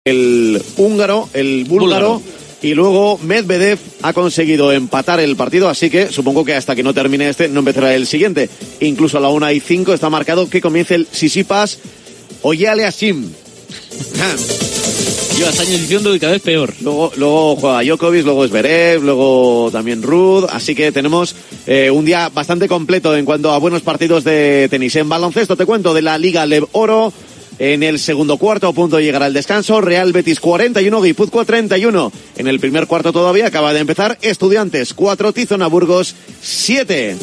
el húngaro, el búlgaro. Y luego Medvedev ha conseguido empatar el partido, así que supongo que hasta que no termine este no empezará el siguiente. Incluso a la 1:05 está marcado que comience el Tsitsipas Oyaleasim. Llevas años diciendo que cada vez peor. Luego juega Djokovic, luego Zverev, luego también Ruud. Así que tenemos un día bastante completo en cuanto a buenos partidos de tenis. En baloncesto te cuento de la Liga Lev Oro. En el segundo cuarto, a punto de llegar al descanso, Real Betis 41, Guipúzcoa 31. En el primer cuarto todavía acaba de empezar, Estudiantes 4, Tizona Burgos 7.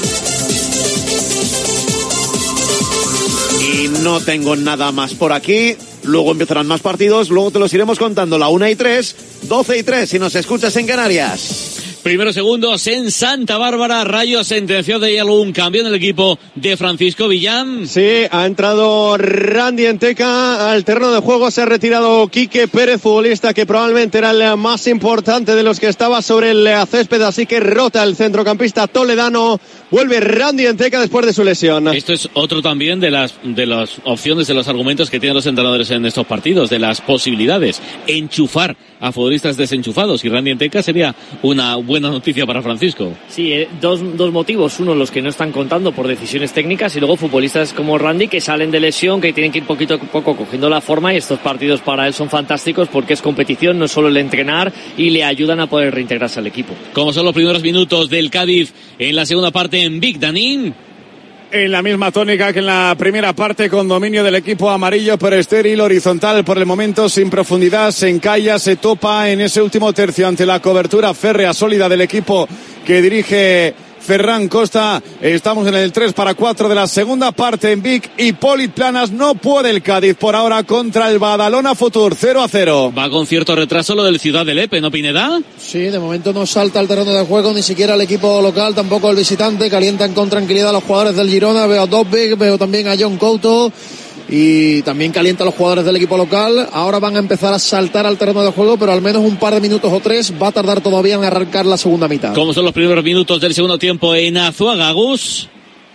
Y no tengo nada más por aquí. Luego empezarán más partidos, luego te los iremos contando. La 1:03, 12:03 si nos escuchas en Canarias. Primeros segundos en Santa Bárbara. Rayo sentenció de algún cambio en el equipo de Francisco Villán. Sí, ha entrado Randy Enteca al terreno de juego. Se ha retirado Quique Pérez, futbolista que probablemente era el más importante de los que estaba sobre el césped. Así que rota el centrocampista toledano. Vuelve Randy Enteca después de su lesión. Esto es otro también de las opciones, de los argumentos que tienen los entrenadores en estos partidos, de las posibilidades. Enchufar a futbolistas desenchufados. Y Randy Enteca sería una buena noticia para Francisco. Sí, dos motivos. Uno, los que no están contando por decisiones técnicas, y luego futbolistas como Randy que salen de lesión, que tienen que ir poquito a poco cogiendo la forma, y estos partidos para él son fantásticos porque es competición, no es solo el entrenar, y le ayudan a poder reintegrarse al equipo. Como son los primeros minutos del Cádiz en la segunda parte en Vic, Danín. En la misma tónica que en la primera parte, con dominio del equipo amarillo, pero estéril, horizontal por el momento, sin profundidad, se encalla, se topa en ese último tercio ante la cobertura férrea sólida del equipo que dirige Ferran Costa. Estamos en el 3-4 de la segunda parte en Vic. Hipòlit Planas. No puede el Cádiz por ahora contra el Badalona Futur, 0-0. Va con cierto retraso lo del Ciudad del Epe, ¿no, Pineda? Sí, de momento no salta al terreno de juego ni siquiera el equipo local, tampoco el visitante. Calientan con tranquilidad a los jugadores del Girona. Veo a Dobbik, veo también a John Couto. Y también calienta a los jugadores del equipo local. Ahora van a empezar a saltar al terreno de juego, pero al menos un par de minutos o tres va a tardar todavía en arrancar la segunda mitad. ¿Cómo son los primeros minutos del segundo tiempo en Azuaga, Agus?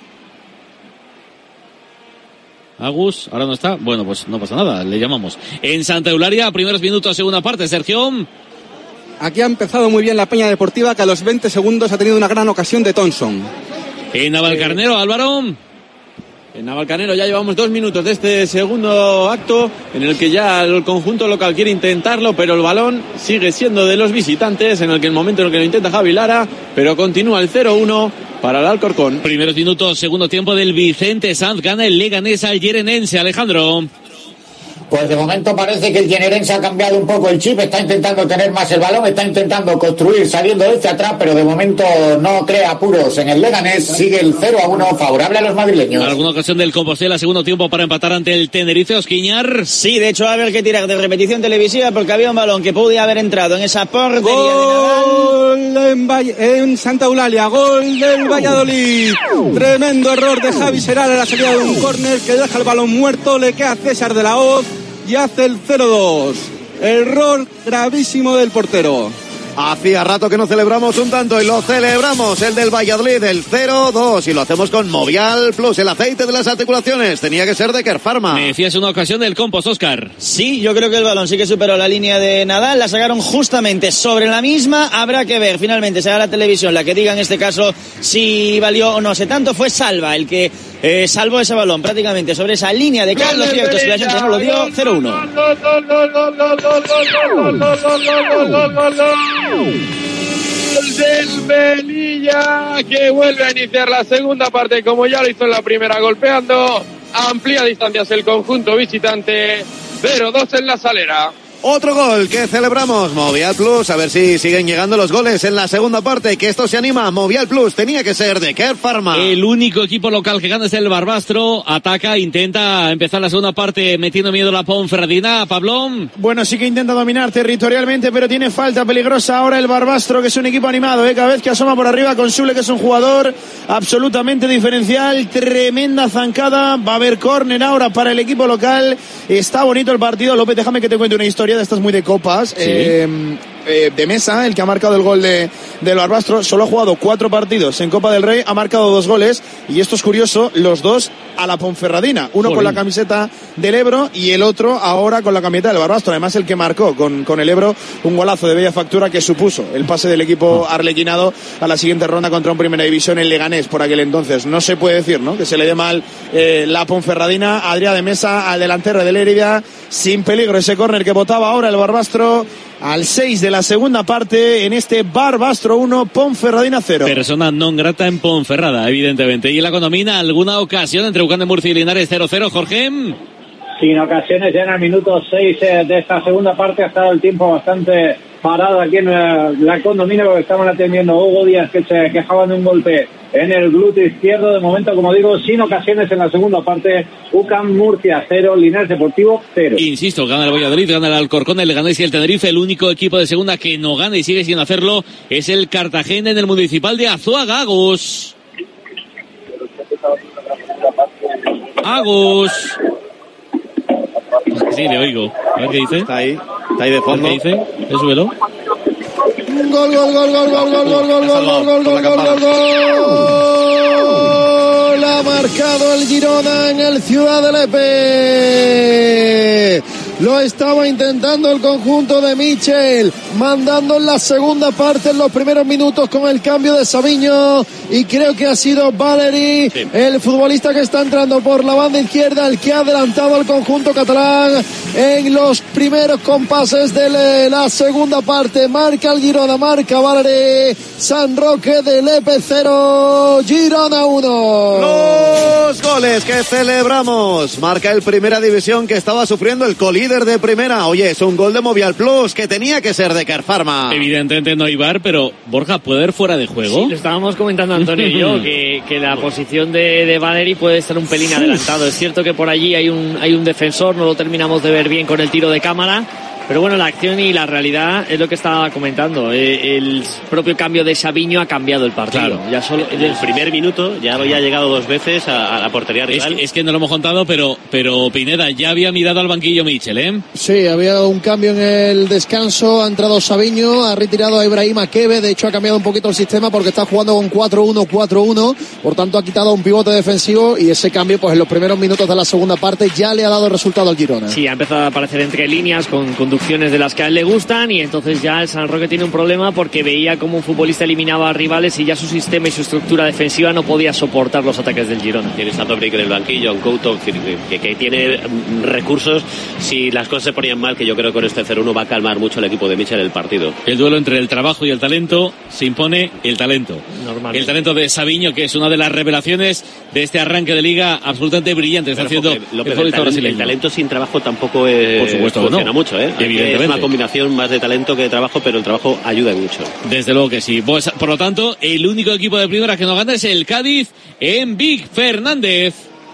Agus, ahora no está. Bueno, pues no pasa nada, le llamamos. En Santa Eulalia, primeros minutos, segunda parte, Sergio. Aquí ha empezado muy bien la Peña Deportiva, que a los 20 segundos ha tenido una gran ocasión de Thompson. En Navalcarnero, Álvaro. En Navalcarnero ya llevamos 2 minutos de este segundo acto, en el que ya el conjunto local quiere intentarlo, pero el balón sigue siendo de los visitantes, en el momento en el que lo intenta Javi Lara, pero continúa el 0-1 para el Alcorcón. Primeros minutos, segundo tiempo del Vicente Sanz, gana el Leganés al Llerenense, Alejandro. Pues de momento parece que el Llerenense ha cambiado un poco el chip, está intentando tener más el balón, está intentando construir saliendo desde atrás, pero de momento no crea apuros en el Leganés, sigue el 0-1 favorable a los madrileños. ¿Alguna ocasión del Compostela, segundo tiempo para empatar ante el Tenerife, Osquiñar? Sí, de hecho va a haber que tirar de repetición televisiva porque había un balón que podía haber entrado en esa portería de Nadal. En Santa Eulalia, gol del Valladolid. Tremendo error de Javi Serral a la salida de un córner que deja el balón muerto, le queda a César de la Hoz y hace el 0-2. Error gravísimo del portero. Hacía rato que no celebramos un tanto y lo celebramos, el del Valladolid, el 0-2, y lo hacemos con Movial Plus, el aceite de las articulaciones. Tenía que ser de Kerpharma. Me decías una ocasión del Compost, Óscar. Sí, yo creo que el balón sí que superó la línea de Nadal, la sacaron justamente sobre la misma. Habrá que ver, finalmente será la televisión la que diga en este caso si valió o no. Se tanto fue Salva el que salvó ese balón prácticamente sobre esa línea de cal. Lo cierto es que la gente no lo dio. 0-1. Del Melilla, que vuelve a iniciar la segunda parte como ya lo hizo en la primera, golpeando amplía distancias el conjunto visitante. 0-2 en la Salera. Otro gol que celebramos, Movial Plus, a ver si siguen llegando los goles en la segunda parte, que esto se anima. Movial Plus tenía que ser de Kerpharma. El único equipo local que gana es el Barbastro, ataca, intenta empezar la segunda parte metiendo miedo a la Ponferradina. Pablón. Bueno, sí que intenta dominar territorialmente, pero tiene falta peligrosa ahora el Barbastro, que es un equipo animado, cada vez que asoma por arriba con Sule, que es un jugador absolutamente diferencial. Tremenda zancada, va a haber córner ahora para el equipo local. Está bonito el partido. López, déjame que te cuente una historia de estas muy de copas. Sí. de Mesa, el que ha marcado el gol del Barbastro. Solo ha jugado 4 partidos en Copa del Rey, ha marcado 2 goles, y esto es curioso, los 2 a la Ponferradina, uno con la camiseta del Ebro y el otro ahora con la camiseta del Barbastro. Además, el que marcó con el Ebro un golazo de bella factura que supuso el pase del equipo arlequinado a la siguiente ronda contra un Primera División en Leganés por aquel entonces. No se puede decir, ¿no?, que se le dé mal la Ponferradina. Adrià de Mesa, al delantero del Lérida, sin peligro ese córner que botaba ahora el Barbastro al 6 de la segunda parte en este Barbastro 1, Ponferradina 0. Persona non grata en Ponferrada, evidentemente. Y en la Condomina, ¿alguna ocasión entre UCAM de Murcia y Linares? 0-0, Jorge. Sin ocasiones, ya en el minuto 6 de esta segunda parte. Ha estado el tiempo bastante parado aquí en la Condomina, porque estaban atendiendo a Hugo Díaz, que se quejaban de un golpe en el glúteo izquierdo. De momento, como digo, sin ocasiones en la segunda parte. UCAM Murcia 0, Linares Deportivo 0. Insisto, gana el Valladolid, gana el Alcorcón, el Leganés y el Tenerife. El único equipo de segunda que no gana y sigue sin hacerlo es el Cartagena en el Municipal de Azuaga. Agus. Sí, le oigo. A ver qué dice. Está ahí de fondo. ¿Qué dice? Súbelo. Gol. Ha marcado el Girona en el Ciudad de Lepe. Lo estaba intentando el conjunto de Michel, mandando en la segunda parte, en los primeros minutos, con el cambio de Savinho, y creo que ha sido Valeri, el futbolista que está entrando por la banda izquierda, el que ha adelantado al conjunto catalán en los primeros compases de la segunda parte. Marca el Girona, marca Valeri. San Roque de Lepe 0, Girona 1. Los goles que celebramos. Marca el Primera División, que estaba sufriendo el colíder de primera. Oye, es un gol de Movial Plus que tenía que ser de Carpharma. Evidentemente no hay VAR, pero Borja, ¿puede ir fuera de juego? Sí, lo estábamos comentando Antonio y yo, que la posición de Valeri puede estar un pelín adelantado. Es cierto que por allí hay un defensor, no lo terminamos de ver bien con el tiro de cámara. Pero bueno, la acción y la realidad es lo que estaba comentando. El propio cambio de Savinho ha cambiado el partido. Claro. Ya solo en el primer minuto ya había llegado 2 veces a la portería rival. Es que no lo hemos contado, pero Pineda ya había mirado al banquillo Michel, ¿eh? Sí, había dado un cambio en el descanso. Ha entrado Savinho, ha retirado a Ibrahim Akebe. De hecho, ha cambiado un poquito el sistema porque está jugando con 4-1-4-1. Por tanto, ha quitado un pivote defensivo, y ese cambio, pues en los primeros minutos de la segunda parte, ya le ha dado resultado al Girona. Sí, ha empezado a aparecer entre líneas con conducciones de las que a él le gustan, y entonces ya el San Roque tiene un problema porque veía como un futbolista eliminaba a rivales y ya su sistema y su estructura defensiva no podía soportar los ataques del Girona. Tienes a Dobrik en el banquillo, un Couto que tiene recursos. Si las cosas se ponían mal, que yo creo que con este 0-1 va a calmar mucho el equipo de Michel el partido. El duelo entre el trabajo y el talento, se impone el talento. El talento de Savinho, que es una de las revelaciones de este arranque de liga absolutamente brillante. Está haciendo el talento sin trabajo tampoco por supuesto funciona no. Mucho, ¿eh? Es una combinación más de talento que de trabajo, pero el trabajo ayuda mucho. Desde luego que sí. Pues, por lo tanto, el único equipo de primera que no gana es el Cádiz en Vic. Fernández.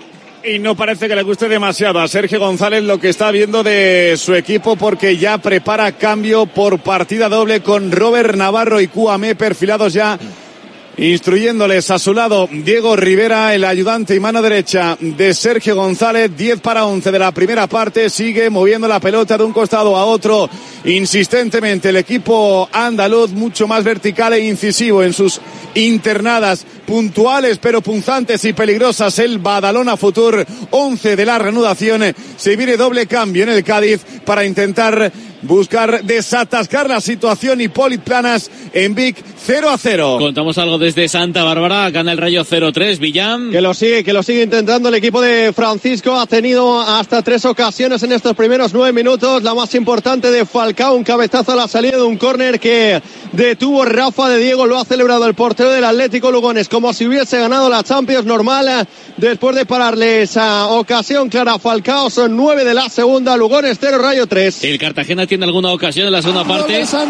Y no parece que le guste demasiado a Sergio González lo que está viendo de su equipo, porque ya prepara cambio por partida doble con Robert Navarro y Kouamé perfilados ya, instruyéndoles a su lado Diego Rivera, el ayudante y mano derecha de Sergio González. 10-11 de la primera parte. Sigue moviendo la pelota de un costado a otro insistentemente el equipo andaluz, mucho más vertical e incisivo en sus internadas, puntuales pero punzantes y peligrosas. El Badalona Futur. 11 de la reanudación. Se viene doble cambio en el Cádiz para intentar buscar desatascar la situación. Hipólito Planas en Vic 0-0. Contamos algo desde Santa Bárbara. Gana el Rayo 0-3. Villán. Que lo sigue intentando el equipo de Francisco. Ha tenido hasta 3 ocasiones en estos primeros 9 minutos. La más importante de Falcao, un cabezazo a la salida de un córner que detuvo Rafa de Diego. Lo ha celebrado el portero del Atlético Lugones como si hubiese ganado la Champions normal, después de pararle esa ocasión clara a Falcao. Son 9 de la segunda. Lugones 0, Rayo 3. El Cartagena tiene alguna ocasión en la segunda parte. San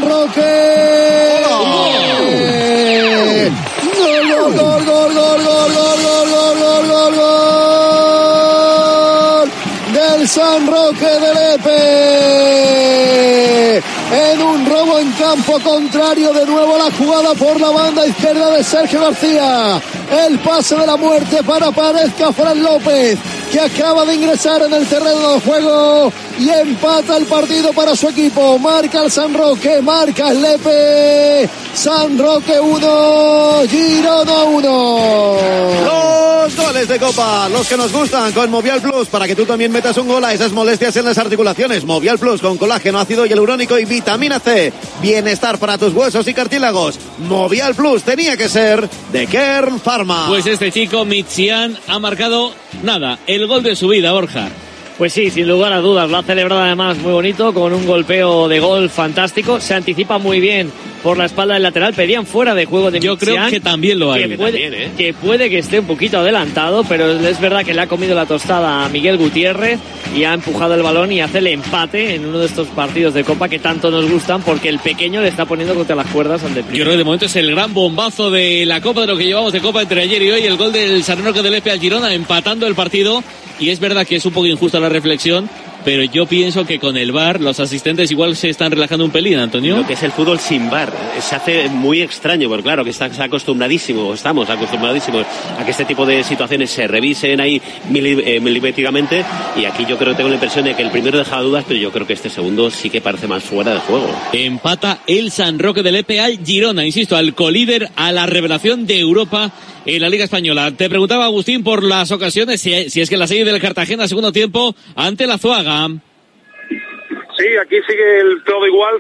Roque. Gol del San Roque de Lepe. En un robo en campo contrario, de nuevo la jugada por la banda izquierda de Sergio García. El pase de la muerte para Parezca Fran López, que acaba de ingresar en el terreno de juego y empata el partido para su equipo. Marca el San Roque, marca el Lepe. San Roque 1, Girona 1. Los goles de Copa, los que nos gustan con Movial Plus, para que tú también metas un gol a esas molestias en las articulaciones. Movial Plus con colágeno, ácido hialurónico y vitamina C. Bienestar para tus huesos y cartílagos. Movial Plus tenía que ser de Kern Pharma. Pues este chico, Michian, ha marcado el gol de su vida, Borja. Pues sí, sin lugar a dudas, lo ha celebrado además muy bonito, con un golpeo de gol fantástico, se anticipa muy bien por la espalda del lateral, pedían fuera de juego de Michian. Yo creo que también lo hay. Que puede que esté un poquito adelantado, pero es verdad que le ha comido la tostada a Miguel Gutiérrez y ha empujado el balón y hace el empate en uno de estos partidos de Copa que tanto nos gustan, porque el pequeño le está poniendo contra las cuerdas al del primero. Yo creo que de momento es el gran bombazo de la Copa, de lo que llevamos de Copa entre ayer y hoy, el gol del San Roque del Lepe al Girona, empatando el partido. Y es verdad que es un poco injusta la reflexión, pero yo pienso que con el VAR los asistentes igual se están relajando un pelín, Antonio. Lo que es el fútbol sin VAR se hace muy extraño, porque claro que estamos acostumradísimos a que este tipo de situaciones se revisen ahí milimétricamente, y aquí yo creo que tengo la impresión de que el primero dejaba dudas, pero yo creo que este segundo sí que parece más fuera de juego. Empata el San Roque del Lepe al Girona, insisto, al colíder, a la revelación de Europa en la Liga Española. Te preguntaba, Agustín, por las ocasiones, si es que la serie del Cartagena, segundo tiempo, ante la Zuaga. Sí, aquí sigue todo igual,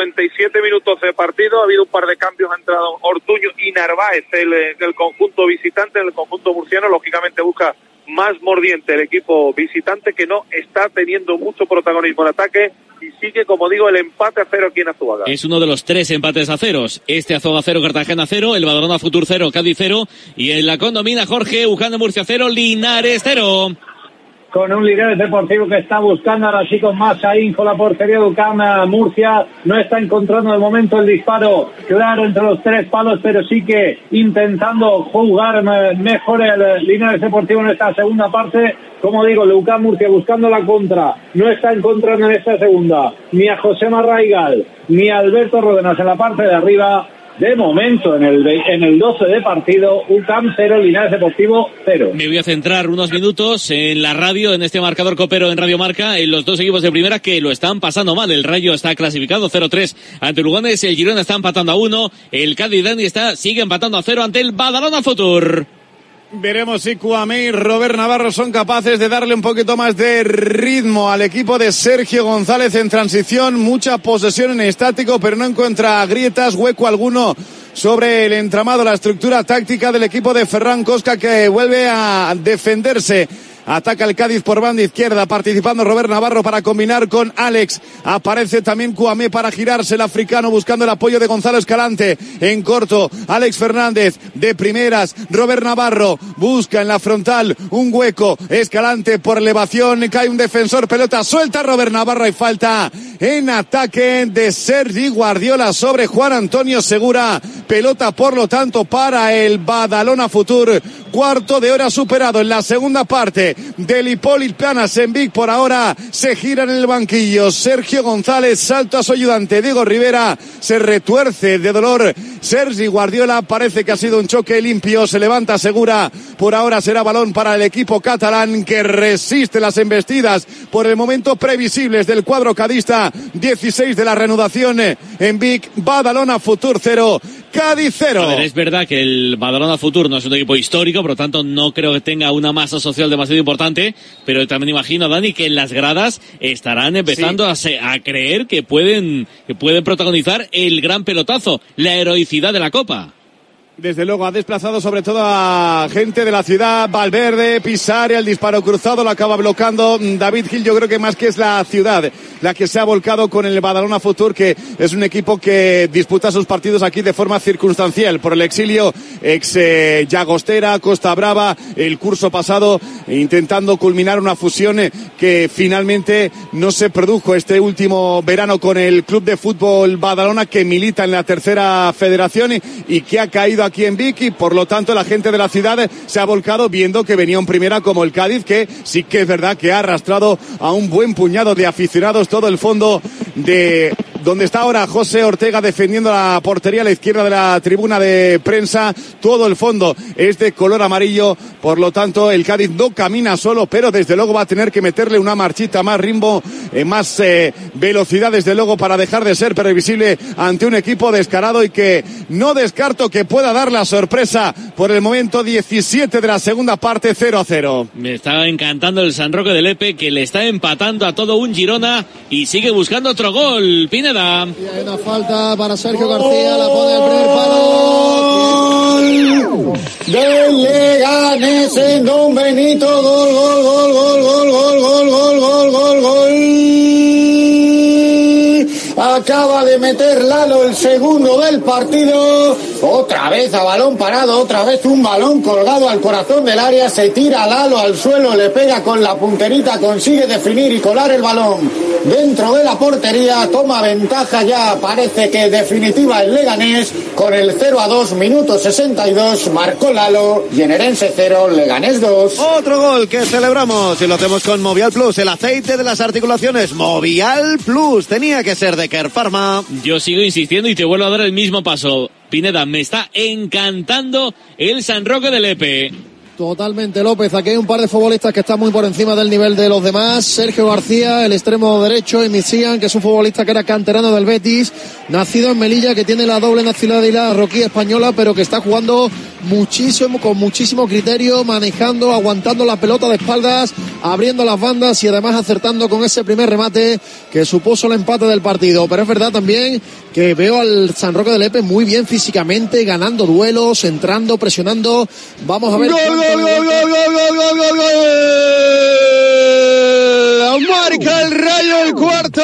57 minutos de partido, ha habido un par de cambios, ha entrado Ortuño y Narváez del conjunto visitante, en el conjunto murciano, lógicamente busca más mordiente el equipo visitante, que no está teniendo mucho protagonismo en ataque, y sigue, como digo, el empate a 0 aquí en Azuaga. Es uno de los 3 empates a ceros. Azuaga 0, Cartagena 0, el Badalona Futur 0, Cádiz 0, y en la condomina Jorge, UCAM de Murcia 0, Linares 0. Con un Linares Deportivo que está buscando ahora sí con más ahínco la portería de UCAM. Murcia no está encontrando de momento el disparo claro entre los 3 palos, pero sí que intentando jugar mejor el Linares Deportivo en esta segunda parte. Como digo, el UCAM Murcia buscando la contra, no está encontrando en esta segunda ni a José Marraigal ni a Alberto Ródenas en la parte de arriba. De momento, en el 12 de partido, UCAM 0, Linares Deportivo 0. Me voy a centrar unos minutos en la radio, en este marcador copero en Radio Marca, en los dos equipos de primera que lo están pasando mal. El Rayo está clasificado 0-3 ante Lugones, el Girona está empatando a 1, el Cádiz Dani sigue empatando a 0 ante el Badalona Futur. Veremos si Kouamé y Robert Navarro son capaces de darle un poquito más de ritmo al equipo de Sergio González en transición. Mucha posesión en estático, pero no encuentra grietas, hueco alguno sobre el entramado, la estructura táctica del equipo de Ferran Cosca, que vuelve a defenderse. Ataca el Cádiz por banda izquierda, participando Robert Navarro para combinar con Alex. Aparece también Kouamé para girarse, el africano, buscando el apoyo de Gonzalo Escalante. En corto, Alex Fernández de primeras. Robert Navarro busca en la frontal un hueco. Escalante por elevación, cae un defensor, pelota suelta. Robert Navarro, y falta en ataque de Sergi Guardiola sobre Juan Antonio Segura. Pelota, por lo tanto, para el Badalona Futur. Cuarto de hora superado en la segunda parte del Hipòlit Planas en Vic. Por ahora se gira en el banquillo Sergio González, salto a su ayudante Diego Rivera, se retuerce de dolor Sergi Guardiola, parece que ha sido un choque limpio, se levanta Segura. Por ahora será balón para el equipo catalán, que resiste las embestidas por el momento previsibles del cuadro cadista. 16 de la reanudación en Vic. Badalona Futur 0, Cádiz 0. A ver, es verdad que el Badalona Futur no es un equipo histórico, por lo tanto no creo que tenga una masa social demasiado importante, pero también imagino, Dani, que en las gradas estarán empezando a creer que pueden protagonizar el gran pelotazo, la heroicidad de la Copa. Desde luego ha desplazado sobre todo a gente de la ciudad. Valverde, Pisare, el disparo cruzado lo acaba bloqueando David Gil. Yo creo que más que es la ciudad la que se ha volcado con el Badalona Futur, que es un equipo que disputa sus partidos aquí de forma circunstancial por el exilio Llagostera, Costa Brava, el curso pasado, intentando culminar una fusión que finalmente no se produjo este último verano con el Club de Fútbol Badalona, que milita en la tercera federación y que ha caído aquí en Vic, y por lo tanto la gente de la ciudad se ha volcado viendo que venía en primera como el Cádiz, que sí que es verdad que ha arrastrado a un buen puñado de aficionados todo el fondo de donde está ahora José Ortega defendiendo la portería a la izquierda de la tribuna de prensa. Todo el fondo es de color amarillo, por lo tanto el Cádiz no camina solo, pero desde luego va a tener que meterle una marchita más, ritmo, más velocidad desde luego, para dejar de ser previsible ante un equipo descarado, y que no descarto que pueda dar la sorpresa. Por el momento 17 de la segunda parte, 0-0. Me está encantando el San Roque de Lepe, que le está empatando a todo un Girona y sigue buscando otro gol. Pineda. Y hay una falta para Sergio García, la pone al primer palo. Del Leganés en Don Benito, gol, gol, gol, gol, gol, gol, gol, gol, gol, gol, gol. Acaba de meter Lalo el segundo del partido. Otra vez a balón parado, otra vez un balón colgado al corazón del área. Se tira Lalo al suelo, le pega con la punterita, consigue definir y colar el balón dentro de la portería. Toma ventaja ya, parece que definitiva el Leganés, con el 0-2, minuto 62. Marcó Lalo, Generense 0, Leganés 2. Otro gol que celebramos y lo hacemos con Movial Plus, el aceite de las articulaciones. Movial Plus, tenía que ser de Care Pharma. Yo sigo insistiendo y te vuelvo a dar el mismo paso. Pineda, me está encantando el San Roque de Lepe. Totalmente, López. Aquí hay un par de futbolistas que están muy por encima del nivel de los demás. Sergio García, el extremo derecho, y Misian, que es un futbolista que era canterano del Betis, nacido en Melilla, que tiene la doble nacionalidad roquí española, pero que está jugando muchísimo, con muchísimo criterio, manejando, aguantando la pelota de espaldas, abriendo las bandas y además acertando con ese primer remate que supuso el empate del partido. Pero es verdad también que veo al San Roque de Lepe muy bien físicamente, ganando duelos, entrando, presionando. Vamos a ver. ¡Gol! Marca el Rayo el cuarto.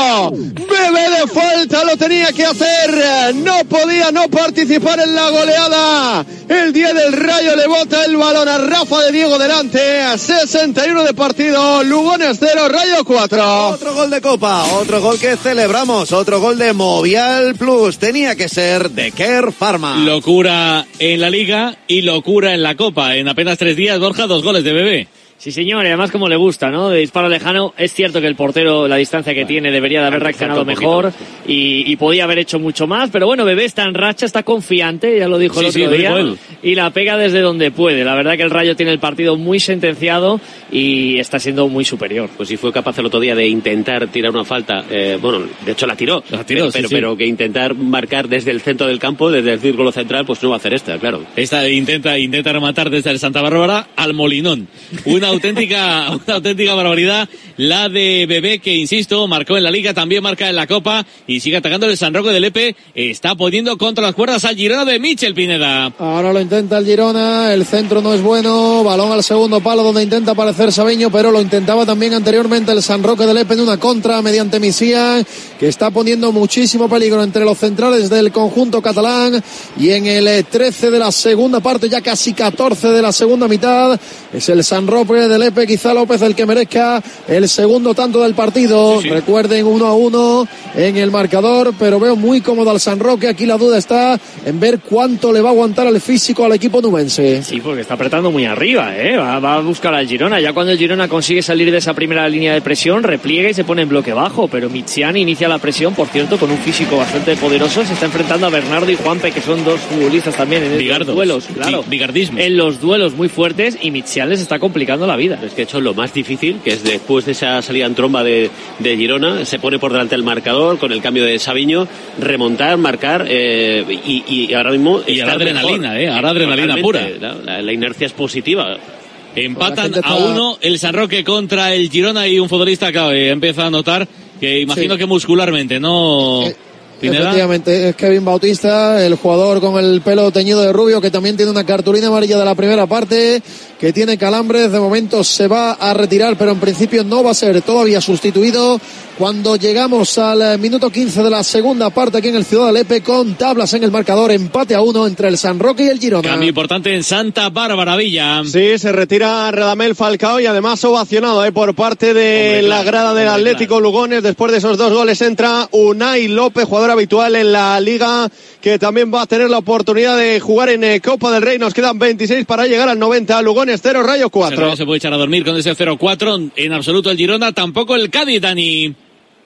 Bebé de falta, lo tenía que hacer. No podía no participar en la goleada. El 10 del Rayo le bota el balón a Rafa de Diego delante. 61 de partido. Lugones 0, Rayo 4. Otro gol de Copa, otro gol que celebramos, otro gol de Movial Plus. Tenía que ser de Care Pharma. Locura en la Liga y locura en la Copa. En apenas 3 días, Borja, 2 goles de Bebé. Sí, señor, y además como le gusta, ¿no? De disparo lejano. Es cierto que el portero, la distancia que tiene, debería de haber reaccionado mejor y podía haber hecho mucho más, pero bueno, Bebé está en racha, está confiante, ya lo dijo el otro día, y la pega desde donde puede. La verdad que el Rayo tiene el partido muy sentenciado y está siendo muy superior. Pues si fue capaz el otro día de intentar tirar una falta, bueno, de hecho la tiró, pero que intentar marcar desde el centro del campo, desde el círculo central, pues no va a hacer esta, claro. Esta intenta rematar desde el Santa Bárbara al Molinón. Una auténtica barbaridad la de Bebé, que insisto, marcó en la Liga, también marca en la Copa y sigue atacando el San Roque de Lepe. Está poniendo contra las cuerdas al Girona de Michel, Pineda. Ahora lo intenta el Girona, el centro no es bueno, balón al segundo palo donde intenta aparecer Sabeño, pero lo intentaba también anteriormente el San Roque de Lepe en una contra mediante Misian, que está poniendo muchísimo peligro entre los centrales del conjunto catalán. Y en el 13 de la segunda parte, ya casi 14 de la segunda mitad, es el San Roque de Lepe, quizá López, el que merezca el segundo tanto del partido. Recuerden, 1-1 en el marcador, pero veo muy cómodo al San Roque. Aquí la duda está en ver cuánto le va a aguantar el físico al equipo nubense. Sí, porque está apretando muy arriba, va a buscar al Girona. Ya cuando el Girona consigue salir de esa primera línea de presión, repliega y se pone en bloque bajo, pero Mitzian inicia la presión, por cierto, con un físico bastante poderoso. Se está enfrentando a Bernardo y Juanpe, que son dos futbolistas también en los duelos, claro, en los duelos muy fuertes, y Mitzian les está complicando la vida. Es que ha hecho lo más difícil, que es después de esa salida en tromba de Girona, se pone por delante del marcador con el cambio de Sabiño, remontar, marcar, y ahora mismo y ahora adrenalina, ahora adrenalina pura. La inercia es positiva. Empatan a 1 el San Roque contra el Girona, y un futbolista que empieza a notar que imagino que muscularmente, ¿no? Efectivamente, es Kevin Bautista, el jugador con el pelo teñido de rubio, que también tiene una cartulina amarilla de la primera parte, que tiene calambres. De momento se va a retirar, pero en principio no va a ser todavía sustituido. Cuando llegamos al minuto 15 de la segunda parte aquí en el Ciudad de Lepe, con tablas en el marcador, empate a 1 entre el San Roque y el Girona. Cambio importante en Santa Bárbara, Villa. Sí, se retira Radamel Falcao y además ovacionado por parte de la grada del Atlético Lugones. Después de esos 2 goles entra Unai López, jugador habitual en la Liga, que también va a tener la oportunidad de jugar en Copa del Rey. Nos quedan 26 para llegar al 90. Lugones 0, Rayo 4. No se puede echar a dormir con ese 0-4 en absoluto el Girona, tampoco el Cádiz, Dani.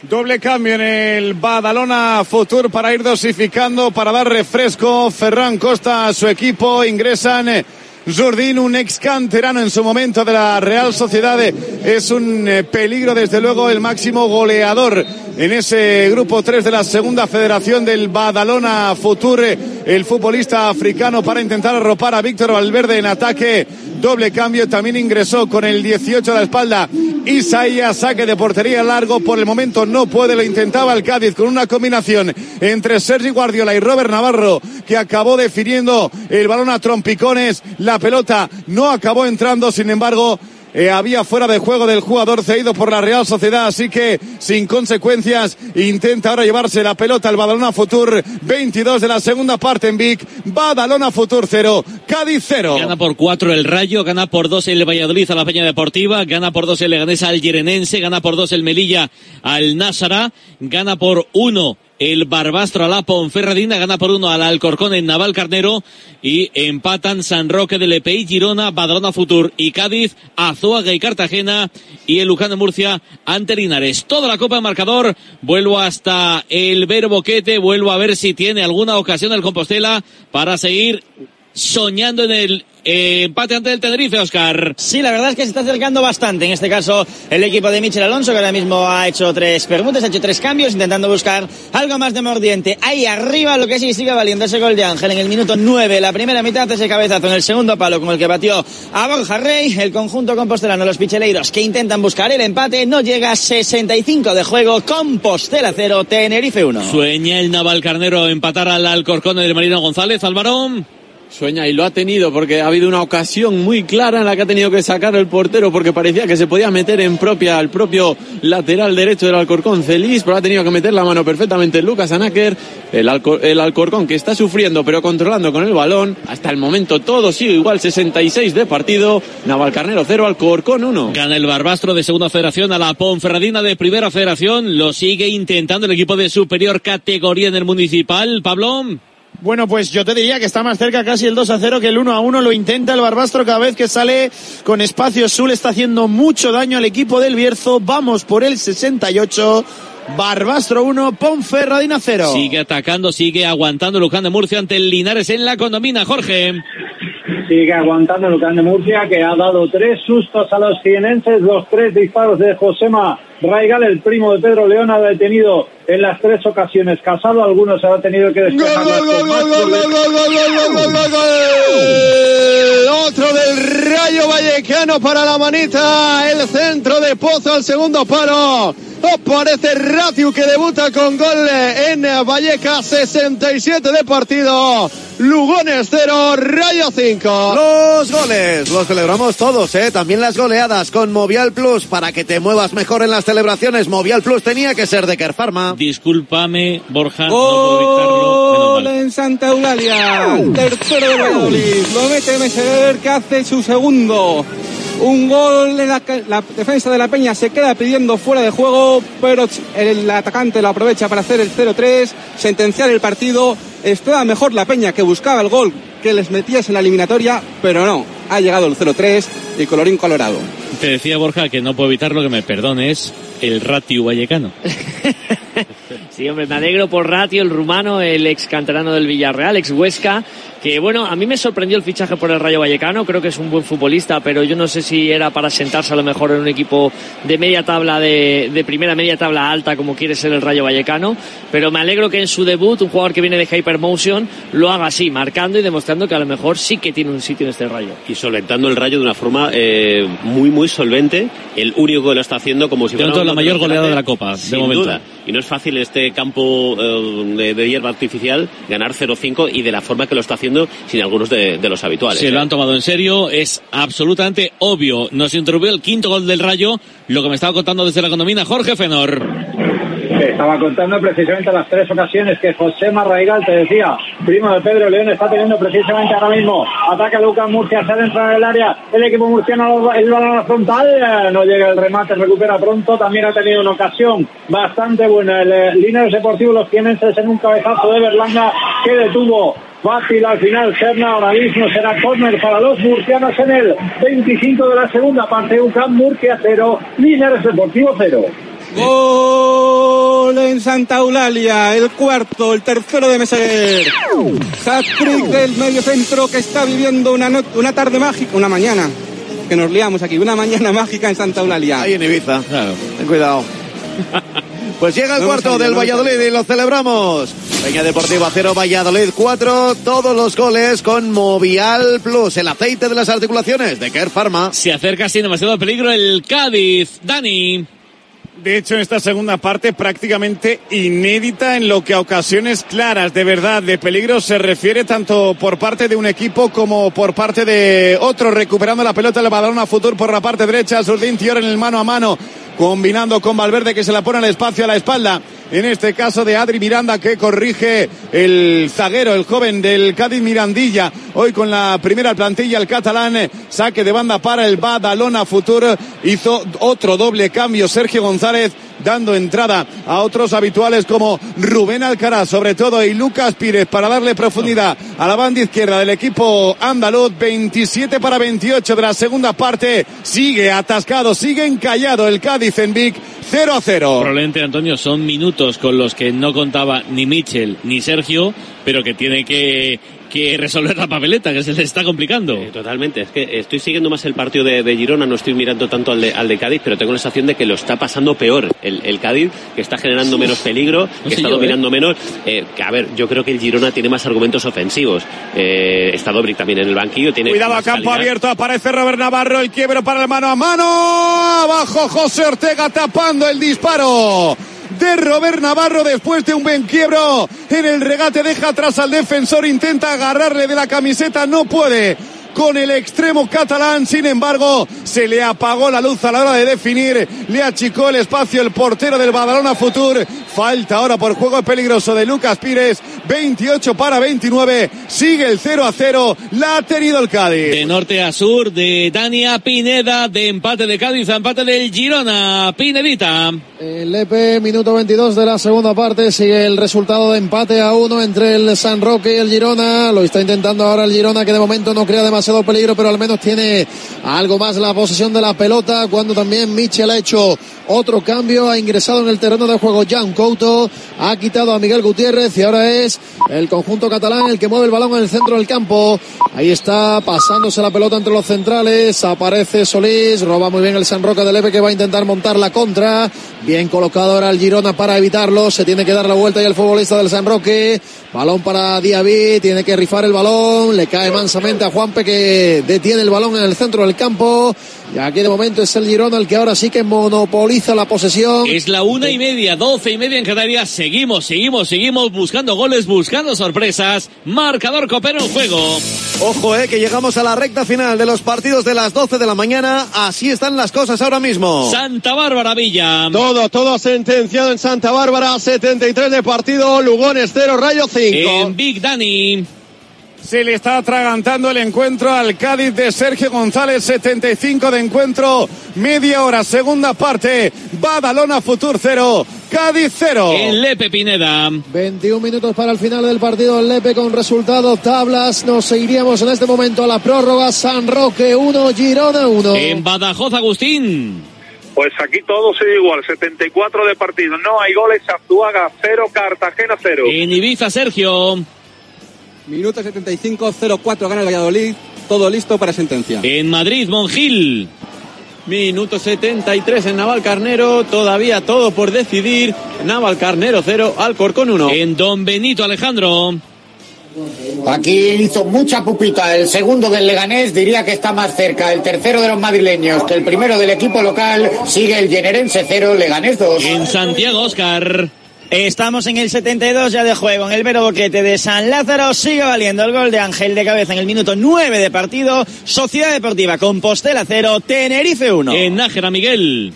Doble cambio en el Badalona Futur para ir dosificando, para dar refresco. Ferran Costa a su equipo, ingresan Jordín, un ex canterano en su momento de la Real Sociedad, es un peligro, desde luego, el máximo goleador en ese grupo 3 de la segunda federación del Badalona Futur, el futbolista africano, para intentar arropar a Víctor Valverde en ataque. Doble cambio, también ingresó con el 18 a la espalda Isaías, saque de portería largo, por el momento no puede, lo intentaba el Cádiz con una combinación entre Sergi Guardiola y Robert Navarro, que acabó definiendo el balón a trompicones. La pelota no acabó entrando, sin embargo había fuera de juego del jugador cedido por la Real Sociedad, así que sin consecuencias intenta ahora llevarse la pelota al Badalona Futur. 22 de la segunda parte en Vic. Badalona Futur 0, Cádiz 0. Gana por 4 el Rayo, gana por 2 el Valladolid a la Peña Deportiva, gana por 2 el Leganés al Yerenense, gana por 2 el Melilla al Nássara, gana por 1 el Barbastro a la Ponferradina, gana por 1 al Alcorcón en Navalcarnero, y empatan San Roque de Lepey, Girona, Badalona Futur y Cádiz, Azuaga y Cartagena, y el Luján de Murcia ante Linares. Toda la copa de marcador. Vuelvo hasta el Verboquete, vuelvo a ver si tiene alguna ocasión el Compostela para seguir soñando en el empate ante el Tenerife, Óscar. Sí, la verdad es que se está acercando bastante. En este caso, el equipo de Michel Alonso, que ahora mismo ha hecho 3 permutas, ha hecho 3 cambios, intentando buscar algo más de mordiente. Ahí arriba, lo que sí sigue valiendo ese gol de Ángel en el minuto 9. La primera mitad, ese cabezazo en el segundo palo, como el que batió a Borja Rey. El conjunto compostelano, los picheleiros, que intentan buscar el empate. No llega. 65 de juego. Compostela 0, Tenerife 1. Sueña el Navalcarnero empatar al Alcorcón del Marino González, Álvaro. Sueña, y lo ha tenido, porque ha habido una ocasión muy clara en la que ha tenido que sacar el portero, porque parecía que se podía meter en propia al propio lateral derecho del Alcorcón, Celis, pero ha tenido que meter la mano perfectamente Lucas Anáquer. El Alcorcón, que está sufriendo pero controlando con el balón. Hasta el momento todo sigue igual. 66 de partido. Navalcarnero 0, Alcorcón 1. Gana el Barbastro de segunda federación a la Ponferradina de primera federación. Lo sigue intentando el equipo de superior categoría en el municipal, Pablo. Bueno, pues yo te diría que está más cerca casi el 2-0 que el 1-1. Lo intenta el Barbastro cada vez que sale con espacio. Sul está haciendo mucho daño al equipo del Bierzo. Vamos por el 68. Barbastro 1, Ponferradina 0. Sigue atacando, sigue aguantando Luján de Murcia ante el Linares en la Condomina, Jorge. Sigue aguantando el Luján de Murcia, que ha dado 3 sustos a los jienenses. Los 3 disparos de Josema Raigal, el primo de Pedro León, ha detenido en las 3 ocasiones. Casado, algunos ha tenido que despejar. Otro del Rayo Vallecano para la manita. El centro de Pozo al segundo palo. Aparece Ratiu, que debuta con gol en Vallecas. 67 de partido. Lugones 0, Rayo 5. Los goles los celebramos todos, también las goleadas con Movial Plus, para que te muevas mejor en las celebraciones. Movial Plus tenía que ser de Kerpharma. Discúlpame, Borja, ¡Gol! no puedo evitarlo. Gol en Santa Eulalia. Tercero de Valladolid. Lo mete Meseguer, que hace su segundo. Un gol en la defensa de la Peña se queda pidiendo fuera de juego, pero el atacante lo aprovecha para hacer el 0-3, sentenciar el partido. Estaba mejor la Peña, que buscaba el gol que les metías en la eliminatoria, pero no, ha llegado el 0-3 y colorín colorado. Te decía, Borja, que no puedo evitarlo, que me perdones, el Ratiu vallecano. Sí, hombre, me alegro por Ratiu, el rumano, el ex canterano del Villarreal, ex Huesca, que bueno, a mí me sorprendió el fichaje por el Rayo Vallecano. Creo que es un buen futbolista, pero yo no sé si era para sentarse a lo mejor en un equipo de media tabla, de primera media tabla alta, como quiere ser el Rayo Vallecano, pero me alegro que en su debut un jugador que viene de Hypermotion lo haga así, marcando y demostrando que a lo mejor sí que tiene un sitio en este Rayo. Y solventando el Rayo de una forma muy solvente. El único que lo está haciendo como si fuera la mayor goleada de la Copa, sin duda. Y no es fácil este campo de hierba artificial ganar 0-5, y de la forma que lo está haciendo sin algunos de los habituales. Se lo han tomado en serio, es absolutamente obvio. Nos interrumpió el quinto gol del Rayo, lo que me estaba contando desde la Condomina Jorge Fenor. Estaba contando precisamente las 3 ocasiones que Josema Raigal, te decía, primo de Pedro León, está teniendo precisamente ahora mismo. Ataca Lucas Murcia, se adentra en el área, el equipo murciano, el balón frontal, no llega el remate, recupera pronto. También ha tenido una ocasión bastante buena el Linares Deportivo, los jienenses, en un cabezazo de Berlanga que detuvo fácil al final Serna. Ahora mismo será córner para los murcianos en el 25 de la segunda parte. UCAM Murcia 0, Linares Deportivo 0. ¡Gol! Santa Eulalia, el cuarto, el tercero de Meseguer. Hat-trick del mediocentro que está viviendo una tarde mágica, una mañana, que nos liamos aquí, una mañana mágica en Santa Eulalia. Ahí en Ibiza, claro. Ten cuidado. Pues llega el cuarto del Valladolid y lo celebramos. Peña Deportiva 0, Valladolid 4. Todos los goles con Movial Plus, el aceite de las articulaciones de Care Pharma. Se acerca sin demasiado peligro el Cádiz. Dani. De hecho, en esta segunda parte prácticamente inédita en lo que a ocasiones claras de verdad de peligro se refiere, tanto por parte de un equipo como por parte de otro. Recuperando la pelota, el balón a Futur por la parte derecha. Surdín Tior en el mano a mano, combinando con Valverde, que se la pone al espacio, a la espalda, en este caso de Adri Miranda, que corrige el zaguero, el joven del Cádiz, Mirandilla. Hoy con la primera plantilla el catalán, saque de banda para el Badalona Futur. Hizo otro doble cambio Sergio González, dando entrada a otros habituales como Rubén Alcaraz, sobre todo, y Lucas Pires, para darle profundidad a la banda izquierda del equipo andaluz. 27-28 de la segunda parte. Sigue atascado, sigue encallado el Cádiz en Vic. 0-0. Probablemente, Antonio, son minutos con los que no contaba ni Michel ni Sergio, pero que tiene que resolver la papeleta, que se le está complicando. Totalmente, es que estoy siguiendo más el partido de Girona, no estoy mirando tanto al de Cádiz, pero tengo la sensación de que lo está pasando peor el Cádiz, que está generando menos peligro, que está dominando menos. Que a ver, yo creo que el Girona tiene más argumentos ofensivos. Está Dobric también en el banquillo. Cuidado a campo abierto, aparece Robert Navarro, el quiebro para el mano a mano. Abajo José Ortega tapando el disparo de Robert Navarro después de un buen quiebro en el regate. Deja atrás al defensor, intenta agarrarle de la camiseta, no puede con el extremo catalán. Sin embargo, se le apagó la luz a la hora de definir, le achicó el espacio el portero del Badalona Futur. Falta ahora por juego peligroso de Lucas Pires. 28-29, sigue el 0-0, la ha tenido el Cádiz. De norte a sur, de Dani a Pineda, de empate de Cádiz a empate del Girona. Pinedita. El Lepe, minuto 22 de la segunda parte, sigue el resultado de empate a 1 entre el San Roque y el Girona. Lo está intentando ahora el Girona, que de momento no crea demasiado peligro, pero al menos tiene algo más la posesión de la pelota, cuando también Michel ha hecho otro cambio, ha ingresado en el terreno de juego Jan Couto, ha quitado a Miguel Gutiérrez y ahora es el conjunto catalán el que mueve el balón en el centro del campo. Ahí está pasándose la pelota entre los centrales, aparece Solís, roba muy bien el San Roque de Lepe, que va a intentar montar la contra. Bien colocado ahora el Girona para evitarlo, se tiene que dar la vuelta y el futbolista del San Roque. Balón para Diaby, tiene que rifar el balón, le cae mansamente a Juanpe, que detiene el balón en el centro del campo. Y aquí de momento es el Girona el que ahora sí que monopoliza la posesión. Es la 1:30, 12:30 en Canarias. Seguimos buscando goles, buscando sorpresas. Marcador copero en juego. Ojo, que llegamos a la recta final de los partidos de las 12 de la mañana. Así están las cosas ahora mismo. Santa Bárbara Villa. Todo sentenciado en Santa Bárbara. 73 de partido. Lugones 0, Rayo 5. En Big Dani. Se le está atragantando el encuentro al Cádiz de Sergio González. 75 de encuentro, media hora, segunda parte. Badalona Futur 0, Cádiz 0. En Lepe, Pineda. 21 minutos para el final del partido. El Lepe con resultado tablas. Nos seguiríamos en este momento a la prórroga. San Roque 1, Girona 1. En Badajoz, Agustín. Pues aquí todo sigue igual, 74 de partido. No hay goles. Arzuaga 0, Cartagena 0. En Ibiza, Sergio. Minuto 75, 0-4 gana el Valladolid, todo listo para sentencia. En Madrid, Monjil. Minuto 73 en Navalcarnero, todavía todo por decidir. Navalcarnero 0, Alcorcón 1. En Don Benito, Alejandro. Aquí hizo mucha pupita el segundo del Leganés, diría que está más cerca el tercero de los madrileños que el primero del equipo local. Sigue el Generense 0, Leganés 2. En Santiago, Óscar. Estamos en el 72 ya de juego, en el Vero Boquete de San Lázaro. Sigue valiendo el gol de Ángel de cabeza en el minuto 9 de partido. Sociedad Deportiva Compostela 0, Tenerife 1. En Nájera, Miguel.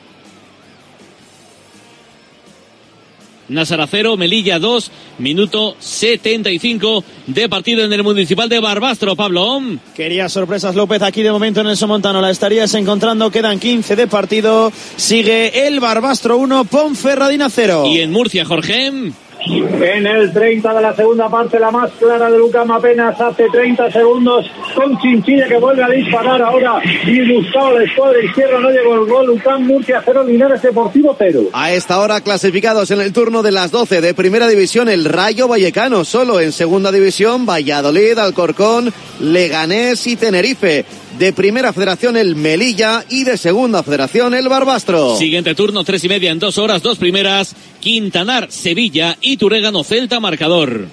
Násara 0, Melilla 2, minuto 75 de partido en el Municipal de Barbastro, Pablo. Quería sorpresas López, aquí de momento Nelson Montano la estarías encontrando, quedan 15 de partido, sigue el Barbastro 1, Ponferradina 0. Y en Murcia, Jorge. En el 30 de la segunda parte, la más clara de Lucam apenas hace 30 segundos con Chinchilla que vuelve a disparar ahora y buscaba la escuadra izquierda, no llegó el gol. Lucam Murcia 0, Linares Deportivo 0. A esta hora clasificados en el turno de las 12 de Primera División el Rayo Vallecano, solo en Segunda División Valladolid, Alcorcón, Leganés y Tenerife. De Primera Federación el Melilla y de Segunda Federación el Barbastro. Siguiente turno, 3:30 en 2 horas, 2 primeras, Quintanar, Sevilla y Turégano, Celta, marcador.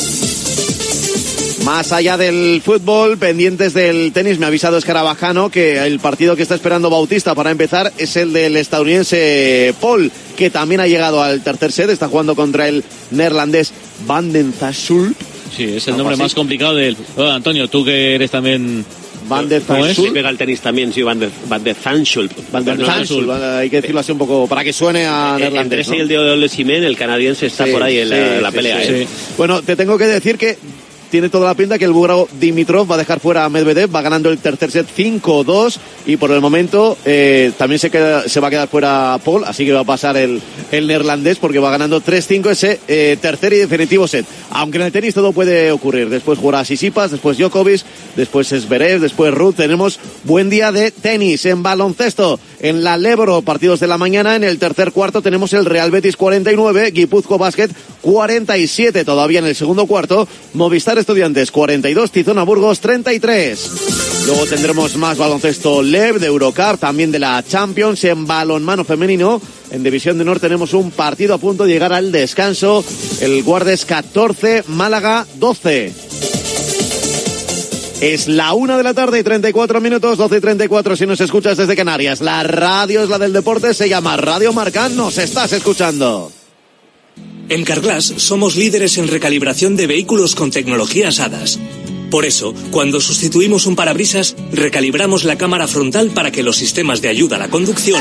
Más allá del fútbol, pendientes del tenis, me ha avisado Escarabajano que el partido que está esperando Bautista para empezar es el del estadounidense Paul, que también ha llegado al tercer set, está jugando contra el neerlandés Van den Zandschulp. Sí, es el nombre más complicado del... Oh, Antonio, tú que eres también... Van de Zandschulp. Sí, pega el tenis también, sí, Van de Zandschulp. Hay que decirlo así un poco para que suene a neerlandés, entre ese y el de Ole Simen, el canadiense está por ahí en la pelea. Sí. Bueno, te tengo que decir que tiene toda la pinta que el búlgaro Dimitrov va a dejar fuera a Medvedev, va ganando el tercer set 5-2 y por el momento también se va a quedar fuera Paul, así que va a pasar el neerlandés porque va ganando 3-5 ese tercer y definitivo set. Aunque en el tenis todo puede ocurrir. Después jugará Tsitsipas, después Djokovic, después Zverev, después Ruud. Tenemos buen día de tenis. En baloncesto, en la Lebro, partidos de la mañana. En el tercer cuarto tenemos el Real Betis 49, Guipúzcoa Basket 47. Todavía en el segundo cuarto, Movistar Estudiantes 42, Tizona Burgos 33. Luego tendremos más baloncesto LEB de Eurocup, también de la Champions. En balonmano femenino, en División de Honor tenemos un partido a punto de llegar al descanso. El Guardes 14, Málaga 12. Es la 1 de la tarde y 34 minutos, 12 y 34 si nos escuchas desde Canarias. La radio es la del deporte, se llama Radio Marca, nos estás escuchando. En Carglass somos líderes en recalibración de vehículos con tecnologías HADAS. Por eso, cuando sustituimos un parabrisas, recalibramos la cámara frontal para que los sistemas de ayuda a la conducción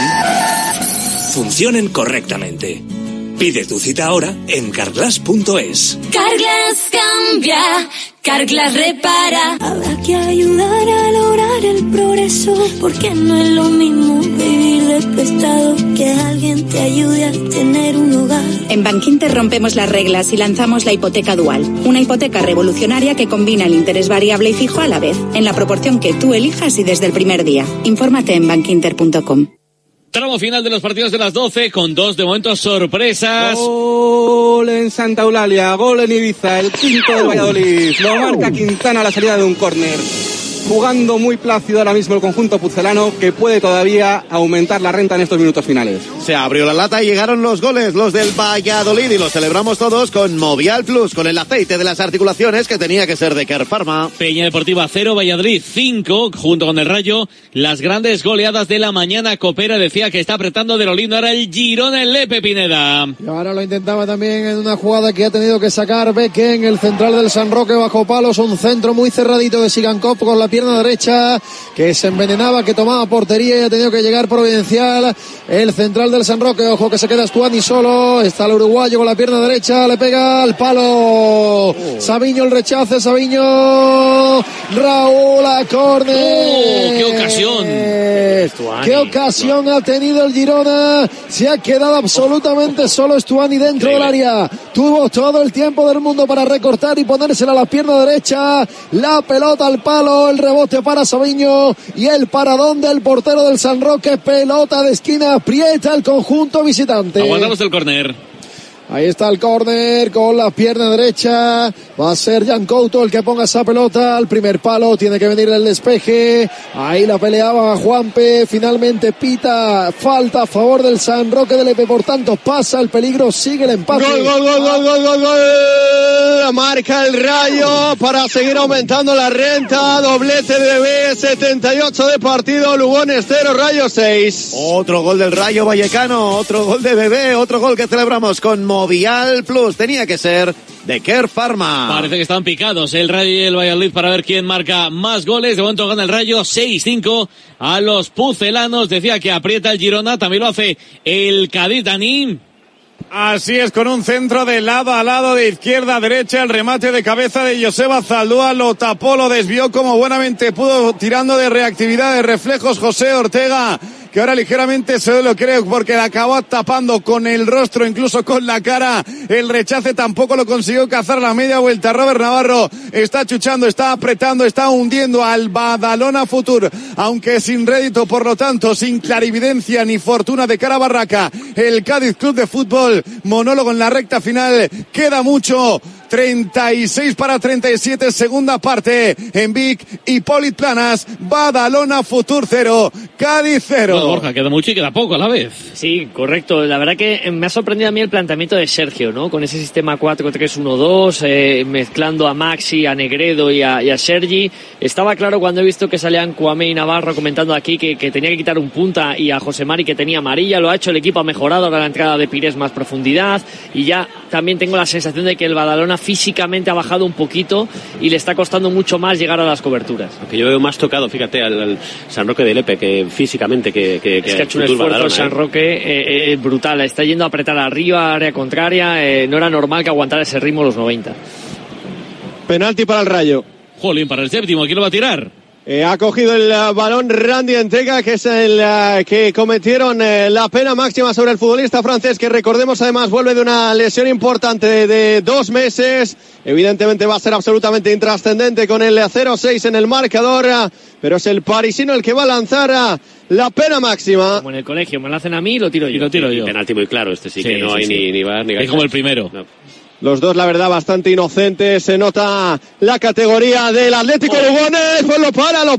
funcionen correctamente. Pide tu cita ahora en carglass.es. Carglass cambia, Carglass repara. Habrá que ayudar a lograr el progreso, porque no es lo mismo vivir de prestado que alguien te ayude a tener un hogar. En Bankinter rompemos las reglas y lanzamos la hipoteca dual, una hipoteca revolucionaria que combina el interés variable y fijo a la vez, en la proporción que tú elijas y desde el primer día. Infórmate en bankinter.com. Tramo final de los partidos de las 12 con dos de momento sorpresas. Gol en Santa Eulalia, gol en Ibiza, el quinto del Valladolid. Lo marca Quintana a la salida de un córner. Jugando muy plácido ahora mismo el conjunto pucelano, que puede todavía aumentar la renta en estos minutos finales. Se abrió la lata y llegaron los goles, los del Valladolid, y los celebramos todos con Movial Plus, con el aceite de las articulaciones que tenía que ser de Care Pharma. Peña Deportiva 0, Valladolid 5, junto con el Rayo. Las grandes goleadas de la mañana. Copera decía que está apretando de lo lindo ahora el Girona, el Lepe Pineda. Y ahora lo intentaba también en una jugada que ha tenido que sacar Becken, el central del San Roque, bajo palos, un centro muy cerradito de Sigankov con la pierna derecha, que se envenenaba, que tomaba portería y ha tenido que llegar Providencial, el central del San Roque. Ojo que se queda Stuani solo, está el uruguayo con la pierna derecha, le pega al palo. Sabiño el rechace, Sabiño, Raúl a córner. ¡Qué ocasión! ¡Qué ocasión ha tenido el Girona! Se ha quedado absolutamente solo Stuani dentro del área. Tuvo todo el tiempo del mundo para recortar y ponérsela a la pierna derecha. La pelota al palo, el rebote para Sabiño y el paradón del portero del San Roque. Pelota de esquina, aprieta el conjunto visitante. Aguantamos el córner. Ahí está el córner con la pierna derecha. Va a ser Jan Couto el que ponga esa pelota al primer palo. Tiene que venir el despeje. Ahí la peleaba Juanpe. Finalmente pita falta a favor del San Roque de Lepe. Por tanto pasa el peligro. Sigue el empate. Gol. Marca el Rayo para seguir aumentando la renta. Doblete de Bebé. 78 de partido. Lugones 0, Rayo 6. Otro gol del Rayo Vallecano. Otro gol de Bebé. Otro gol que celebramos con Movial Plus, tenía que ser de Care Pharma. Parece que están picados el Rayo y el Valladolid para ver quién marca más goles. De momento gana el Rayo 6-5 a los pucelanos. Decía que aprieta el Girona, también lo hace el Cádiz, Dani. Así es, con un centro de lado a lado, de izquierda a derecha, el remate de cabeza de Joseba Zaldúa, lo tapó, lo desvió como buenamente pudo, tirando de reactividad, de reflejos José Ortega, que ahora ligeramente se lo creo porque la acabó tapando con el rostro, incluso con la cara. El rechace tampoco lo consiguió cazar la media vuelta. Robert Navarro está chuchando, está apretando, está hundiendo al Badalona Futur, aunque sin rédito, por lo tanto, sin clarividencia ni fortuna de cara a Barraca. El Cádiz Club de Fútbol, monólogo en la recta final, queda mucho. 36-37, segunda parte en Vic, Hipòlit Planas, Badalona Futur 0, Cádiz 0. Bueno, Borja, queda mucho y queda poco a la vez. Sí, correcto. La verdad que me ha sorprendido a mí el planteamiento de Sergio, ¿no? Con ese sistema 4-3-1-2, mezclando a Maxi, a Negredo y a Sergi. Estaba claro cuando he visto que salían Cuamé y Navarro comentando aquí que tenía que quitar un punta y a José Mari que tenía amarilla. Lo ha hecho, el equipo ha mejorado, ahora la entrada de Pires más profundidad y ya también tengo la sensación de que el Badalona físicamente ha bajado un poquito y le está costando mucho más llegar a las coberturas. Aunque yo veo más tocado, fíjate, al San Roque de Lepe que físicamente que es que ha hecho un esfuerzo el San Roque brutal, está yendo a apretar arriba, área contraria, no era normal que aguantara ese ritmo los 90. Penalti para el Rayo. Jolín, para el séptimo, ¿quién lo va a tirar? Ha cogido el balón Randy Entega, que es el que cometieron la pena máxima sobre el futbolista francés, que recordemos además vuelve de una lesión importante de 2 meses. Evidentemente va a ser absolutamente intrascendente con el 0-6 en el marcador, pero es el parisino el que va a lanzar la pena máxima. Como en el colegio, me la hacen a mí y lo tiro yo. Y lo tiro yo. Penalti muy claro, sí que no hay ni bar ni es como el primero. No. Los dos, la verdad, bastante inocentes. Se nota la categoría del Atlético Lugones. Pues lo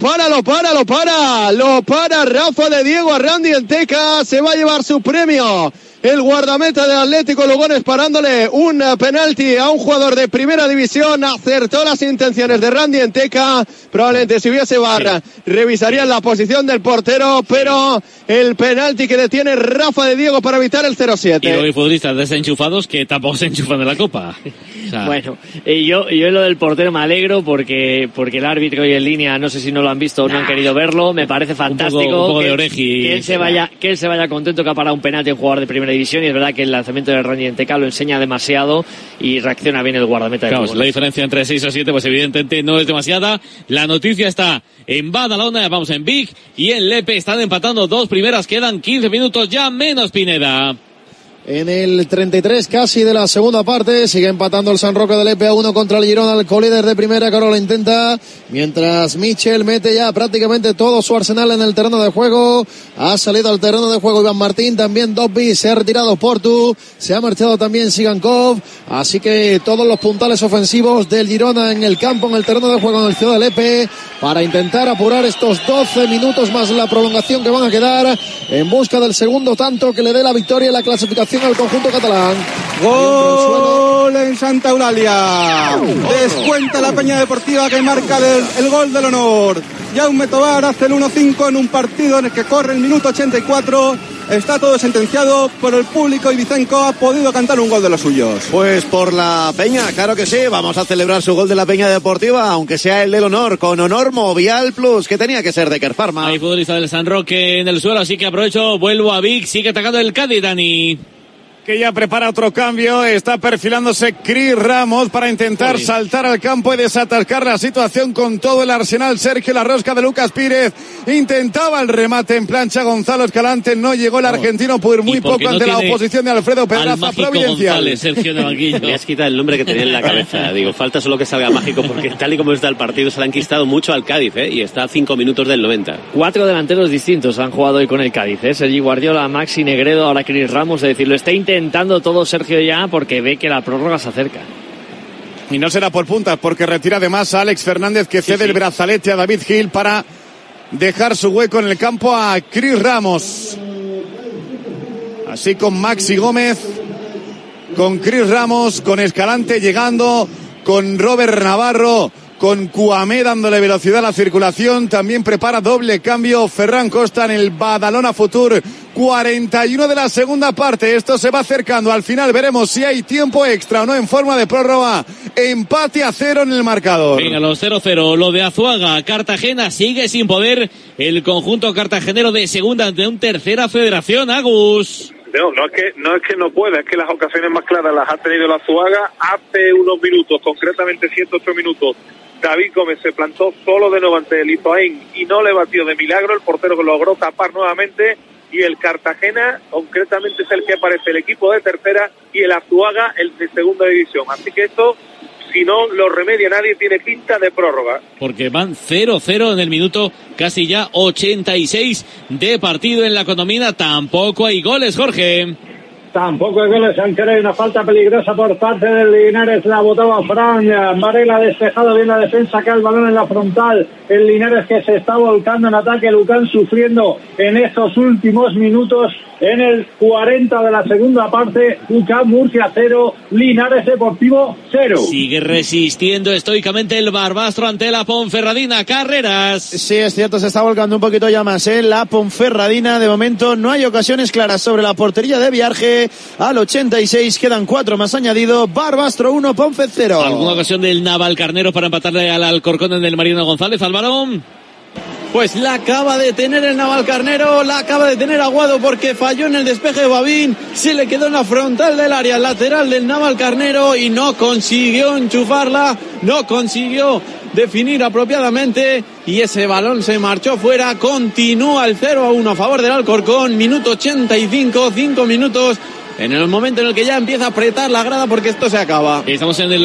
para Rafa de Diego a Randy Entega. Se va a llevar su premio. El guardameta del Atlético Lugones parándole un penalti a un jugador de primera división. Acertó las intenciones de Randy Entega. Probablemente si hubiese VAR revisarían la posición del portero, pero el penalti que detiene Rafa de Diego para evitar el 0-7. Y luego hay futbolistas desenchufados que tampoco se enchufan de la Copa. O sea, bueno, yo en lo del portero me alegro porque el árbitro y en línea, no sé si no lo han visto o no han querido verlo, me parece fantástico un poco de oreji, que él se vaya contento que ha parado un penalti en jugador de primera división, y es verdad que el lanzamiento de Randy Entega lo enseña demasiado y reacciona bien el guardameta de Lugones. La diferencia entre 6 o 7 pues evidentemente no es demasiada. La noticia está en Badalona, vamos en Vic y en Lepe, están empatando 2 primeras, quedan 15 minutos ya menos, Pineda. En el 33 casi de la segunda parte, sigue empatando el San Roque de Lepe a 1 contra el Girona, el colíder de primera, que ahora lo intenta, mientras Michel mete ya prácticamente todo su arsenal en el terreno de juego. Ha salido al terreno de juego Iván Martín, también Dobby, se ha retirado Portu, se ha marchado también Sigankov, así que todos los puntales ofensivos del Girona en el campo, en el terreno de juego en el Ciudad de Lepe, para intentar apurar estos 12 minutos más la prolongación que van a quedar en busca del segundo tanto que le dé la victoria en la clasificación al conjunto catalán. Gol en Santa Eulalia. Descuenta la Peña Deportiva, que marca el gol del honor. Jaume Tobar hace el 1-5 en un partido en el que corre el minuto 84. Está todo sentenciado por el público y Vicenco ha podido cantar un gol de los suyos. Pues por la Peña, claro que sí. Vamos a celebrar su gol de la Peña Deportiva, aunque sea el del honor, con Honor Movial Plus, que tenía que ser de Kerfarma. Hay futbolista del San Roque en el suelo, así que aprovecho, vuelvo a Vic, sigue atacando el Cádiz, Dani. Que ya prepara otro cambio, está perfilándose Cris Ramos para intentar saltar al campo y desatascar la situación con todo el arsenal. Sergio, la rosca de Lucas Pírez, intentaba el remate en plancha Gonzalo Escalante, no llegó el argentino por muy poco ante la oposición de Alfredo Pedraza Providencial. Sergio de banquillo. Me has quitado el nombre que tenía en la cabeza, digo, falta solo que salga Mágico, porque tal y como está el partido se le han quistado mucho al Cádiz, y está a 5 minutos del 90. 4 delanteros distintos han jugado hoy con el Cádiz, Sergi Guardiola, Maxi Negredo, ahora Cris Ramos, es decir, lo está intentando todo Sergio ya porque ve que la prórroga se acerca. Y no será por puntas, porque retira además a Alex Fernández, que cede el brazalete a David Gil para dejar su hueco en el campo a Cris Ramos. Así con Maxi Gómez, con Cris Ramos, con Escalante llegando, con Robert Navarro, con Cuamé dándole velocidad a la circulación. También prepara doble cambio Ferran Costa en el Badalona Futur. 41 de la segunda parte. Esto se va acercando. Al final veremos si hay tiempo extra o no en forma de prórroga. Empate a 0 en el marcador. Venga, los 0-0. Lo de Azuaga. Cartagena sigue sin poder. El conjunto cartagenero de segunda ante un tercera federación. Agus. No es que no pueda, es que las ocasiones más claras las ha tenido la Azuaga. Hace unos minutos, concretamente 108 minutos, David Gómez se plantó solo de nuevo ante el Izoain y no le batió de milagro. El portero que logró tapar nuevamente, y el Cartagena concretamente es el que aparece el equipo de tercera y el Azuaga el de segunda división. Así que esto, si no lo remedia nadie, tiene pinta de prórroga. Porque van 0-0 en el minuto casi ya 86 de partido en la Condomina. Tampoco hay goles, Jorge. Tampoco hay goles, aunque hay una falta peligrosa por parte del Linares. La botaba Fran Varela, despejado bien la defensa, que el balón en la frontal. El Linares que se está volcando en ataque. Lucán sufriendo en estos últimos minutos. En el 40 de la segunda parte, UCAM Murcia 0, Linares Deportivo 0. Sigue resistiendo estoicamente el Barbastro ante la Ponferradina. Carreras. Sí, es cierto, se está volcando un poquito ya más, la Ponferradina. De momento no hay ocasiones claras sobre la portería de Viarge. Al 86 quedan 4 más añadido. Barbastro 1, Ponfe 0. ¿Alguna ocasión del Navalcarnero para empatarle al Alcorcón en el Mariano González, Álvaro? Pues la acaba de tener el Navalcarnero, la acaba de tener Aguado porque falló en el despeje de Babín, se le quedó en la frontal del área lateral del Navalcarnero y no consiguió enchufarla, no consiguió definir apropiadamente y ese balón se marchó fuera. Continúa el 0-1 a favor del Alcorcón, minuto 85, 5 minutos en el momento en el que ya empieza a apretar la grada porque esto se acaba. Estamos en el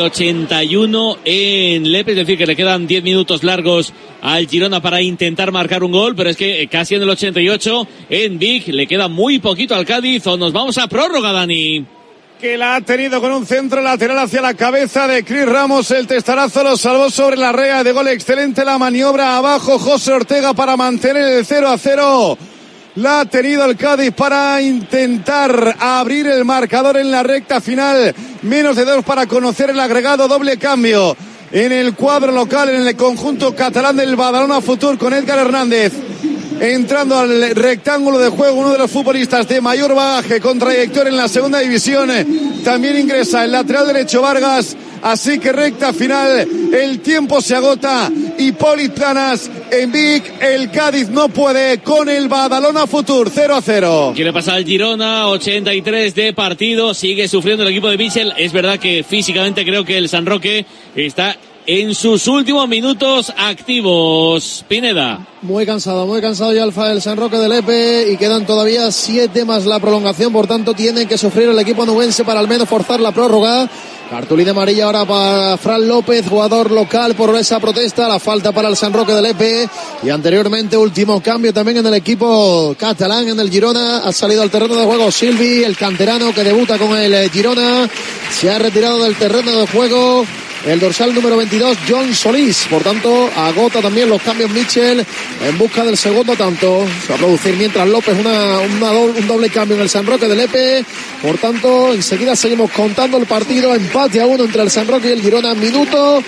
81 en Lepe, es decir que le quedan 10 minutos largos al Girona para intentar marcar un gol, pero es que casi en el 88 en Vic le queda muy poquito al Cádiz, o nos vamos a prórroga, Dani. Que la ha tenido con un centro lateral hacia la cabeza de Cris Ramos. El testarazo lo salvó sobre la raya de gol. Excelente la maniobra abajo. José Ortega para mantener el 0-0. La ha tenido el Cádiz para intentar abrir el marcador en la recta final. Menos de 2 para conocer el agregado. Doble cambio en el cuadro local, en el conjunto catalán del Badalona Futur, con Edgar Hernández entrando al rectángulo de juego, uno de los futbolistas de mayor bagaje con trayectoria en la segunda división. También ingresa el lateral derecho Vargas. Así que recta final, el tiempo se agota. Hipólito Planas en Vic, el Cádiz no puede con el Badalona Futur, 0-0. ¿Qué le pasa al Girona? 83 de partido, sigue sufriendo el equipo de Bichel. Es verdad que físicamente creo que el San Roque está en sus últimos minutos activos. Pineda. Muy cansado ya el San Roque de Lepe, y quedan todavía 7 más la prolongación, por tanto tiene que sufrir el equipo nubense para al menos forzar la prórroga. Cartulina amarilla ahora para Fran López, jugador local, por esa protesta. La falta para el San Roque de Lepe. Y anteriormente último cambio también en el equipo catalán, en el Girona. Ha salido al terreno de juego Silvi, el canterano que debuta con el Girona. Se ha retirado del terreno de juego el dorsal número 22, John Solís. Por tanto, agota también los cambios Michel en busca del segundo tanto. Se va a producir mientras López un doble cambio en el San Roque de Lepe. Por tanto, enseguida seguimos contando el partido. Empate a 1 entre el San Roque y el Girona. Minuto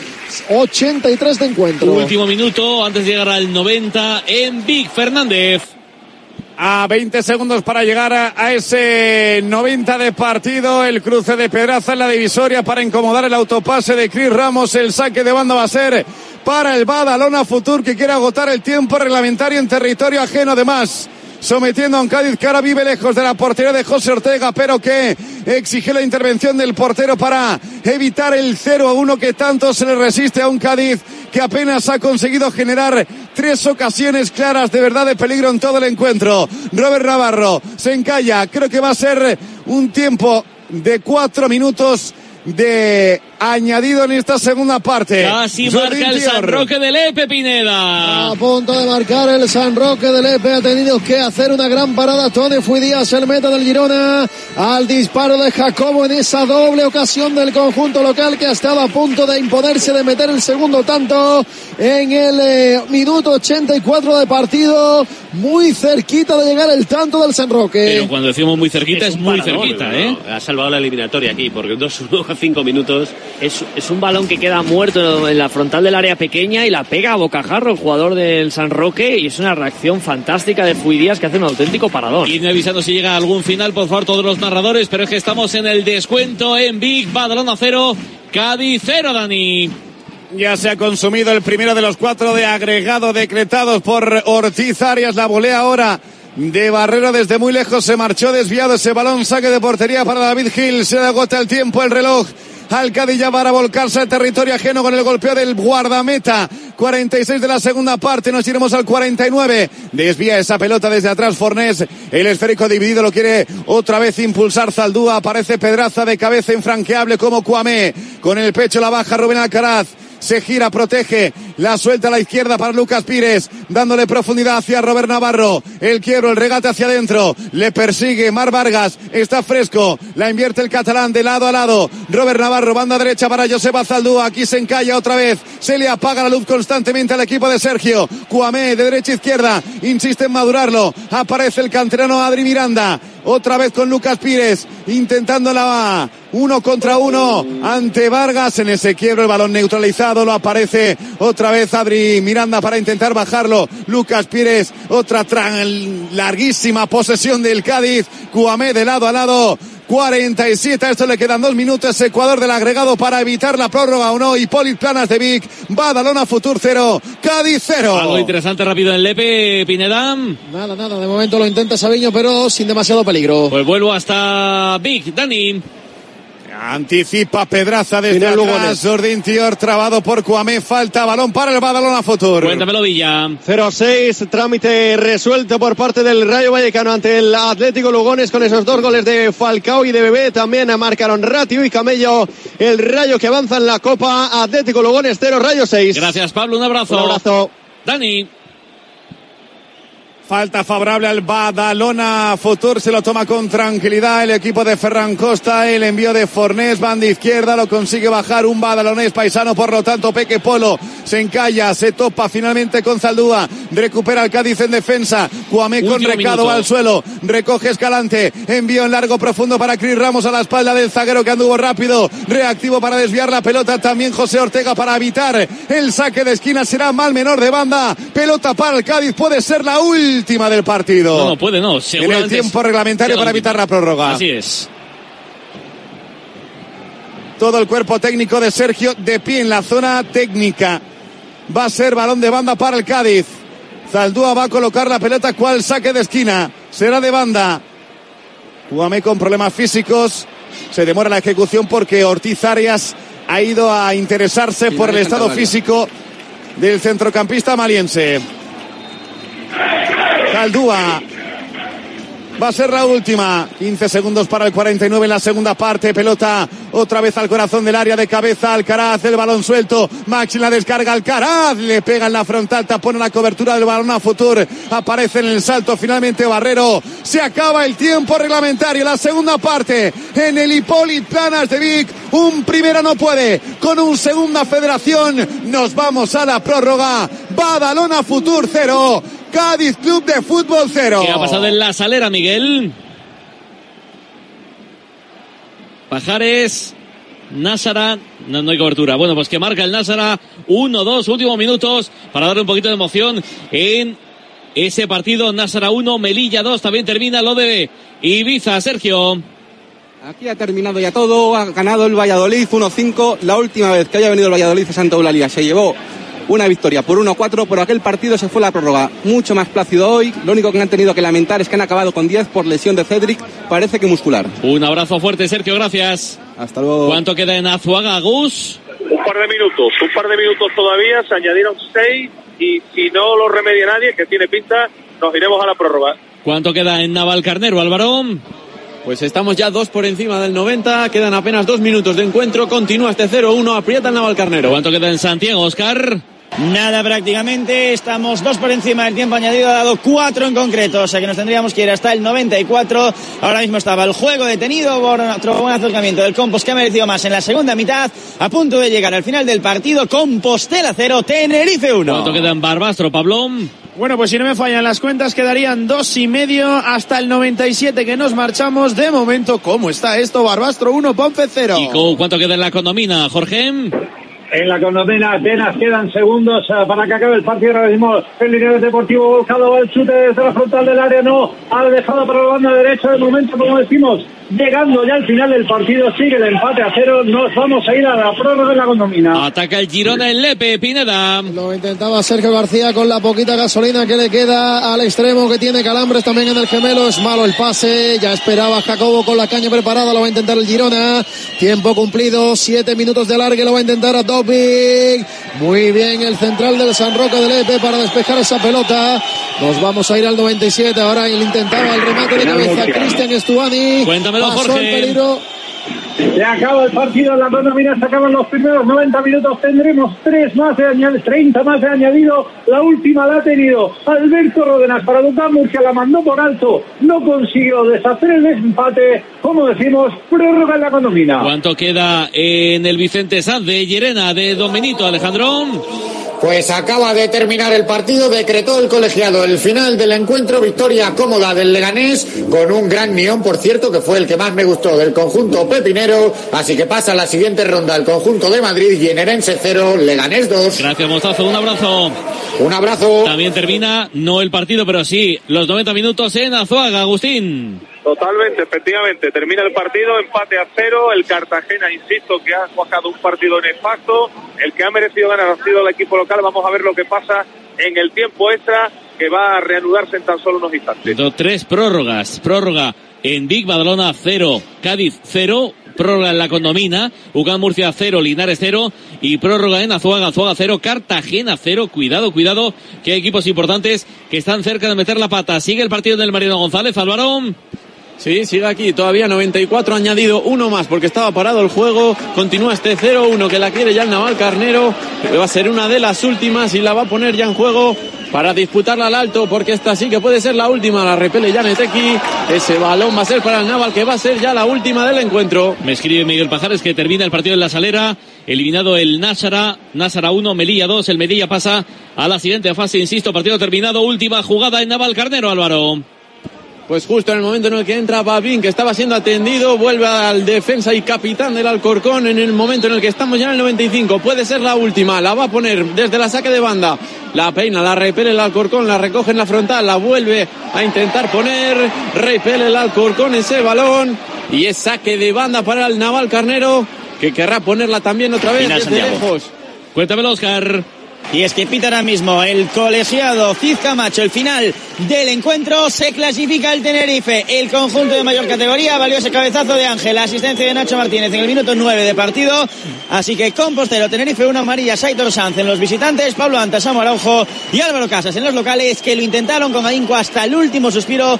83 de encuentro. Último minuto antes de llegar al 90 en Vic. Fernández. A 20 segundos para llegar a ese 90 de partido. El cruce de Pedraza en la divisoria para incomodar el autopase de Cris Ramos. El saque de banda va a ser para el Badalona Futur, que quiere agotar el tiempo reglamentario en territorio ajeno. Además, sometiendo a un Cádiz que ahora vive lejos de la portería de José Ortega, pero que exige la intervención del portero para evitar el 0-1 que tanto se le resiste a un Cádiz que apenas ha conseguido generar 3 ocasiones claras de verdad de peligro en todo el encuentro. Robert Navarro se encalla. Creo que va a ser un tiempo de 4 minutos de añadido en esta segunda parte. Casi marca el San Roque de Lepe, Pineda. A punto de marcar el San Roque de Lepe. Ha tenido que hacer una gran parada Tony Fuidías, el meta del Girona, al disparo de Jacobo en esa doble ocasión del conjunto local, que ha estado a punto de imponerse, de meter el segundo tanto en el minuto 84 de partido. Muy cerquita de llegar el tanto del San Roque. Pero cuando decimos muy cerquita, es muy cerquita, ¿eh? Ha salvado la eliminatoria aquí, porque 2-1 a 5 minutos. Es un balón que queda muerto en la frontal del área pequeña y la pega a bocajarro el jugador del San Roque, y es una reacción fantástica de Fuidías, que hace un auténtico parador. Irme avisando si llega algún final, por favor, todos los narradores, pero es que estamos en el descuento en Vic. Badalona 0, Cádiz 0, Dani. Ya se ha consumido el primero de los 4 de agregado decretados por Ortiz Arias. La volea ahora de Barrero desde muy lejos, se marchó desviado ese balón, saque de portería para David Gil, se agota el tiempo, el reloj al Cádiz ya para volcarse al territorio ajeno con el golpeo del guardameta. 46 de la segunda parte, nos iremos al 49. Desvía esa pelota desde atrás Fornés, el esférico dividido lo quiere otra vez impulsar Zaldúa, aparece Pedraza de cabeza infranqueable como Kouamé, con el pecho la baja Rubén Alcaraz. Se gira, protege, la suelta a la izquierda para Lucas Pires, dándole profundidad hacia Robert Navarro. El quiebro, el regate hacia adentro, le persigue Mar Vargas, está fresco, la invierte el catalán de lado a lado. Robert Navarro, banda derecha para Joseba Zaldúa, aquí se encalla otra vez, se le apaga la luz constantemente al equipo de Sergio. Kouamé de derecha a izquierda, insiste en madurarlo, aparece el canterano Adri Miranda. Otra vez con Lucas Pires, intentando la 1 contra 1 ante Vargas. En ese quiebro el balón neutralizado, lo aparece otra vez Adri Miranda para intentar bajarlo. Lucas Pires, otra larguísima posesión del Cádiz. Kouamé de lado a lado. 47, a esto le quedan 2 minutos. Ecuador del agregado para evitar la prórroga o no. Hipólito Planas de Vic, Badalona Futur 0, Cádiz 0. Algo interesante rápido en Lepe, Pineda. Nada, de momento lo intenta Sabiño, pero sin demasiado peligro. Pues vuelvo hasta Vic, Dani. Anticipa Pedraza desde atrás, Ordintior trabado por Kouamé, falta balón para el Badalona Futur. Cuéntamelo, Villa. 0-6, trámite resuelto por parte del Rayo Vallecano ante el Atlético Lugones con esos 2 goles de Falcao y de Bebé. También marcaron Ratio y Camello. El Rayo que avanza en la Copa. Atlético Lugones 0, Rayo 6. Gracias, Pablo, un abrazo. Un abrazo. Dani. Falta favorable al Badalona Futur, se lo toma con tranquilidad el equipo de Ferran Costa, el envío de Fornés, banda izquierda, lo consigue bajar un badalonés paisano, por lo tanto Peque Polo se encalla, se topa finalmente con Zaldúa, recupera el Cádiz en defensa, Kouamé con recado al suelo, recoge Escalante, envío en largo profundo para Cris Ramos a la espalda del zaguero que anduvo rápido, reactivo para desviar la pelota, también José Ortega para evitar el saque de esquina, será mal menor de banda, pelota para el Cádiz, puede ser la última del partido. No puede, no. En el tiempo reglamentario para evitar la prórroga. Así es. Todo el cuerpo técnico de Sergio de pie en la zona técnica. Va a ser balón de banda para el Cádiz. Zaldúa va a colocar la pelota, cual saque de esquina. Será de banda. Kouamé con problemas físicos. Se demora la ejecución porque Ortiz Arias ha ido a interesarse por el estado físico del centrocampista maliense. Zaldúa va a ser la última. 15 segundos para el 49 en la segunda parte. Pelota otra vez al corazón del área, de cabeza Alcaraz, el balón suelto, Maxi la descarga, Alcaraz le pega en la frontal, tapona la cobertura del balón a Futur, aparece en el salto finalmente Barrero. Se acaba el tiempo reglamentario, la segunda parte en el Hipólito Planas de Vic. Un primera no puede, con un segunda Federación. Nos vamos a la prórroga. Badalona Futur 0, Cádiz Club de Fútbol 0. ¿Qué ha pasado en la Salera, Miguel? Pajares, Násara, no hay cobertura. Bueno, pues que marca el Násara 1-2, últimos minutos para darle un poquito de emoción en ese partido. Násara 1, Melilla 2, también termina lo de Ibiza, Sergio. Aquí ha terminado ya todo, ha ganado el Valladolid 1-5. La última vez que haya venido el Valladolid a Santa Eulalia se llevó una victoria por 1-4, por aquel partido se fue la prórroga mucho más plácido hoy. Lo único que han tenido que lamentar es que han acabado con 10 por lesión de Cedric, parece que muscular. Un abrazo fuerte, Sergio, gracias. Hasta luego. ¿Cuánto queda en Azuaga, Gus? Un par de minutos todavía, se añadieron 6 y si no lo remedia nadie, que tiene pinta, nos iremos a la prórroga. ¿Cuánto queda en Navalcarnero, Álvaro? Pues estamos ya 2 por encima del 90, quedan apenas 2 minutos de encuentro, continúa este 0-1, aprieta el Navalcarnero. ¿Cuánto queda en Santiago, Óscar? Nada prácticamente, estamos 2 por encima del tiempo añadido, ha dado 4 en concreto, o sea que nos tendríamos que ir hasta el 94. Ahora mismo estaba el juego detenido por otro buen acercamiento del Compos, que ha merecido más en la segunda mitad, a punto de llegar al final del partido. Compostela 0, Tenerife 1. ¿Cuánto queda en Barbastro, Pablo? Bueno, pues si no me fallan las cuentas, quedarían 2,5 hasta el 97 que nos marchamos. De momento, ¿cómo está esto? Barbastro 1, Ponce 0. ¿Y cuánto queda en la Condomina, Jorge? En la Condomina apenas quedan segundos para que acabe el partido. Ahora mismo el Linares Deportivo volcado al chute desde la frontal del área. No, ha dejado para la banda derecha. De momento, como decimos, llegando ya al final del partido, sigue el empate a 0, nos vamos a ir a la prórroga de la Condomina. Ataca el Girona en Lepe, Pineda. Lo intentaba Sergio García con la poquita gasolina que le queda al extremo, que tiene calambres también en el gemelo. Es malo el pase, ya esperaba Jacobo con la caña preparada, lo va a intentar el Girona. Tiempo cumplido, 7 minutos de alargue, lo va a intentar a Dobbik. Muy bien el central del San Roque de Lepe para despejar esa pelota. Nos vamos a ir al 97, ahora él intentaba el remate de cabeza Cristian Estuani. Cuéntamelo, pasó Jorge. el peligro. Se acaba el partido, la Condomina, se acaban los primeros 90 minutos, tendremos 30 más de añadido, la última la ha tenido Alberto Ródenas para UCAM Murcia, la mandó por alto, no consiguió deshacer el empate, como decimos, prórroga en la Condomina. ¿Cuánto queda en el Vicente Sanz de Llerena, de Don Benito, Alejandrón? Pues acaba de terminar el partido, decretó el colegiado el final del encuentro, victoria cómoda del Leganés, con un gran nión, por cierto, que fue el que más me gustó del conjunto pepinero, así que pasa a la siguiente ronda el conjunto de Madrid, Llenerense 0, Leganés 2. Gracias, Mostazo, un abrazo. Un abrazo. También termina, no el partido, pero sí, los 90 minutos en Azuaga, Agustín. Totalmente, efectivamente, termina el partido, empate a 0, el Cartagena, insisto, que ha jugado un partido nefasto, el que ha merecido ganar ha sido el equipo local, vamos a ver lo que pasa en el tiempo extra, que va a reanudarse en tan solo unos instantes. 3 prórrogas, prórroga en Vic, Badalona 0, Cádiz 0, prórroga en la Condomina, UCAM Murcia 0, Linares 0 y prórroga en Azuaga 0, Cartagena 0. Cuidado, que hay equipos importantes que están cerca de meter la pata. Sigue el partido del Mariano González, Álvaro. Sí, sigue aquí, todavía 94, añadido uno más porque estaba parado el juego, continúa este 0-1 que la quiere ya el Navalcarnero, que va a ser una de las últimas y la va a poner ya en juego para disputarla al alto, porque esta sí que puede ser la última, la repele Janeteki, ese balón va a ser para el Naval, que va a ser ya la última del encuentro. Me escribe Miguel Pajares que termina el partido en La Salera, eliminado el Násara 1, Melilla 2, el Melilla pasa a la siguiente fase, insisto, partido terminado, última jugada en Navalcarnero, Álvaro. Pues justo en el momento en el que entra Babín, que estaba siendo atendido, vuelve al defensa y capitán del Alcorcón en el momento en el que estamos ya en el 95. Puede ser la última, la va a poner desde la saque de banda. La peina, la repele el Alcorcón, la recoge en la frontal, la vuelve a intentar poner. Repele el Alcorcón ese balón y es saque de banda para el Navalcarnero, que querrá ponerla también otra vez desde lejos. Cuéntamelo, Oscar. Y es que pita ahora mismo el colegiado Cid Camacho, el final del encuentro, se clasifica el Tenerife, el conjunto de mayor categoría, valió ese cabezazo de Ángel, la asistencia de Nacho Martínez en el minuto 9 de partido, así que Compostero, Tenerife, una amarilla, Saitor Sanz en los visitantes, Pablo Antas, Samu Araujo y Álvaro Casas en los locales, que lo intentaron con ahínco hasta el último suspiro,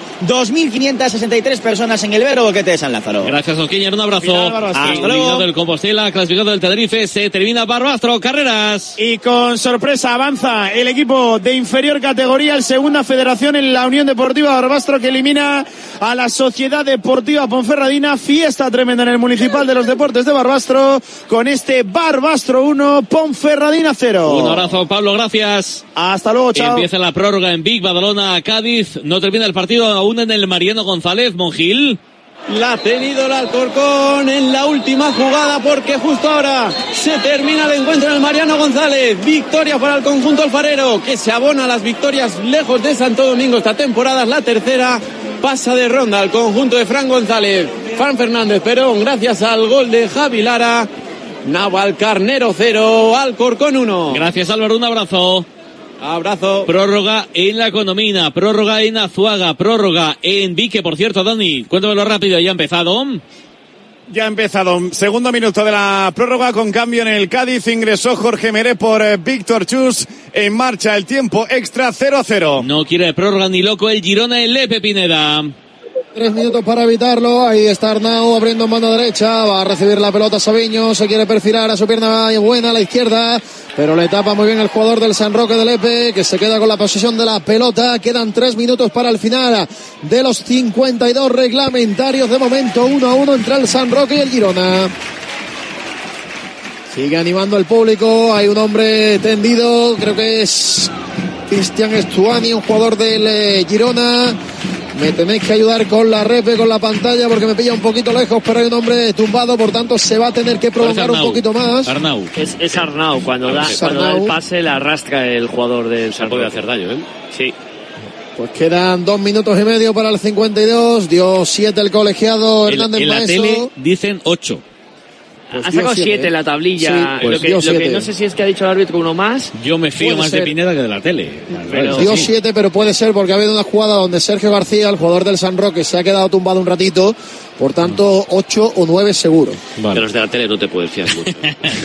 2.563 personas en el Vero Boquete de San Lázaro. Gracias, Osquiñer, un abrazo. Hasta luego. Eliminado del Compostela, clasificado del Tenerife, se termina Barbastro, carreras. Y con sorpresa avanza el equipo de inferior categoría, el segunda federación en la Unión Deportiva Barbastro, que elimina a la Sociedad Deportiva Ponferradina. Fiesta tremenda en el Municipal de los Deportes de Barbastro con este Barbastro 1, Ponferradina 0. Un abrazo, Pablo, gracias. Hasta luego, chao. Empieza la prórroga en Vic, Badalona, Cádiz. No termina el partido aún en el Mariano González, Monjil. La ha tenido el Alcorcón en la última jugada, porque justo ahora se termina el encuentro en el Mariano González. Victoria para el conjunto alfarero, que se abona a las victorias lejos de Santo Domingo. Esta temporada es la tercera. Pasa de ronda al conjunto de Fran González. Fran Fernández Perón, gracias al gol de Javi Lara. Navalcarnero 0, Alcorcón 1. Gracias, Álvaro, un abrazo. Abrazo. Prórroga en la Condomina, prórroga en Azuaga, prórroga en Vique, por cierto, Dani, cuéntamelo rápido, ¿ya ha empezado? Ya ha empezado. Segundo minuto de la prórroga con cambio en el Cádiz. Ingresó Jorge Meré por Víctor Chus. En marcha el tiempo extra 0-0. No quiere prórroga ni loco el Girona en Lepe, Pineda. 3 minutos para evitarlo. Ahí está Arnau abriendo mano derecha. Va a recibir la pelota Sabiño. Se quiere perfilar a su pierna buena a la izquierda, pero le tapa muy bien el jugador del San Roque de Lepe, que se queda con la posesión de la pelota. Quedan 3 minutos para el final de los 52 reglamentarios. De momento 1-1 entre el San Roque y el Girona. Sigue animando el público. Hay un hombre tendido, creo que es Cristian Estuani, un jugador del Girona. Me tenéis que ayudar con la repe, con la pantalla, porque me pilla un poquito lejos, pero hay un hombre tumbado, por tanto se va a tener que prolongar un poquito más. Arnau. Es Arnau, cuando da el pase le arrastra el jugador del San Roque. Puede hacer daño, ¿eh? Sí. Pues quedan 2 minutos y medio para el 52. Dio 7 el colegiado Hernández en la Maeso. tele dicen 8. Pues ha sacado 7 7 en la tablilla. Sí, pues lo que no sé si es que ha dicho el árbitro uno más. Yo me fío Puede más ser. de Pineda que de la tele. Pero- Dio sí. 7, pero puede ser porque ha habido una jugada donde Sergio García, el jugador del San Roque, se ha quedado tumbado un ratito. Por tanto, 8 o 9 seguro. De los de la tele no te puedes fiar mucho.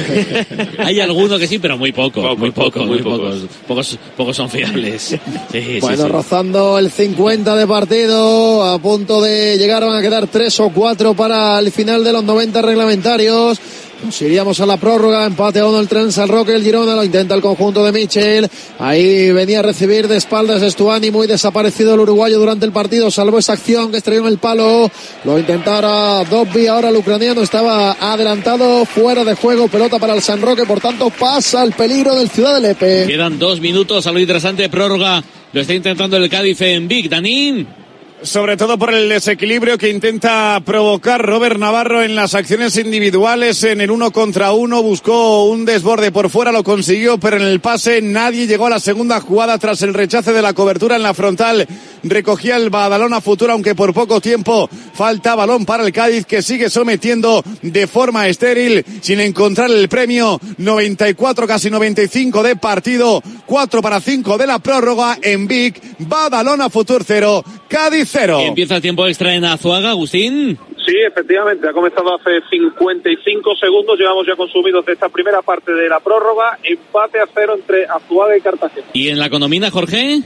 Hay alguno que sí, pero muy poco. Muy pocos. Pocos son fiables. Sí, Bueno, sí. rozando el 50 de partido, a punto de llegar, van a quedar 3 o 4 para el final de los 90 reglamentarios. Nos iríamos a la prórroga, empate a 1 el tren San Roque, el Girona lo intenta el conjunto de Michel, ahí venía a recibir de espaldas Estuani, muy desaparecido el uruguayo durante el partido, salvó esa acción que estrelló en el palo, lo intentara Dobby, ahora el ucraniano estaba adelantado, fuera de juego, pelota para el San Roque, por tanto pasa el peligro del Ciudad del Lepe. Quedan 2 minutos a lo interesante, prórroga. Lo está intentando el Cádiz en Vic. Danín. Sobre todo por el desequilibrio que intenta provocar Robert Navarro en las acciones individuales, en el 1 contra 1, buscó un desborde por fuera, lo consiguió, pero en el pase nadie llegó a la segunda jugada tras el rechace de la cobertura en la frontal. Recogía el Badalona Futura, aunque por poco tiempo. Falta balón para el Cádiz, que sigue sometiendo de forma estéril, sin encontrar el premio. 94, casi 95 de partido, 4 para 5 de la prórroga en Vic. Badalona Futur 0, Cádiz 0. Empieza el tiempo extra en Azuaga, Agustín. Sí, efectivamente, ha comenzado hace 55 segundos, llevamos ya consumidos de esta primera parte de la prórroga, empate a 0 entre Azuaga y Cartagena. ¿Y en la Condomina, Jorge?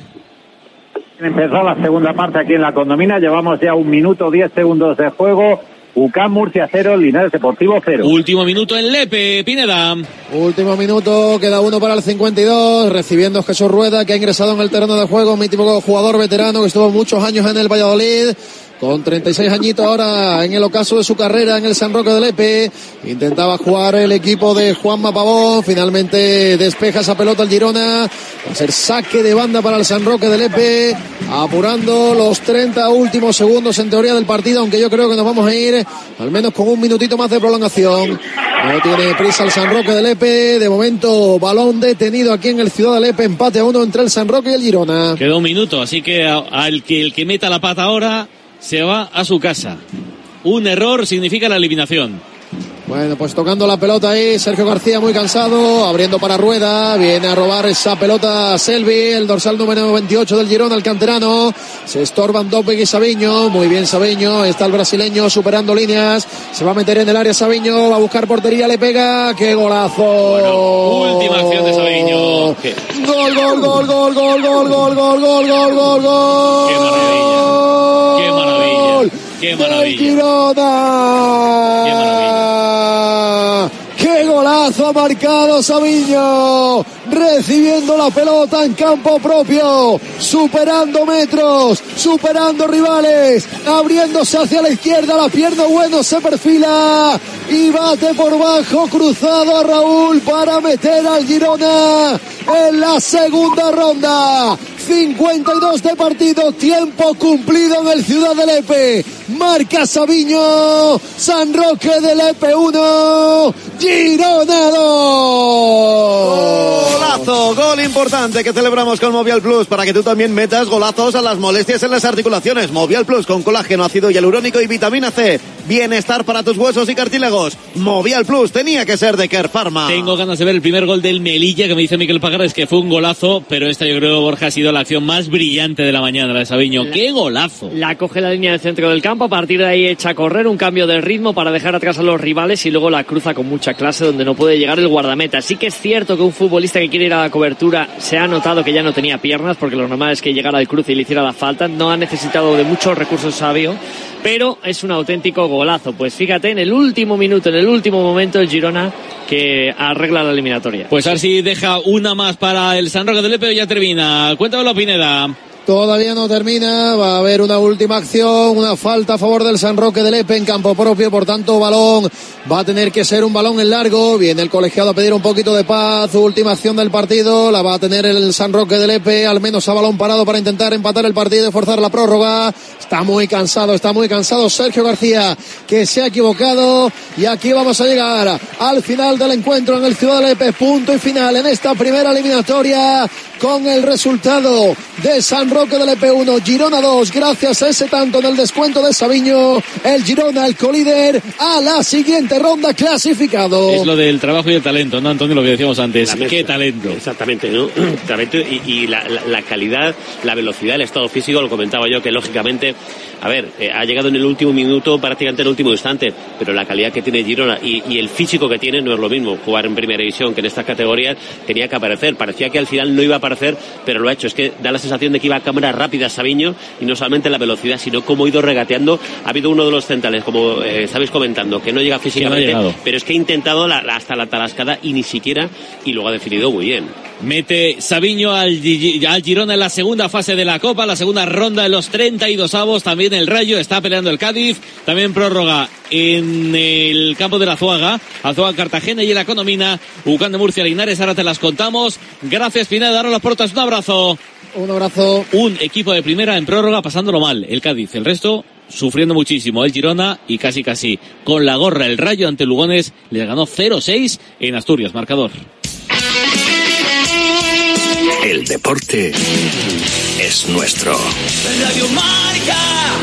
Empezó la segunda parte aquí en la Condomina, llevamos ya 1 minuto 10 segundos de juego. UCAM Murcia 0, Linares Deportivo 0. Último minuto en Lepe, Pineda. Último minuto, queda 1 para el 52, recibiendo Jesús Rueda, que ha ingresado en el terreno de juego, mítico jugador veterano que estuvo muchos años en el Valladolid, con 36 añitos ahora en el ocaso de su carrera en el San Roque de Lepe. Intentaba jugar el equipo de Juanma Pavón, finalmente despeja esa pelota el Girona, va a ser saque de banda para el San Roque de Lepe, apurando los 30 últimos segundos en teoría del partido, aunque yo creo que nos vamos a ir al menos con un minutito más de prolongación. No tiene prisa el San Roque de Lepe, de momento balón detenido aquí en el Ciudad de Lepe, empate a 1 entre el San Roque y el Girona. Quedó un minuto, así que el que meta la pata ahora se va a su casa. Un error significa la eliminación. Bueno, pues tocando la pelota ahí, Sergio García muy cansado, abriendo para Rueda, viene a robar esa pelota Selvi, el dorsal número 28 del Girona, el canterano, se estorban Dobby y Sabiño, muy bien Sabiño, está el brasileño superando líneas, se va a meter en el área Sabiño, va a buscar portería, le pega, ¡qué golazo! Bueno, última acción de Sabiño. Gol, gol, gol, gol, gol, gol, gol, gol, gol, gol, gol, gol. ¡Qué maravilla! ¡Qué maravilla! ¡Qué maravilla! Girona. ¡Qué maravilla! ¡Qué golazo ha marcado Sabiño! Recibiendo la pelota en campo propio, superando metros, superando rivales, abriéndose hacia la izquierda, la pierna bueno se perfila y bate por bajo, cruzado a Raúl para meter al Girona en la segunda ronda. 52 de partido, tiempo cumplido en el Ciudad de Lepe. Marca Sabiño, San Roque de Lepe 1, Girona 2. Golazo, gol importante que celebramos con Movial Plus para que tú también metas golazos a las molestias en las articulaciones. Movial Plus con colágeno, ácido hialurónico y vitamina C. Bienestar para tus huesos y cartílagos. Movial Plus tenía que ser de Care Pharma. Tengo ganas de ver el primer gol del Melilla, que me dice Miquel Pagares que fue un golazo, pero esta yo creo, Borja, ha sido la acción más brillante de la mañana, la de Sabiño. ¡Qué golazo! La coge la línea del centro del campo, a partir de ahí echa a correr, un cambio de ritmo para dejar atrás a los rivales y luego la cruza con mucha clase donde no puede llegar el guardameta. Sí que es cierto que un futbolista que quiere ir a la cobertura se ha notado que ya no tenía piernas, porque lo normal es que llegara al cruce y le hiciera la falta. No ha necesitado de muchos recursos Sabio, pero es un auténtico golazo. Pues fíjate, en el último minuto, en el último momento, el Girona que arregla la eliminatoria. Pues a ver si deja una más para el San Roque de Lepe y ya termina. Cuéntamelo, Pineda. Todavía no termina, va a haber una última acción, una falta a favor del San Roque de Lepe en campo propio, por tanto balón va a tener que ser un balón en largo, viene el colegiado a pedir un poquito de paz, última acción del partido, la va a tener el San Roque de Lepe, al menos a balón parado para intentar empatar el partido y forzar la prórroga. Está muy cansado Sergio García, que se ha equivocado, y aquí vamos a llegar al final del encuentro en el Ciudad de Lepe, punto y final en esta primera eliminatoria, con el resultado de San Roque del EP1, Girona 2, gracias a ese tanto en el descuento de Sabiño, el Girona, el colíder, a la siguiente ronda clasificado. Es lo del trabajo y el talento, ¿no, Antonio? Lo que decíamos antes, qué talento. Exactamente, ¿no? Talento y la calidad, la velocidad, el estado físico, lo comentaba yo, que lógicamente, a ver, ha llegado en el último minuto, prácticamente en el último instante, pero la calidad que tiene Girona y el físico que tiene no es lo mismo. Jugar en primera división, que en estas categorías tenía que aparecer. Parecía que al final no iba a aparecer, pero lo ha hecho. Es que da la sensación de que iba a cámara rápida Sabiño, y no solamente la velocidad, sino cómo ha ido regateando. Ha habido uno de los centrales, como estabais comentando, que no llega físicamente, pero es que ha intentado hasta la talascada y ni siquiera, y luego ha definido muy bien. Mete Sabiño al Girona en la segunda fase de la Copa, la segunda ronda de los 32avos. También el Rayo está peleando el Cádiz, también prórroga en el campo de la Azuaga Cartagena y en la Condomina, UCAM de Murcia, Linares. Ahora te las contamos. Gracias, Pineda, ahora los portas. Un abrazo. Un abrazo. Un equipo de primera en prórroga pasándolo mal, el Cádiz. El resto sufriendo muchísimo, el Girona, y casi con la gorra el Rayo ante Lugones le ganó 0-6 en Asturias, marcador. El deporte es nuestro. Radio Marca.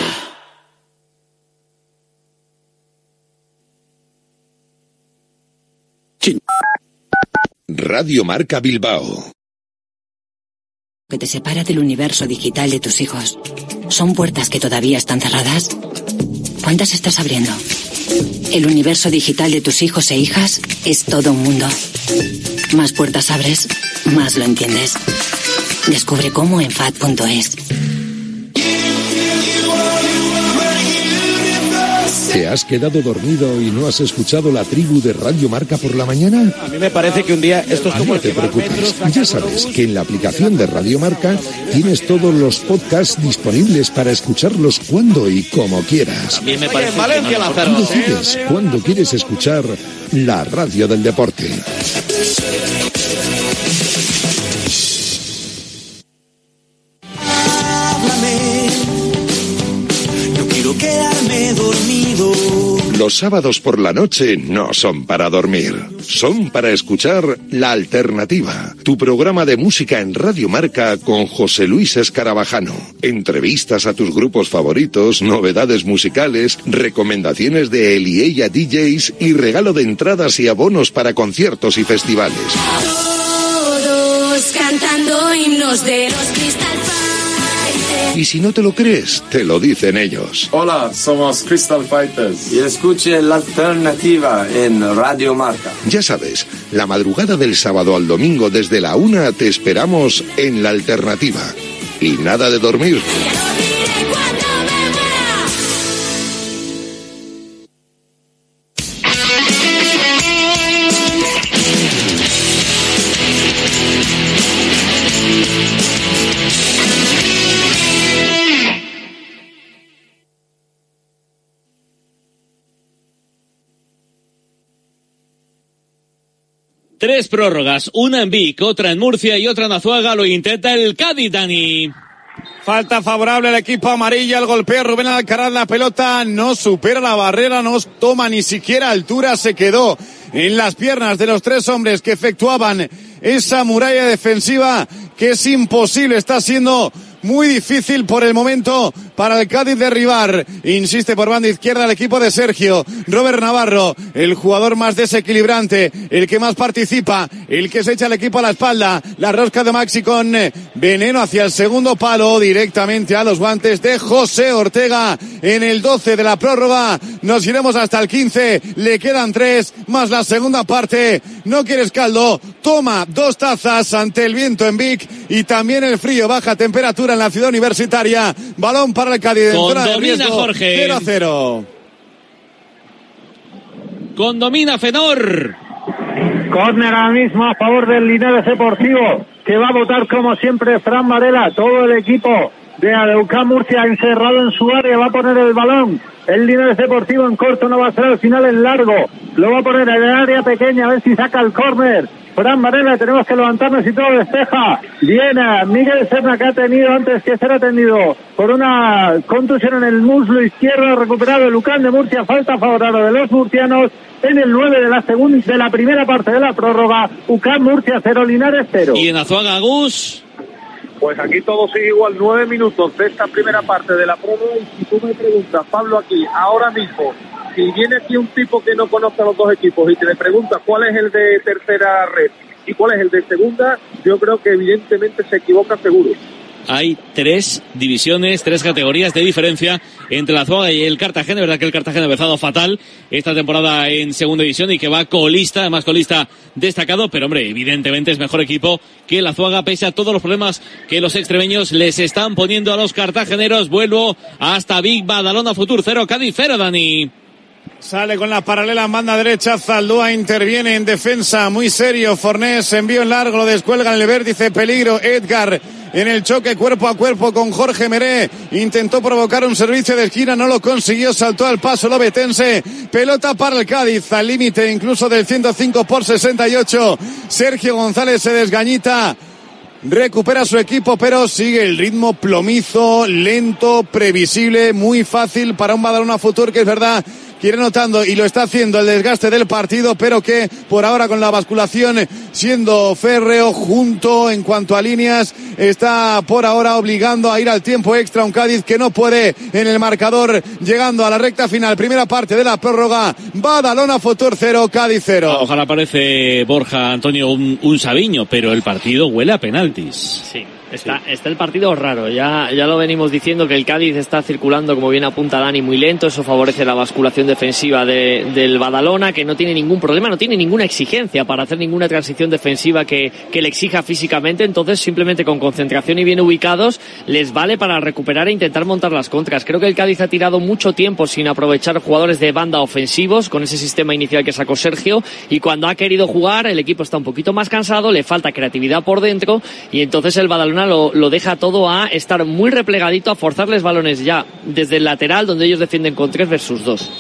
Radio Marca Bilbao. Que te separa del universo digital de tus hijos. ¿Son puertas que todavía están cerradas? ¿Cuántas estás abriendo? El universo digital de tus hijos e hijas es todo un mundo. Más puertas abres, más lo entiendes. Descubre cómo en FAD.es. ¿Te has quedado dormido y no has escuchado la tribu de Radio Marca por la mañana? A mí me parece que un día esto es como... No te preocupes, ya sabes que en la aplicación de Radio Marca tienes todos los podcasts disponibles para escucharlos cuando y como quieras. También me parece Valencia, Lázaro. Tú decides cuándo quieres escuchar la radio del deporte. Quedarme dormido. Los sábados por la noche no son para dormir, son para escuchar La Alternativa, tu programa de música en Radio Marca con José Luis Escarabajano. Entrevistas a tus grupos favoritos, novedades musicales, recomendaciones de él y ella DJs y regalo de entradas y abonos para conciertos y festivales. Todos cantando himnos de los Crystal Fighters. Y si no te lo crees, te lo dicen ellos. Hola, somos Crystal Fighters y escuche La Alternativa en Radio Marca. Ya sabes, la madrugada del sábado al domingo desde la 1 te esperamos en La Alternativa. Y nada de dormir. Tres prórrogas, una en Vic, otra en Murcia y otra en Azuaga. Lo intenta el Cádiz, Dani. Falta favorable al equipo amarillo, el golpeo Rubén Alcaraz, la pelota no supera la barrera, no toma ni siquiera altura, se quedó en las piernas de los tres hombres que efectuaban esa muralla defensiva que es imposible, está siendo muy difícil por el momento para el Cádiz derribar. Insiste por banda izquierda el equipo de Sergio. Robert Navarro, el jugador más desequilibrante, el que más participa, el que se echa al equipo a la espalda. La rosca de Maxi con veneno hacia el segundo palo, directamente a los guantes de José Ortega. En el 12 de la prórroga nos iremos hasta el 15. Le quedan 3 más la segunda parte. No quieres caldo, toma 2 tazas ante el viento en Vic y también el frío, baja temperatura en la ciudad universitaria. Balón para el Cádiz. Condomina Jorge. 0-0. Condomina Fenor. Córner ahora mismo a favor del Linares Deportivo, que va a votar como siempre Fran Varela. Todo el equipo de UCAM Murcia encerrado en su área, va a poner el balón. El Linares Deportivo en corto, no va a ser al final en largo. Lo va a poner en el área pequeña, a ver si saca el córner. Fran Varela, tenemos que levantarnos y todo despeja. Viene Miguel Serna, que ha tenido antes que ser atendido por una contusión en el muslo izquierdo, recuperado el UCAM de Murcia. Falta favorable de los murcianos en el 9 de la primera parte de la prórroga. UCAM Murcia 0, Linares 0. Y en Azuaga Gus. Pues aquí todo sigue igual, 9 minutos de esta primera parte de la prórroga. Y si tú me preguntas, Pablo, aquí, ahora mismo, si viene aquí un tipo que no conoce a los dos equipos y te le pregunta cuál es el de tercera red y cuál es el de segunda, yo creo que evidentemente se equivoca seguro. Hay 3 divisiones, 3 categorías de diferencia entre la Azuaga y el Cartagena. Es verdad que el Cartagena ha empezado fatal esta temporada en segunda división y que va colista, además colista destacado, pero hombre, evidentemente es mejor equipo que la Azuaga pese a todos los problemas que los extremeños les están poniendo a los cartageneros. Vuelvo hasta Vic, Badalona, Futur 0, Cádiz 0, Dani. Sale con la paralela en banda derecha, Zaldúa interviene en defensa, muy serio, Fornés, envío en largo, lo descuelga en el vértice, peligro, Edgar en el choque cuerpo a cuerpo con Jorge Meré, intentó provocar un servicio de esquina, no lo consiguió, saltó al paso el obetense, pelota para el Cádiz, al límite incluso del 105/68, Sergio González se desgañita, recupera su equipo, pero sigue el ritmo plomizo, lento, previsible, muy fácil para un Badalona Futur que es verdad quiere notando y lo está haciendo el desgaste del partido, pero que por ahora con la basculación siendo férreo junto en cuanto a líneas está por ahora obligando a ir al tiempo extra un Cádiz que no puede en el marcador, llegando a la recta final, primera parte de la prórroga. Badalona Futur 0, Cádiz 0. Ojalá parece Borja Antonio un Sabiño, pero el partido huele a penaltis. Sí. Está el partido raro, ya lo venimos diciendo que el Cádiz está circulando, como bien apunta Dani, muy lento, eso favorece la basculación defensiva del Badalona, que no tiene ningún problema, no tiene ninguna exigencia para hacer ninguna transición defensiva que le exija físicamente, entonces simplemente con concentración y bien ubicados les vale para recuperar e intentar montar las contras. Creo que el Cádiz ha tirado mucho tiempo sin aprovechar jugadores de banda ofensivos con ese sistema inicial que sacó Sergio, y cuando ha querido jugar el equipo está un poquito más cansado, le falta creatividad por dentro y entonces el Badalona lo deja todo a estar muy replegadito, a forzarles balones ya desde el lateral donde ellos defienden con 3 versus 2.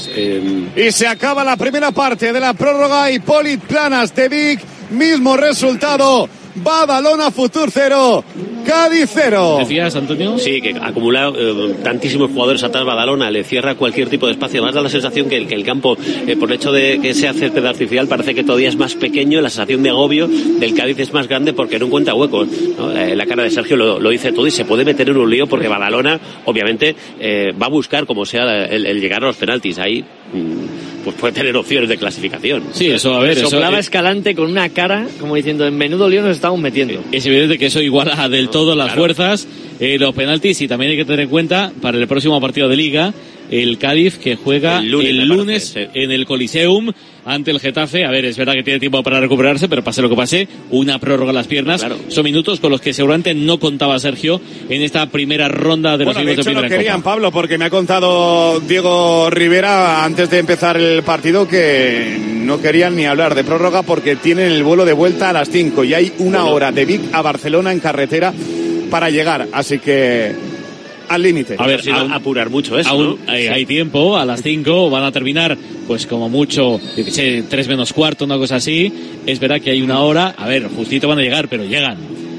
Y se acaba la primera parte de la prórroga. Hipólito Planas de Vic, mismo resultado, Badalona Futur 0, Cádiz 0. ¿Decías, Antonio? Sí, que acumula tantísimos jugadores atrás Badalona, le cierra cualquier tipo de espacio. Además da la sensación que el campo, por el hecho de que sea césped artificial, parece que todavía es más pequeño. La sensación de agobio del Cádiz es más grande porque no encuentra huecos, ¿no? La cara de Sergio lo dice todo y se puede meter en un lío porque Badalona, obviamente, va a buscar como sea el llegar a los penaltis. Ahí pues puede tener opciones de clasificación. Sí, eso, a ver, soplaba Escalante con una cara como diciendo, en menudo lío nos estamos metiendo. Es evidente que eso iguala del todo las fuerzas, los penaltis, y también hay que tener en cuenta para el próximo partido de Liga el Cádiz, que juega el lunes en el Coliseum ante el Getafe. A ver, es verdad que tiene tiempo para recuperarse, pero pase lo que pase, una prórroga a las piernas, son minutos con los que seguramente no contaba Sergio en esta primera ronda de los minutos de primera no querían, Copa. Pablo, porque me ha contado Diego Rivera antes de empezar el partido que no querían ni hablar de prórroga porque tienen el vuelo de vuelta a las 5 y hay una hora de Vic a Barcelona en carretera para llegar, así que al límite. A ver, apurar mucho eso, aún ¿no? hay tiempo, a las 5 van a terminar, pues como mucho, yo que sé, 3 menos cuarto, una cosa así. Es verdad que hay una hora, a ver, justito van a llegar, pero llegan.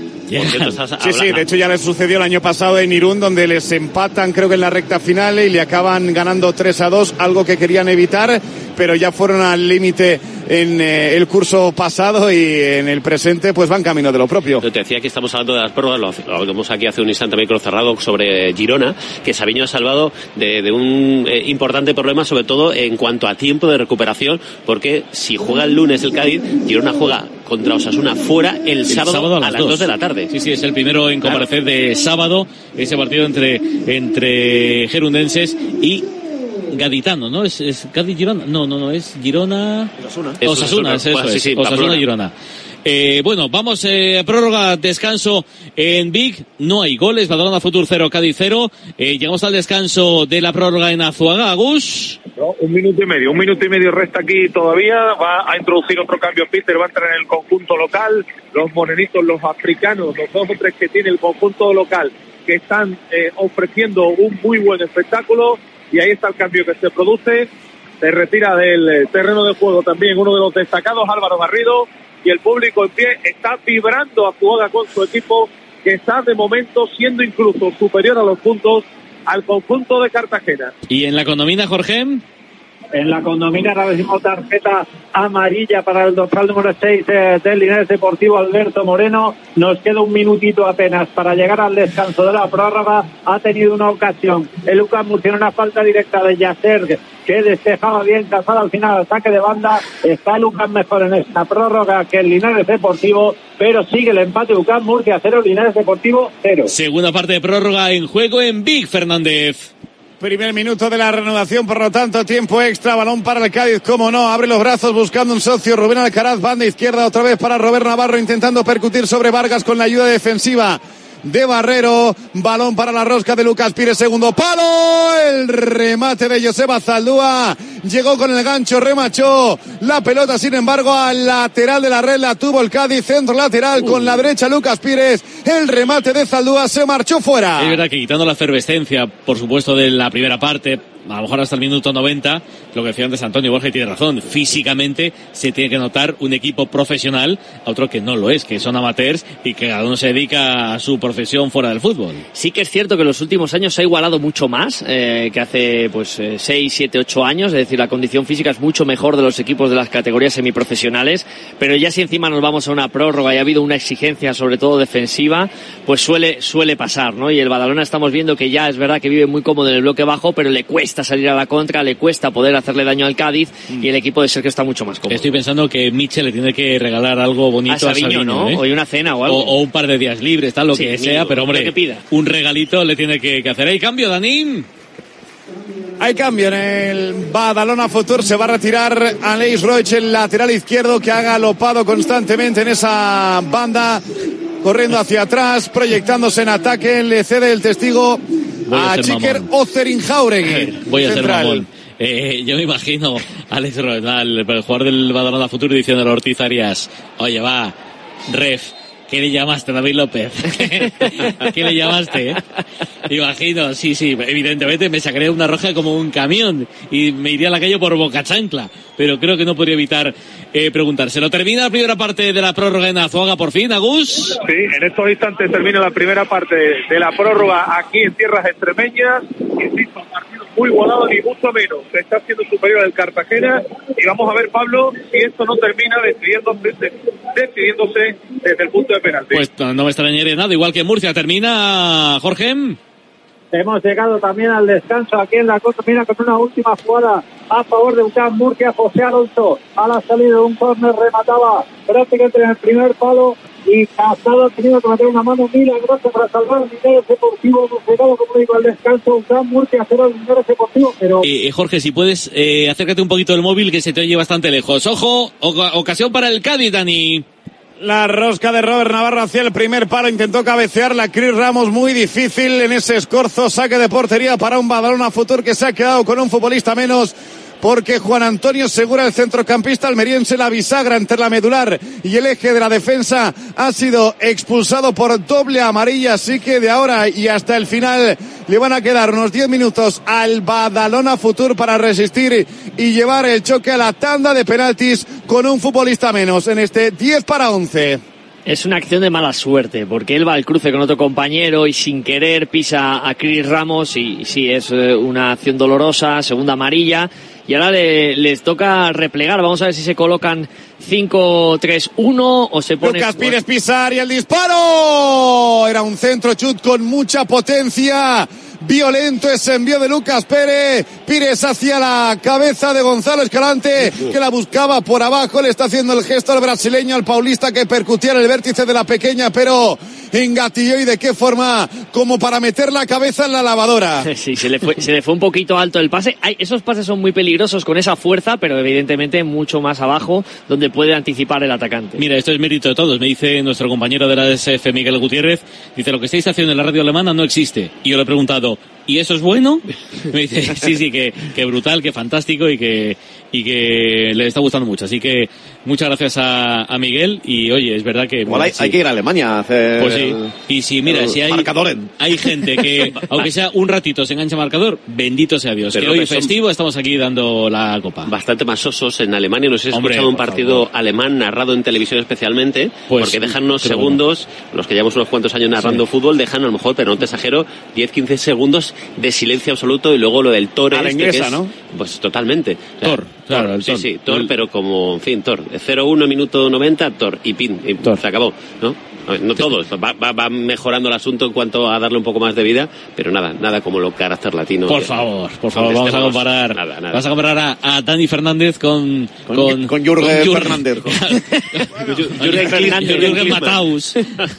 Sí, de hecho ya les sucedió el año pasado en Irún, donde les empatan creo que en la recta final y le acaban ganando 3-2, algo que querían evitar, pero ya fueron al límite en el curso pasado y en el presente pues van camino de lo propio. Te decía que estamos hablando de las prórrogas, lo hablamos aquí hace un instante micro cerrado sobre Girona, que Sabiño ha salvado de un importante problema, sobre todo en cuanto a tiempo de recuperación, porque si juega el lunes el Cádiz, Girona juega contra Osasuna fuera el sábado a las 2 de la tarde. Sí, es el primero en comparecer de sábado, ese partido entre gerundenses y gaditano, ¿no? ¿Es Cádiz Girona? No, es Girona... Osasuna, Osasuna Girona. Bueno, vamos a prórroga, descanso en Vic, no hay goles, Badalona Futur 0, Cádiz 0. Llegamos al descanso de la prórroga en Azuaga, Agus. No, un minuto y medio resta aquí todavía, va a introducir otro cambio Peter, va a entrar en el conjunto local, los morenitos, los africanos, los 2 o 3 que tiene el conjunto local, que están ofreciendo un muy buen espectáculo, y ahí está el cambio que se produce, se retira del terreno de juego también uno de los destacados, Álvaro Garrido, y el público en pie está vibrando a Azuaga con su equipo, que está de momento siendo incluso superior a los puntos al conjunto de Cartagena. ¿Y en la condomina, Jorge? en la Condomina. Ahora decimos tarjeta amarilla para el dorsal número 6 del Linares Deportivo, Alberto Moreno. Nos queda un minutito apenas para llegar al descanso de la prórroga. Ha tenido una ocasión el Lucas Murciano, una falta directa de Yacer, que despejaba bien Casado al final al saque de banda. Está Lucas mejor en esta prórroga que el Linares Deportivo, pero sigue el empate. Lucas Murcia 0, Linares Deportivo 0. Segunda parte de prórroga en juego en Vic, Fernández. Primer minuto de la reanudación, por lo tanto, tiempo extra, balón para el Cádiz, cómo no, abre los brazos buscando un socio, Rubén Alcaraz, banda izquierda otra vez para Robert Navarro, intentando percutir sobre Vargas con la ayuda defensiva de Barrero, balón para la rosca de Lucas Pires, segundo palo, el remate de Joseba Zaldúa, llegó con el gancho, remachó la pelota, sin embargo, al lateral de la red la tuvo el Cádiz, centro lateral con la derecha Lucas Pires, el remate de Zaldúa se marchó fuera. Es verdad que quitando la efervescencia, por supuesto, de la primera parte, a lo mejor hasta el minuto 90, lo que decía antes Antonio Borja tiene razón, físicamente se tiene que notar un equipo profesional a otro que no lo es, que son amateurs y que cada uno se dedica a su profesión fuera del fútbol. Sí que es cierto que en los últimos años se ha igualado mucho más que hace 6, 7, 8 años, es decir, la condición física es mucho mejor de los equipos de las categorías semiprofesionales, pero ya si encima nos vamos a una prórroga y ha habido una exigencia sobre todo defensiva, pues suele pasar, ¿no? Y el Badalona estamos viendo que ya es verdad que vive muy cómodo en el bloque bajo, pero le cuesta salir a la contra, le cuesta poder hacerle daño al Cádiz y el equipo de Sergio está mucho más cómodo. Estoy pensando que Mitchell le tiene que regalar algo bonito a Sabiño, ¿no? ¿eh? Hoy una cena o algo. O un par de días libres, tal, lo sí, que sea, pero hombre, un regalito le tiene que hacer. ¿Hay cambio, Dani? Hay cambio en el Badalona Futur, se va a retirar Aleix Roig, el lateral izquierdo que ha galopado constantemente en esa banda, corriendo hacia atrás, proyectándose en ataque, le cede el testigo a Chiker Ozerinjauregui. Voy a ser mamón. Yo me imagino a Alex Rodal, el jugador del Badalona Futuro, diciendo a Ortiz Arias: oye, va, ref, ¿qué le llamaste, David López? ¿Qué le llamaste? Imagino, sí, evidentemente me sacaría una roja como un camión y me iría a la calle por boca chancla, pero creo que no podría evitar preguntárselo. Termina la primera parte de la prórroga en Azuaga, por fin, Agus. Sí, en estos instantes termina la primera parte de la prórroga aquí en tierras extremeñas. Insisto, partido muy igualado, ni mucho menos. Se está haciendo superior el Cartagena y vamos a ver, Pablo, si esto no termina decidiéndose desde el punto de penalti. Pues no me extrañaría nada, igual que en Murcia. Termina, Jorge. Hemos llegado también al descanso aquí en la Costa. Mira, con una última jugada a favor de UCAM Murcia. José Alonso a la salida de un córner remataba prácticamente en el primer palo y Casado ha tenido que meter una mano milagrosa para salvar al Linares Deportivo. Hemos llegado, como digo, al descanso. UCAM Murcia 0 al Linares Deportivo 0. Jorge, si puedes, acércate un poquito del móvil que se te oye bastante lejos. Ojo, ocasión para el Cádiz, Dani. La rosca de Robert Navarro hacia el primer palo, intentó cabecearla Cris Ramos, muy difícil en ese escorzo, saque de portería para un Badalona Futur que se ha quedado con un futbolista menos, porque Juan Antonio Segura, el centrocampista almeriense, la bisagra entre la medular y el eje de la defensa, ha sido expulsado por doble amarilla, así que de ahora y hasta el final le van a quedar unos 10 minutos al Badalona Futur para resistir y llevar el choque a la tanda de penaltis con un futbolista menos en este 10-11. Es una acción de mala suerte, porque él va al cruce con otro compañero y sin querer pisa a Cris Ramos y sí, es una acción dolorosa, segunda amarilla, y ahora les toca replegar. Vamos a ver si se colocan 5-3-1 o se pone... Lucas Pires pisar y el disparo. Era un centro chut con mucha potencia. Violento ese envío de Lucas Pires hacia la cabeza de Gonzalo Escalante, que la buscaba por abajo. Le está haciendo el gesto al brasileño, al paulista, que percutía en el vértice de la pequeña, pero engatilló. ¿Y de qué forma? Como para meter la cabeza en la lavadora. Sí, se le fue un poquito alto el pase. Esos pases son muy peligrosos con esa fuerza, pero evidentemente mucho más abajo, donde puede anticipar el atacante. Mira, esto es mérito de todos. Me dice nuestro compañero de la DSF, Miguel Gutiérrez, dice: lo que estáis haciendo en la radio alemana no existe. Y yo le he preguntado: ¿y eso es bueno? Me dice: sí, que brutal, que fantástico y que le está gustando mucho. Así que muchas gracias a Miguel. Y oye, es verdad que... Igual hay que ir a Alemania a hacer... Pues sí. Y si, mira, si hay gente que, aunque sea un ratito, se engancha marcador, bendito sea Dios. Pero que hoy festivo estamos aquí dando la copa. Bastante más sosos en Alemania. Nos he escuchado un partido alemán narrado en televisión especialmente, porque dejan unos segundos, los que llevamos unos cuantos años narrando fútbol, dejan a lo mejor, pero no te exagero, 10-15 segundos de silencio absoluto, y luego lo del Tor a la inglesa, que es, ¿no? Pues totalmente. Tor, claro, el Tor. Sí, Tor, pero como, en fin, Tor. 0-1, minuto 90, Tor, y pin, y Tor. se acabó, ¿no? No todo, va mejorando el asunto en cuanto a darle un poco más de vida, pero nada como lo carácter latino. Por favor, vamos a comparar. Nada. Vas a comparar a Dani Fernández con Jürgen Fernández. Jürgen Mataus.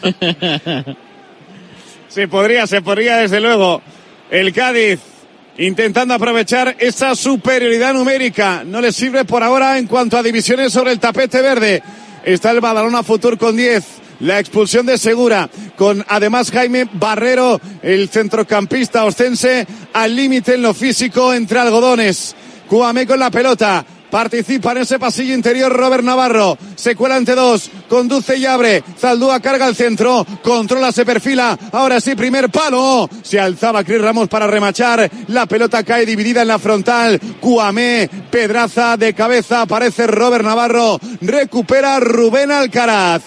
Se podría desde luego. El Cádiz intentando aprovechar esa superioridad numérica. No le sirve por ahora en cuanto a divisiones sobre el tapete verde. Está el Badalona Futur con 10. La expulsión de Segura, con además Jaime Barrero, el centrocampista ostense, al límite en lo físico entre algodones. Kouamé con la pelota. Participa en ese pasillo interior Robert Navarro. Se cuela ante dos. Conduce y abre. Zaldúa carga al centro. Controla, se perfila. Ahora sí, primer palo. Se alzaba Cris Ramos para remachar. La pelota cae dividida en la frontal. Kouamé, Pedraza de cabeza. Aparece Robert Navarro. Recupera Rubén Alcaraz.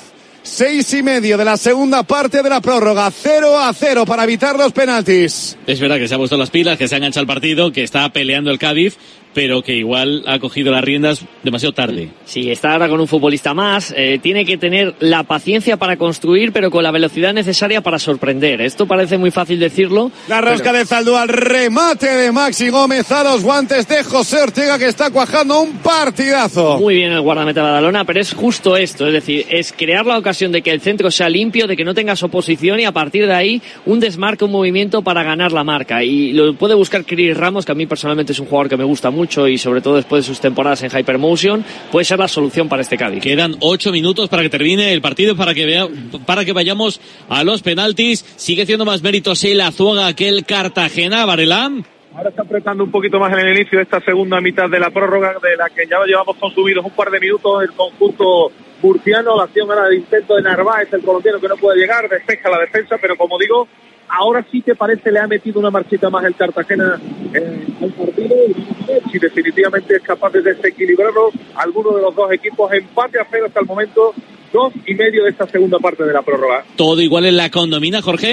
6:30 de la segunda parte de la prórroga. 0-0 para evitar los penaltis. Es verdad que se ha puesto las pilas, que se ha enganchado el partido, que está peleando el Cádiz, pero que igual ha cogido las riendas demasiado tarde. Sí, está ahora con un futbolista más, tiene que tener la paciencia para construir, pero con la velocidad necesaria para sorprender. Esto parece muy fácil decirlo. La rosca de Zaldúa, el remate de Maxi Gómez a los guantes de José Ortega, que está cuajando un partidazo. Muy bien el guardameta Badalona, pero es justo esto, es decir, es crear la ocasión de que el centro sea limpio, de que no tengas oposición, y a partir de ahí un desmarque, un movimiento para ganar la marca. Y lo puede buscar Cris Ramos, que a mí personalmente es un jugador que me gusta mucho, y sobre todo después de sus temporadas en Hypermotion, puede ser la solución para este Cádiz. Quedan 8 minutos para que termine el partido, para que vayamos a los penaltis. Sigue haciendo más méritos el Azuaga que el Cartagena, Varelán. Ahora está apretando un poquito más en el inicio de esta segunda mitad de la prórroga, de la que ya llevamos consumidos un par de minutos el conjunto murciano. La acción ahora de intento de Narváez, el colombiano, que no puede llegar, despeja la defensa, pero como digo, ahora sí que parece le ha metido una marchita más el Cartagena al partido, y si definitivamente es capaz de desequilibrarlo alguno de los dos equipos. Empate a 0 hasta el momento, 2:30 de esta segunda parte de la prórroga. Todo igual en la Condomina, Jorge.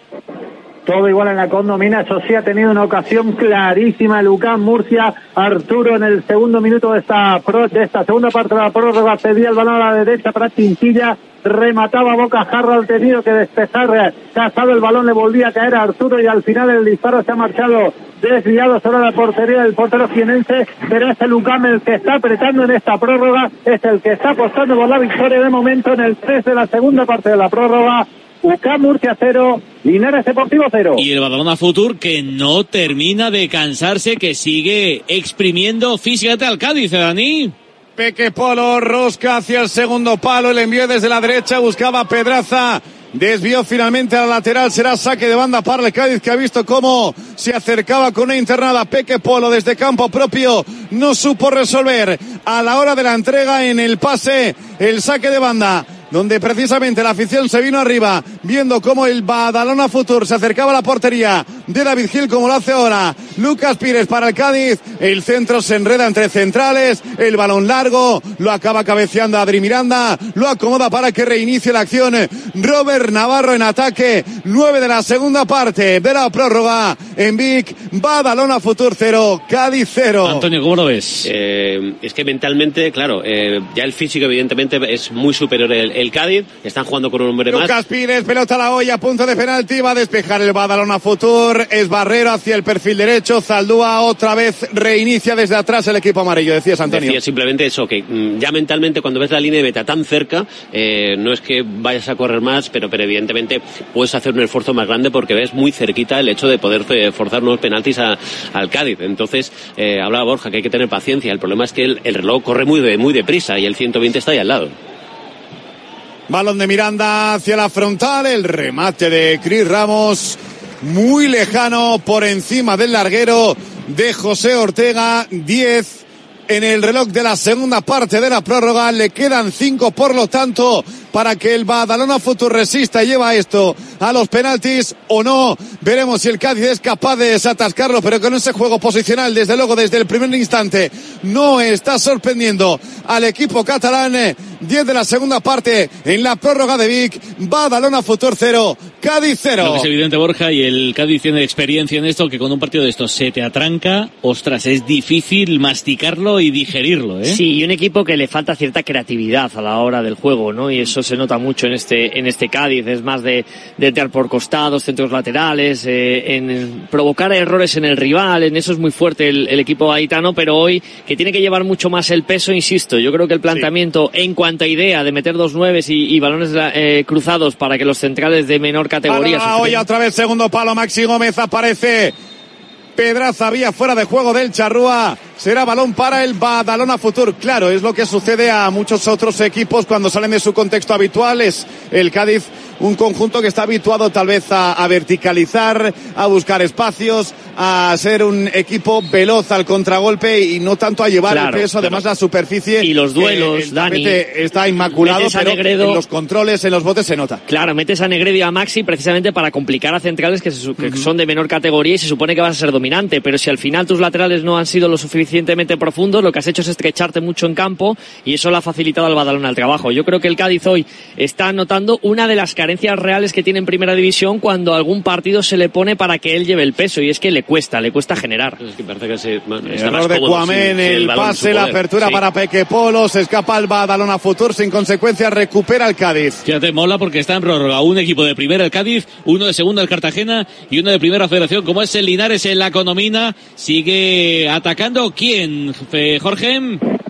Todo igual en la Condomina. Eso sí, ha tenido una ocasión clarísima el UCAM Murcia. Arturo, en el segundo minuto de esta segunda parte de la prórroga, pedía el balón a la derecha para Chinchilla, remataba Bocajarro, ha tenido que despejar Casado, el balón le volvía a caer a Arturo, y al final el disparo se ha marchado desviado sobre la portería del portero jienense, pero es el UCAM el que está apretando en esta prórroga, es el que está apostando por la victoria de momento en el 3 de la segunda parte de la prórroga. UCAM Murcia 0, Linares Deportivo 0. Y el Badalona Futur, que no termina de cansarse, que sigue exprimiendo físicamente al Cádiz, Dani. Peque Polo, rosca hacia el segundo palo, el envío desde la derecha, buscaba Pedraza, desvió finalmente a la lateral, será saque de banda para el Cádiz, que ha visto cómo se acercaba con una internada. Peque Polo desde campo propio, no supo resolver a la hora de la entrega en el pase, el saque de banda, donde precisamente la afición se vino arriba, viendo cómo el Badalona Futur se acercaba a la portería de David Gil, como lo hace ahora Lucas Pires para el Cádiz. El centro se enreda entre centrales, el balón largo, lo acaba cabeceando Adri Miranda, lo acomoda para que reinicie la acción Robert Navarro en ataque. 9 de la segunda parte de la prórroga en Vic. Badalona Futur 0, Cádiz 0. Antonio, ¿cómo lo ves? Es que mentalmente, claro, ya el físico evidentemente es muy superior el Cádiz. Están jugando con un hombre más. Lucas Pires, pelota a la olla, punto de penalti, va a despejar el Badalona Futur. Es Barrero hacia el perfil derecho. Zaldúa otra vez reinicia desde atrás el equipo amarillo. Decías, Antonio. Decía simplemente eso, que ya mentalmente cuando ves la línea de meta tan cerca, no es que vayas a correr más, pero evidentemente puedes hacer un esfuerzo más grande porque ves muy cerquita el hecho de poder forzar unos penaltis al Cádiz. Entonces, hablaba Borja que hay que tener paciencia. El problema es que el reloj corre muy deprisa y el 120 está ahí al lado. Balón de Miranda hacia la frontal, el remate de Cris Ramos, muy lejano por encima del larguero de José Ortega. 10 en el reloj de la segunda parte de la prórroga, le quedan 5, por lo tanto, para que el Badalona Futur resista y lleva esto a los penaltis o no. Veremos si el Cádiz es capaz de desatascarlo, pero con ese juego posicional, desde luego, desde el primer instante, no está sorprendiendo al equipo catalán. 10 de la segunda parte en la prórroga de Vic. Badalona Futur 0, Cádiz 0. Lo que es evidente, Borja, y el Cádiz tiene experiencia en esto, que con un partido de estos se te atranca, ostras, es difícil masticarlo y digerirlo, ¿eh? Sí, y un equipo que le falta cierta creatividad a la hora del juego, ¿no? Y eso se nota mucho en este Cádiz. Es más de entrar por costados, centros laterales, en provocar errores en el rival. En eso es muy fuerte el equipo gaditano, pero hoy, que tiene que llevar mucho más el peso, insisto, yo creo que el planteamiento en cuanto a idea de meter 2 9s y balones cruzados para que los centrales de menor categoría... Hoy otra vez segundo palo, Maxi Gómez aparece. Pedraza, vía fuera de juego del Charrúa. Será balón para el Badalona Futur. Claro, es lo que sucede a muchos otros equipos cuando salen de su contexto habitual. Es el Cádiz un conjunto que está habituado tal vez a verticalizar, a buscar espacios, a ser un equipo veloz al contragolpe y no tanto a llevar el peso. Además, la superficie y los duelos, Dani, está inmaculado, pero en los controles, en los botes se nota. Claro, metes a Negredo y a Maxi precisamente para complicar a centrales que son de menor categoría y se supone que vas a ser dominante, pero si al final tus laterales no han sido lo suficientemente profundos, lo que has hecho es estrecharte mucho en campo y eso le ha facilitado al Badalona el trabajo. Yo creo que el Cádiz hoy está notando una de las carencias reales que tiene en Primera División cuando algún partido se le pone para que él lleve el peso, y es que le cuesta generar. Es que parece que error de Cuamén, el pase, la apertura para Peque Polo, se escapa el Badalona Futur, sin consecuencias recupera el Cádiz. Fíjate, mola porque está en prórroga un equipo de primera, el Cádiz, uno de segunda, el Cartagena, y uno de primera federación como es el Linares en la Condomina. Sigue atacando, ¿quién, Jorge?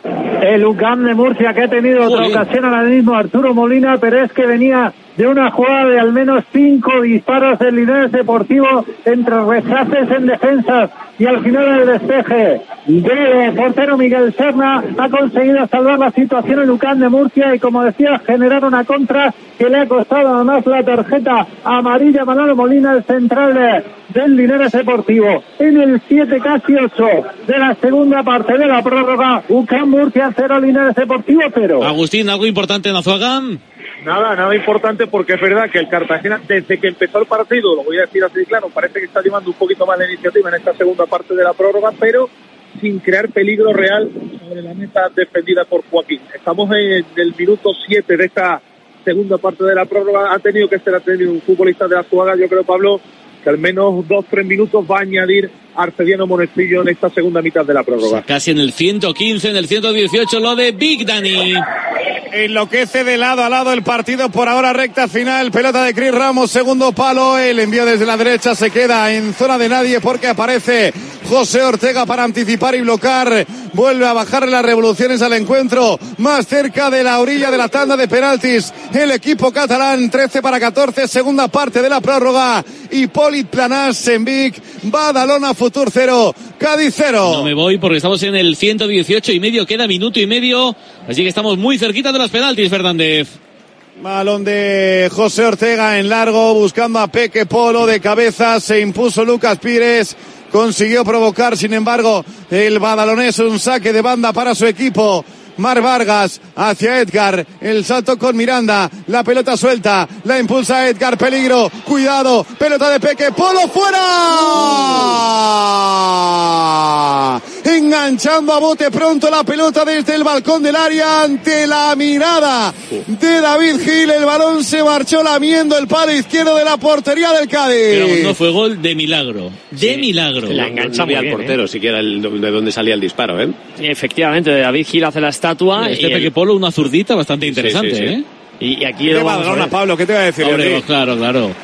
El UCAM de Murcia, que ha tenido otra ocasión ahora mismo, Arturo Molina, pero es que venía de una jugada de al menos 5 disparos del Linares Deportivo entre rechaces en defensas y al final el despeje del portero Miguel Serna ha conseguido salvar la situación en UCAM de Murcia y, como decía, generar una contra que le ha costado además la tarjeta amarilla a Manolo Molina, el central del Linares Deportivo. En el 7, casi 8 de la segunda parte de la prórroga, UCAM Murcia 0, Linares Deportivo 0. Agustín, ¿algo importante en Azuaga? Nada importante, porque es verdad que el Cartagena, desde que empezó el partido, lo voy a decir así claro, parece que está llevando un poquito más la iniciativa en esta segunda parte de la prórroga, pero sin crear peligro real sobre la meta defendida por Joaquín. Estamos en el minuto 7 de esta segunda parte de la prórroga. Ha tenido que ser atendido un futbolista de la Azuaga, yo creo, Pablo, que al menos 2-3 minutos va a añadir Arcediano Monestillo en esta segunda mitad de la prórroga. Casi en el 115, en el 118, lo de Big Dani. Enloquece de lado a lado el partido, por ahora recta final, pelota de Cris Ramos, segundo palo, el envío desde la derecha se queda en zona de nadie porque aparece José Ortega para anticipar y bloquear, vuelve a bajar las revoluciones al encuentro, más cerca de la orilla de la tanda de penaltis, el equipo catalán, 13-14, segunda parte de la prórroga, Hipòlit Planàs en Vic, Badalona Futur 0, Cádiz 0. No me voy porque estamos en el 118 y medio, queda minuto y medio, así que estamos muy cerquita de los penaltis, Fernández. Balón de José Ortega en largo, buscando a Peque Polo de cabeza, se impuso Lucas Pires, consiguió provocar, sin embargo, el badalonés un saque de banda para su equipo. Marc Vargas hacia Edgar, el salto con Miranda, la pelota suelta, la impulsa Edgar, peligro, cuidado, pelota de Peque Polo, fuera, enganchando a bote pronto la pelota desde el balcón del área ante la mirada de David Gil, el balón se marchó lamiendo el palo izquierdo de la portería del Cádiz. Pero no fue gol de milagro, milagro. La engancha muy al portero, siquiera de dónde salía el disparo, ¿eh? Efectivamente, David Gil hace la estatua. Este Peque Polo, una zurdita bastante interesante, sí. ¿Eh? Y aquí ¿Qué Badalona, Pablo? ¿Qué te voy a decir? Hombre, claro.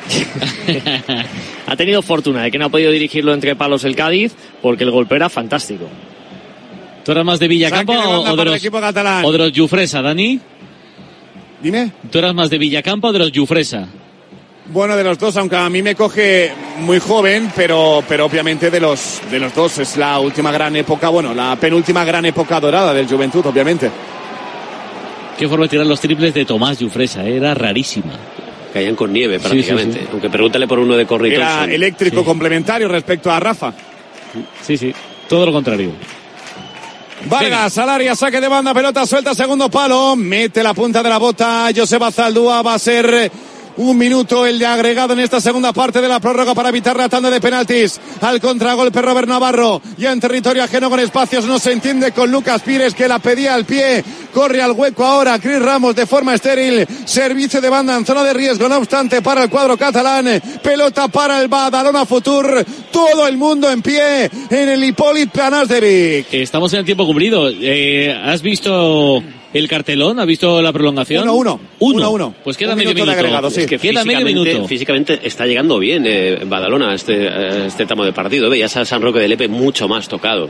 Ha tenido fortuna de que no ha podido dirigirlo entre palos el Cádiz, porque el golpe era fantástico. ¿Tú eras más de Villacampa o de los Jufresa, Dani? Dime. ¿Tú eras más de Villacampa o de los Jufresa? Bueno, de los dos, aunque a mí me coge muy joven, pero obviamente de los dos. Es la última gran época, la penúltima gran época dorada del Juventud, obviamente. Qué forma de tirar los triples de Tomás Jufresa, era rarísima. Caían con nieve prácticamente, sí. Aunque pregúntale por uno de Corry Era Thompson. eléctrico complementario respecto a Rafa. Sí, todo lo contrario. Vargas al área, saque de banda, pelota suelta, segundo palo, mete la punta de la bota Joseba Zaldúa, va a ser un minuto el de agregado en esta segunda parte de la prórroga para evitar la tanda de penaltis. Al contragolpe Robert Navarro, ya en territorio ajeno con espacios, no se entiende con Lucas Pires que la pedía al pie, corre al hueco ahora Cris Ramos de forma estéril, servicio de banda en zona de riesgo, no obstante para el cuadro catalán, pelota para el Badalona Futur, todo el mundo en pie en el Hipòlit Planàs de Vic. Estamos en el tiempo cumplido. ¿Has visto el cartelón? ¿Has visto la prolongación? 1-1. Pues queda medio minuto. Agregado, sí. Es que queda medio minuto. Físicamente está llegando bien Badalona a este tramo de partido. Veías a San Roque de Lepe mucho más tocado.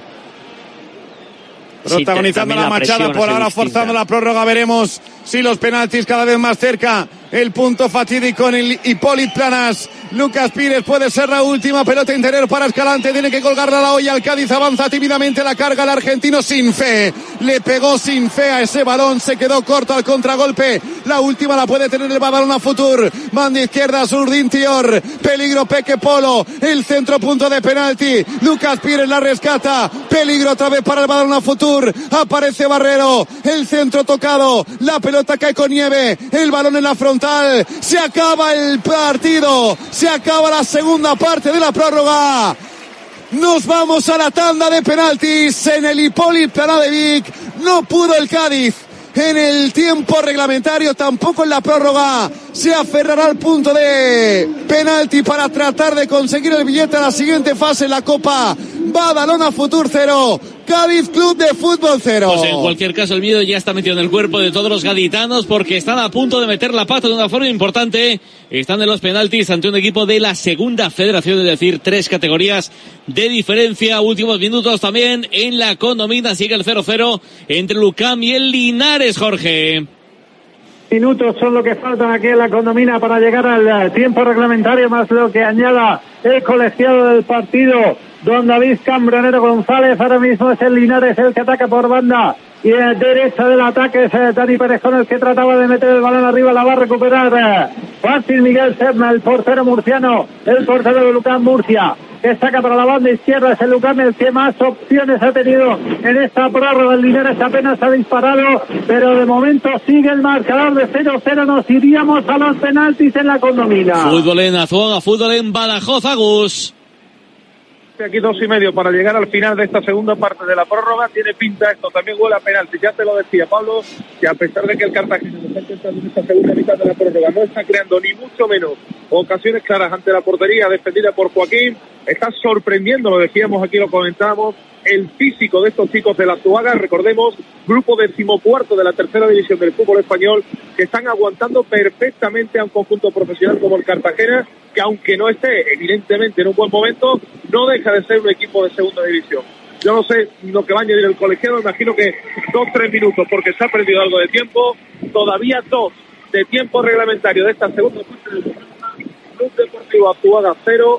Protagonizando la Machada por ahora, forzando la prórroga. Veremos si los penaltis cada vez más cerca. El punto fatídico en el Hipòlit Planàs. Lucas Pires puede ser la última. Pelota interior para Escalante. Tiene que colgarla a la olla. El Cádiz avanza tímidamente. La carga el argentino sin fe. Le pegó sin fe a ese balón. Se quedó corto al contragolpe. La última la puede tener el Badalona Futur. Banda izquierda, Surdin Tior. Peligro Peque Polo. El centro punto de penalti. Lucas Pires la rescata. Peligro otra vez para el Badalona Futur. Aparece Barrero. El centro tocado. La pelota cae con nieve. El balón en la frontal. Se acaba el partido. Se acaba la segunda parte de la prórroga. Nos vamos a la tanda de penaltis en el Hipòlit Planàs de Vic. No pudo el Cádiz en el tiempo reglamentario, tampoco en la prórroga. Se aferrará al punto de penalti para tratar de conseguir el billete a la siguiente fase en la Copa. Badalona Futur 0, Cádiz Club de Fútbol 0. Pues en cualquier caso el miedo ya está metido en el cuerpo de todos los gaditanos porque están a punto de meter la pata de una forma importante. Están en los penaltis ante un equipo de la segunda federación, es decir, 3 categorías de diferencia. Últimos minutos también en la Condomina, sigue el 0-0 entre Lucam y el Linares, Jorge. Minutos son lo que faltan aquí en la Condomina para llegar al tiempo reglamentario, más lo que añada el colegiado del partido, don David Cambronero González. Ahora mismo es el Linares el que ataca por banda y a derecha del ataque es Dani Perejón el que trataba de meter el balón arriba. La va a recuperar fácil Miguel Serna, el portero murciano, el portero de Lucam Murcia, que saca para la banda izquierda. Es el Lucam el que más opciones ha tenido en esta prórroga. El Linares apenas ha disparado, pero de momento sigue el marcador de 0-0. Nos iríamos a los penaltis en la Condomina. Fútbol en Azuaga, fútbol en Badajoz, Agus. Aquí 2:30 para llegar al final de esta segunda parte de la prórroga. Tiene pinta esto, también huele a penalti. Ya te lo decía Pablo, que a pesar de que el Cartagena está intentando en esta segunda mitad de la prórroga, no está creando ni mucho menos ocasiones claras ante la portería defendida por Joaquín. Está sorprendiendo, lo decíamos aquí, lo comentábamos, el físico de estos chicos de la Azuaga. Recordemos, grupo 14º de la tercera división del fútbol español, que están aguantando perfectamente a un conjunto profesional como el Cartagena, que aunque no esté evidentemente en un buen momento, no deja de ser un equipo de segunda división. Yo no sé lo que va a añadir el colegiado, imagino que 2-3 minutos, porque se ha perdido algo de tiempo, todavía 2 de tiempo reglamentario de esta segunda parte del Club Deportivo Azuaga 0,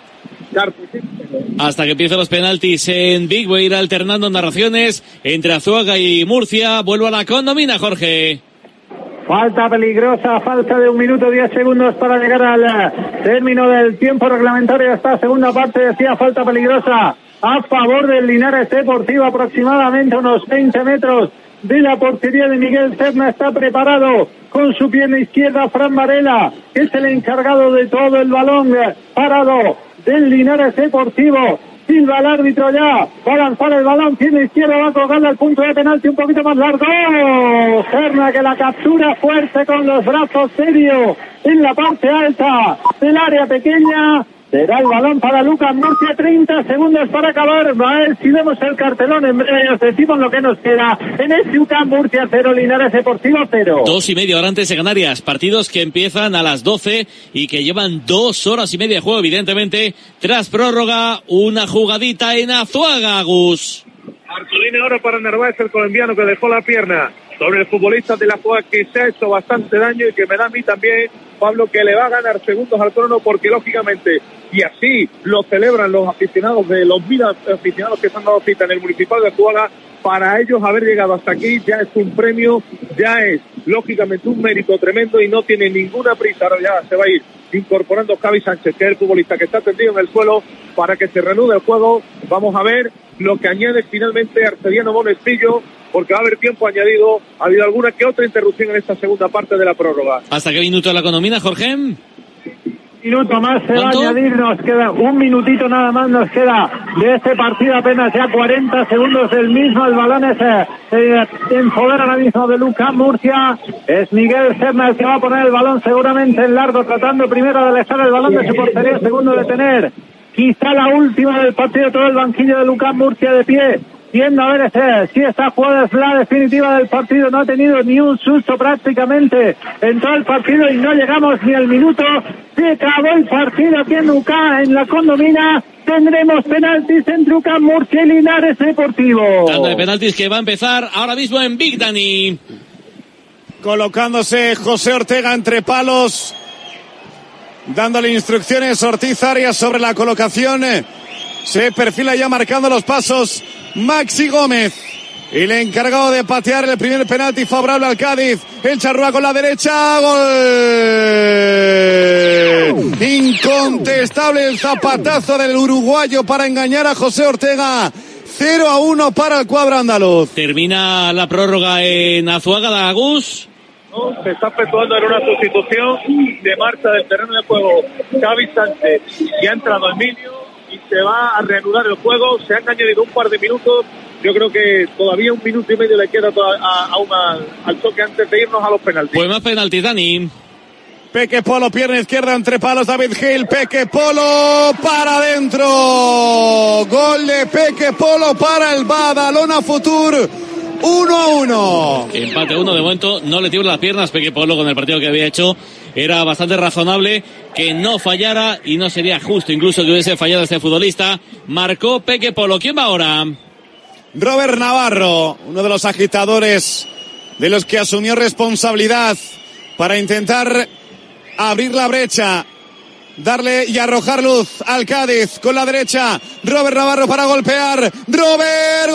hasta que empiecen los penaltis en Vic. Voy a ir alternando narraciones entre Azuaga y Murcia. Vuelvo a la Condomina, Jorge. Falta peligrosa, falta de 1 minuto 10 segundos para llegar al término del tiempo reglamentario de esta segunda parte. Decía, falta peligrosa a favor del Linares Deportivo, aproximadamente unos 20 metros de la portería de Miguel Serna. Está preparado con su pierna izquierda Fran Varela, que es el encargado de todo el balón parado del Linares Deportivo. Silva el árbitro ya, va a lanzar el balón, pierna izquierda, va a colgarle al punto de penalti un poquito más largo. Serna que la captura fuerte con los brazos serios en la parte alta del área pequeña. Será el balón para Lucas Murcia, 30 segundos para acabar. A ver si vemos el cartelón en breve, os decimos lo que nos queda en este UCAM Murcia 0, Linares Deportivo 0. 2:30 hora antes de Canarias, partidos que empiezan a las 12 y que llevan 2 horas y media de juego, evidentemente, tras prórroga, una jugadita en Azuaga, Gus. Marcolina ahora para Narváez, el colombiano que dejó la pierna sobre el futbolista de la Azuaga, que se ha hecho bastante daño y que me da a mí también, Pablo, que le va a ganar segundos al crono, porque lógicamente, y así lo celebran los aficionados de los 1000 aficionados que se han dado cita en el Municipal de Azuaga, para ellos haber llegado hasta aquí ya es un premio, ya es lógicamente un mérito tremendo y no tiene ninguna prisa. Ahora ya se va a ir incorporando Javi Sánchez, que es el futbolista que está tendido en el suelo para que se reanude el juego. Vamos a ver lo que añade finalmente Arcediano Monestillo, porque va a haber tiempo añadido. Ha habido alguna que otra interrupción en esta segunda parte de la prórroga. ¿Hasta qué minuto la economía, Jorge? Minuto más se ¿Cuánto? va a añadir, nos queda un minutito nada más, nos queda de este partido, apenas ya 40 segundos del mismo. El balón es en poder ahora mismo de Lucas Murcia. Es Miguel Serna el que va a poner el balón seguramente en largo, tratando primero de alejar el balón de su portería, segundo de tener quizá la última del partido. Todo el banquillo de Lucas Murcia de pie, viendo a ver si esta jugada es la definitiva del partido. No ha tenido ni un susto prácticamente en todo el partido y no llegamos ni al minuto. Se acabó el partido aquí en Lucas, en la Condomina. Tendremos penaltis entre Lucas Murcia y Linares Deportivo. Tanda de penaltis que va a empezar ahora mismo en Big Dani. Colocándose José Ortega entre palos, dándole instrucciones Ortiz Arias sobre la colocación. Se perfila ya marcando los pasos Maxi Gómez. Y el encargado de patear el primer penalti favorable al Cádiz, el Charrúa con la derecha. ¡Gol! Incontestable el zapatazo del uruguayo para engañar a José Ortega. 0-1 para el cuadro andaluz. Termina la prórroga en Azuaga de Agus. No, se está efectuando en una sustitución de marcha del terreno de juego Javi Sánchez, y ha entrado Emilio y se va a reanudar el juego. Se han añadido un par de minutos. Yo creo que todavía un minuto y medio le queda al toque antes de irnos a los penaltis. Pues más penaltis, Dani. Peque Polo, pierna izquierda entre palos, David Gil. Peque Polo para adentro. Gol de Peque Polo para el Badalona Futur. 1-1. Empate 1 de momento. No le tiembla las piernas Peque Polo con el partido que había hecho. Era bastante razonable que no fallara y no sería justo incluso que hubiese fallado este futbolista. Marcó Peque Polo. ¿Quién va ahora? Robert Navarro, uno de los agitadores de los que asumió responsabilidad para intentar abrir la brecha, darle y arrojar luz al Cádiz con la derecha. Robert Navarro para golpear. Robert,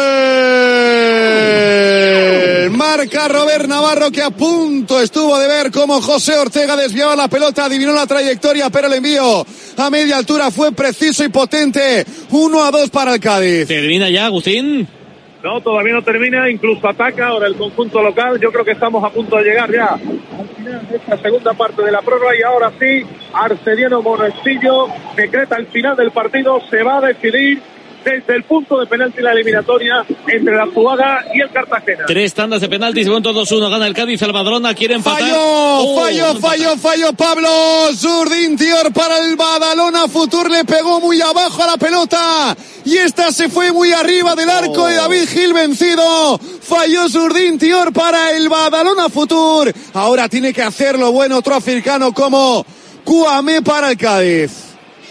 gol. Marca Robert Navarro, que a punto estuvo de ver cómo José Ortega desviaba la pelota, adivinó la trayectoria, pero el envío a media altura fue preciso y potente. 1-2 para el Cádiz. ¿Termina ya, Agustín? No, todavía no termina, incluso ataca ahora el conjunto local. Yo creo que estamos a punto de llegar ya al final de esta segunda parte de la prórroga, y ahora sí, Arcediano Monestillo decreta el final del partido. Se va a decidir desde el punto de penalti la eliminatoria entre la Azuaga y el Cartagena. 3 tandas de penaltis, de momento 2-1 gana el Cádiz. El Badalona quiere empatar. Falló Pablo Zurdín Tior para el Badalona Futur. Le pegó muy abajo a la pelota y esta se fue muy arriba del arco de David Gil, vencido. Falló Zurdín Tior para el Badalona Futur. Ahora tiene que hacerlo bueno otro africano como Kouamé para el Cádiz.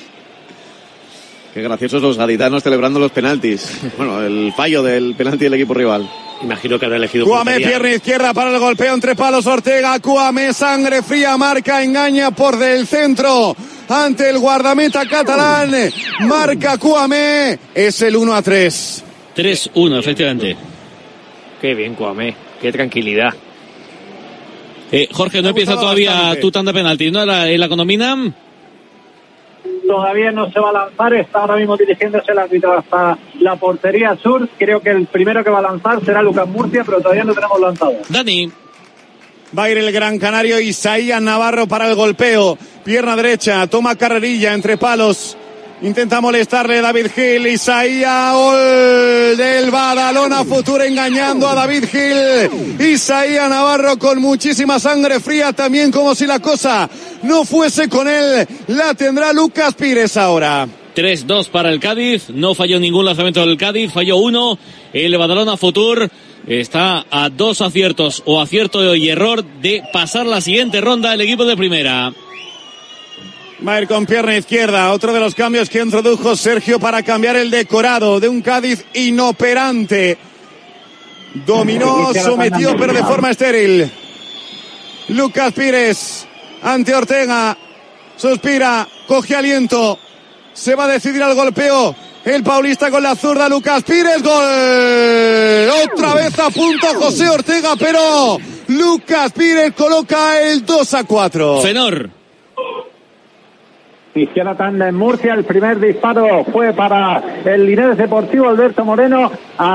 Qué graciosos los gaditanos celebrando los penaltis. Bueno, el fallo del penalti del equipo rival. Imagino que habrá elegido Kouamé, portería. pierna izquierda para el golpeo entre palos. Ortega, Kouamé, sangre fría, marca, engaña por del centro ante el guardameta catalán. Marca Kouamé, es el 1-3. 3-1, efectivamente. Qué bien, Kouamé, qué tranquilidad. Jorge, no empieza todavía bastante tu tanda penalti, ¿no? En la Condomina. Todavía no se va a lanzar, está ahora mismo dirigiéndose el árbitro hasta la portería sur. Creo que el primero que va a lanzar será Lucas Murcia, pero todavía no tenemos lanzado. Dani. Va a ir el gran canario Isaías Navarro para el golpeo. Pierna derecha, toma carrerilla entre palos. Intenta molestarle David Gil. Isaías, gol del Badalona Futur, engañando a David Gil. Isaías Navarro con muchísima sangre fría, también como si la cosa no fuese con él. La tendrá Lucas Pires ahora. 3-2 para el Cádiz. No falló ningún lanzamiento del Cádiz, falló uno. El Badalona Futur está a 2 aciertos o acierto y error de pasar la siguiente ronda el equipo de primera. Va a ir con pierna izquierda, otro de los cambios que introdujo Sergio para cambiar el decorado de un Cádiz inoperante. Dominó, sometió, pero de forma estéril. Lucas Pires ante Ortega, suspira, coge aliento, se va a decidir al golpeo el paulista con la zurda, Lucas Pires, gol. Otra vez a punto José Ortega, pero Lucas Pires coloca el 2-4. Fenor. Inició la tanda en Murcia, el primer disparo fue para el Linares Deportivo. Alberto Moreno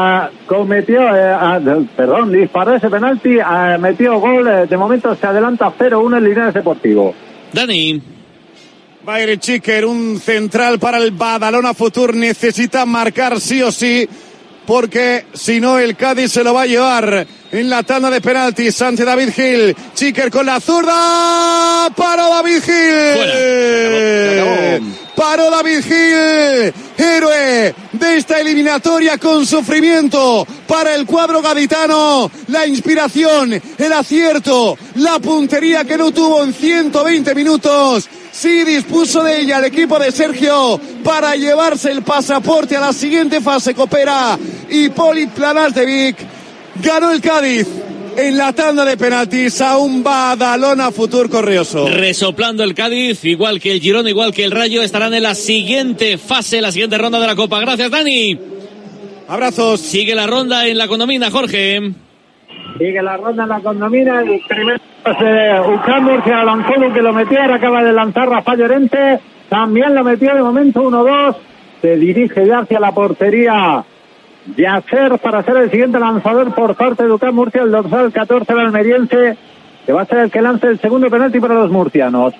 disparó ese penalti, metió gol, de momento se adelanta 0-1 el Linares Deportivo. Dani. Bayre Chiquer, un central para el Badalona Futur, necesita marcar sí o sí, porque si no el Cádiz se lo va a llevar en la tanda de penaltis ante David Gil. Chiquer con la zurda, paró David Gil. Se acabó. Paró David Gil, héroe de esta eliminatoria con sufrimiento para el cuadro gaditano. La inspiración, el acierto, la puntería que no tuvo en 120 minutos. Sí dispuso de ella el equipo de Sergio para llevarse el pasaporte a la siguiente fase. Coopera Hipólito Planaltevic. Ganó el Cádiz en la tanda de penaltis a un Badalona Futur corrioso. Resoplando el Cádiz, igual que el Girona, igual que el Rayo, estarán en la siguiente fase, la siguiente ronda de la Copa. Gracias, Dani. Abrazos. Sigue la ronda en la Condomina, Jorge. Sigue la ronda en la Condomina, el primer UCAM Murcia lanzó lo que lo metió, ahora acaba de lanzar Rafael Llorente, también lo metió de momento 1-2, se dirige ya hacia la portería Yacer para ser el siguiente lanzador por parte de UCAM Murcia, el dorsal 14 el almeriense, que va a ser el que lance el segundo penalti para los murcianos.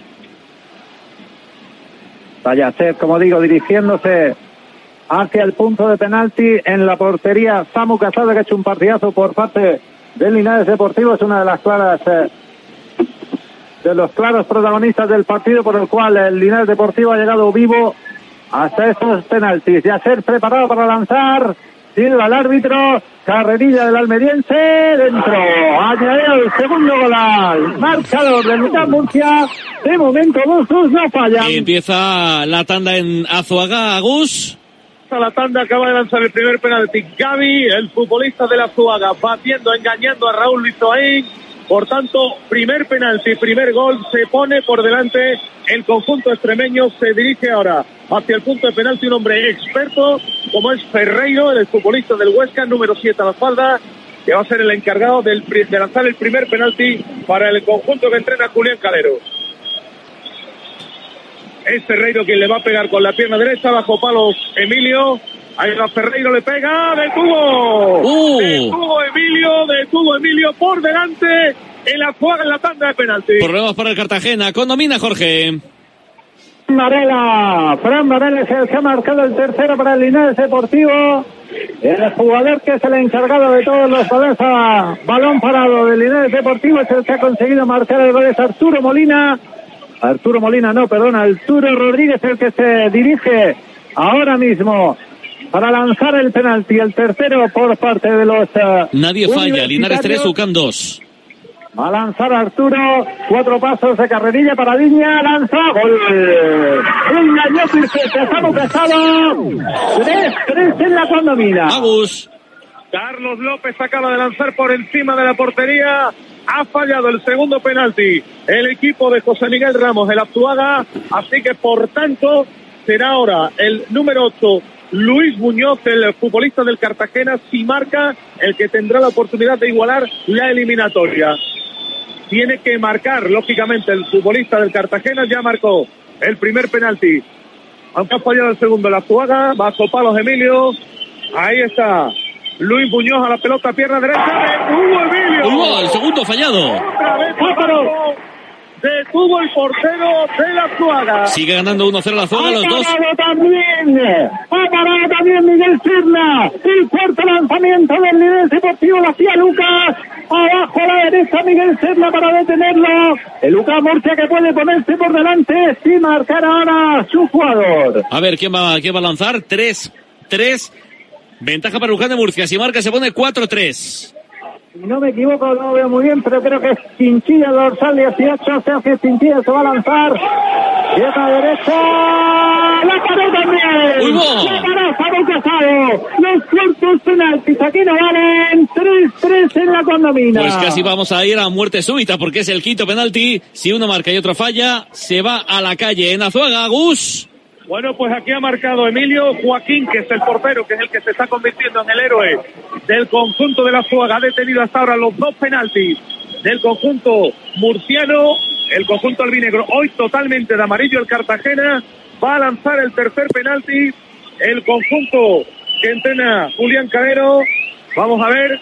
Está Yacer, como digo, dirigiéndose hacia el punto de penalti en la portería Samu Casada, que ha hecho un partidazo por parte del Linares Deportivo, es una de las claras de los claros protagonistas del partido, por el cual el Linares Deportivo ha llegado vivo hasta estos penaltis. Yacer preparado para lanzar, silba el árbitro, carrerilla del almeriense, dentro, añadió el segundo gol al marcador del UCAM Murcia, de momento 2-2, no fallan. Empieza la tanda en Azuaga, Agus. La tanda, acaba de lanzar el primer penalti Gaby, el futbolista de la Azuaga, batiendo, engañando a Raúl Lizoaín. Por tanto, primer penalti, primer gol, se pone por delante el conjunto extremeño. Se dirige ahora hacia el punto de penalti un hombre experto como es Ferreiro, el futbolista del Huesca, número 7 a la espalda, que va a ser el encargado de lanzar el primer penalti para el conjunto que entrena Julián Calero. Es Ferreiro quien le va a pegar con la pierna derecha, bajo palos Emilio. Ahí va Ferreiro, le pega, detuvo. Detuvo Emilio por delante en la jugada en la tanda de penalti. Problemas para el Cartagena, Condomina, Jorge. Fran Varela es el que ha marcado el tercero para el Linares Deportivo. El jugador que es el encargado de todos los goles a balón parado del Linares Deportivo es el que ha conseguido marcar el gol, es Arturo Rodríguez, el que se dirige ahora mismo para lanzar el penalti, el tercero por parte de los nadie falla, Linares 3, UCAM 2. Va a lanzar Arturo, 4 pasos de carrerilla para Viña, lanza, gol. Engañó perfecto, Samu Casado, 3-3 en la Condomina. Agus. Carlos López acaba de lanzar por encima de la portería, ha fallado el segundo penalti el equipo de José Miguel Ramos de la Azuaga, así que por tanto será ahora el número 8 Luis Muñoz, el futbolista del Cartagena, si marca, el que tendrá la oportunidad de igualar la eliminatoria. Tiene que marcar, lógicamente, el futbolista del Cartagena, ya marcó el primer penalti, aunque ha fallado el segundo la Azuaga, bajo palos Emilio, ahí está Luis Muñoz a la pelota, pierna derecha, detuvo Emilio. El segundo fallado. Otra vez detuvo el portero de la Azuaga. Sigue ganando 1-0 la Azuaga, los dos. Ha parado también Miguel Serna. El cuarto lanzamiento del Linares Deportivo lo hacía Lucas. Abajo a la derecha Miguel Serna para detenerlo. El UCAM Murcia que puede ponerse por delante sin marcar ahora su jugador. A ver, ¿quién va a lanzar? 3-3. Ventaja para UCAM de Murcia. Si marca se pone 4-3. Si no me equivoco, no lo veo muy bien, pero creo que es Chinchilla, dorsal 18, Sergio Chinchilla se va a lanzar. Pierna derecha, la paró también. La paró Samu Casado. Los cuartos penaltis aquí no valen, 3-3 en la Condomina. Pues casi vamos a ir a muerte súbita porque es el quinto penalti. Si uno marca y otro falla, se va a la calle. En Azuaga, Gus. Bueno, pues aquí ha marcado Emilio Joaquín, que es el portero, que es el que se está convirtiendo en el héroe del conjunto de la Azuaga. Ha detenido hasta ahora los 2 penaltis del conjunto murciano, el conjunto albinegro. Hoy totalmente de amarillo el Cartagena. Va a lanzar el tercer penalti el conjunto que entrena Julián Calero. Vamos a ver.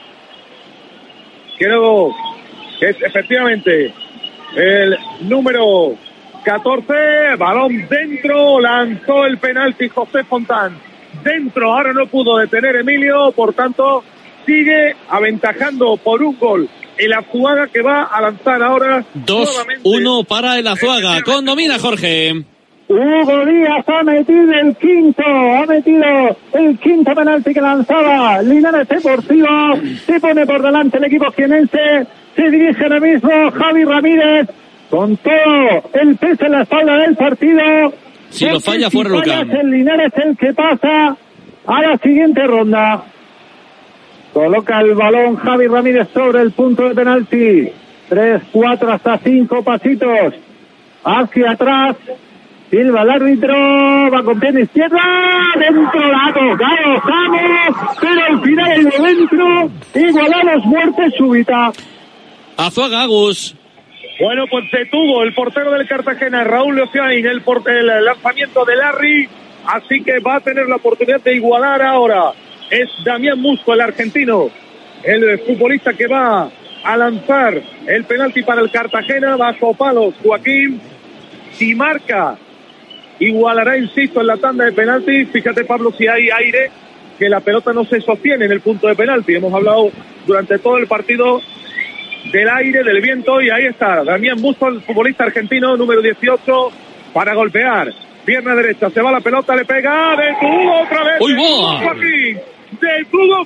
Creo que es efectivamente el número 14, balón dentro, lanzó el penalti José Fontán. Dentro, ahora no pudo detener Emilio, por tanto, sigue aventajando por un gol el Azuaga, que va a lanzar ahora 2-1 para el Azuaga. Condomina, Jorge. Hugo Díaz ha metido el quinto penalti que lanzaba Linares Deportivo. Se pone por delante el equipo jienense, se dirige ahora mismo Javi Ramírez con todo el peso en la espalda del partido. Si lo falla, fuera Lucas. Es el Linares el que pasa a la siguiente ronda. Coloca el balón Javi Ramírez sobre el punto de penalti. 3, 4, hasta 5 pasitos hacia atrás. Silva el árbitro, va con pierna izquierda, dentro la ha tocado Samos, pero al final el de dentro, igualamos, muerte súbita. Azuaga, Agus. Bueno, pues detuvo el portero del Cartagena, Raúl Leofiain, el lanzamiento de Larry, así que va a tener la oportunidad de igualar ahora. Es Damián Musco, el argentino, el futbolista que va a lanzar el penalti para el Cartagena, bajo palos Joaquín, si marca, igualará, insisto, en la tanda de penalti. Fíjate, Pablo, si hay aire, que la pelota no se sostiene en el punto de penalti. Hemos hablado durante todo el partido del aire, del viento, y ahí está Damián Musco, el futbolista argentino, número 18, para golpear. Pierna derecha, se va la pelota, le pega, detuvo otra vez. ¡Uy, detuvo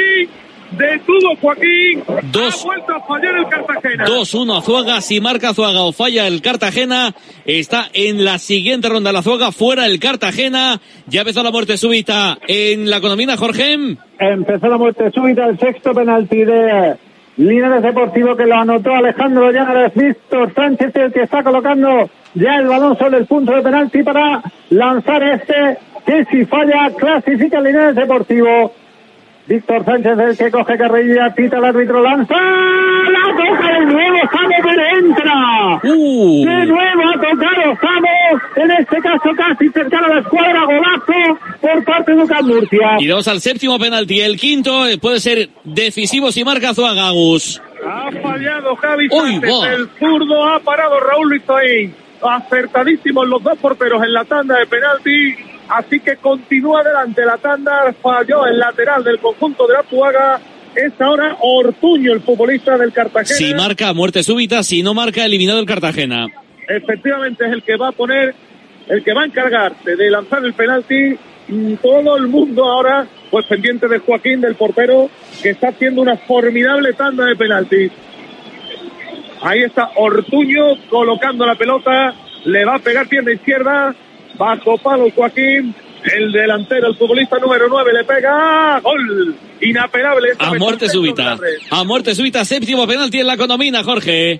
Joaquín. Ha vuelto a fallar el Cartagena. 2-1 Azuaga. Si marca Azuaga o falla el Cartagena, está en la siguiente ronda. La Azuaga fuera el Cartagena. Ya empezó la muerte súbita en la Condomina, Jorge. Empezó la muerte súbita, el sexto penalti de Linares Deportivo, que lo anotó Alejandro Llanes. Víctor Sánchez, el que está colocando ya el balón sobre el punto de penalti para lanzar que si falla clasifica el Linares Deportivo. Víctor Sánchez, el que coge carrilla, pita el árbitro, lanza, la toca de nuevo, Samos, pero entra. De nuevo ha tocado Samos, en este caso casi cercano a la escuadra, golazo por parte de Lucas Murcia. Y vamos al séptimo penalti, el quinto puede ser decisivo si marca Azuaga, Agus. Ha fallado Javi Sánchez, el zurdo, ha parado Raúl Luisaín, acertadísimos los dos porteros en la tanda de penalti. Así que continúa adelante la tanda, falló el lateral del conjunto de Azuaga. Es ahora Ortuño, el futbolista del Cartagena. Si marca, muerte súbita; si no marca, eliminado el Cartagena. Efectivamente es el que va a poner, el que va a encargarse de lanzar el penalti. Todo el mundo ahora, pues pendiente de Joaquín, del portero, que está haciendo una formidable tanda de penaltis. Ahí está Ortuño colocando la pelota, le va a pegar pierna izquierda. Bajo palo Joaquín, el delantero, el futbolista número 9, le pega, gol, inapelable. A muerte súbita, séptimo penalti en la Condomina, Jorge.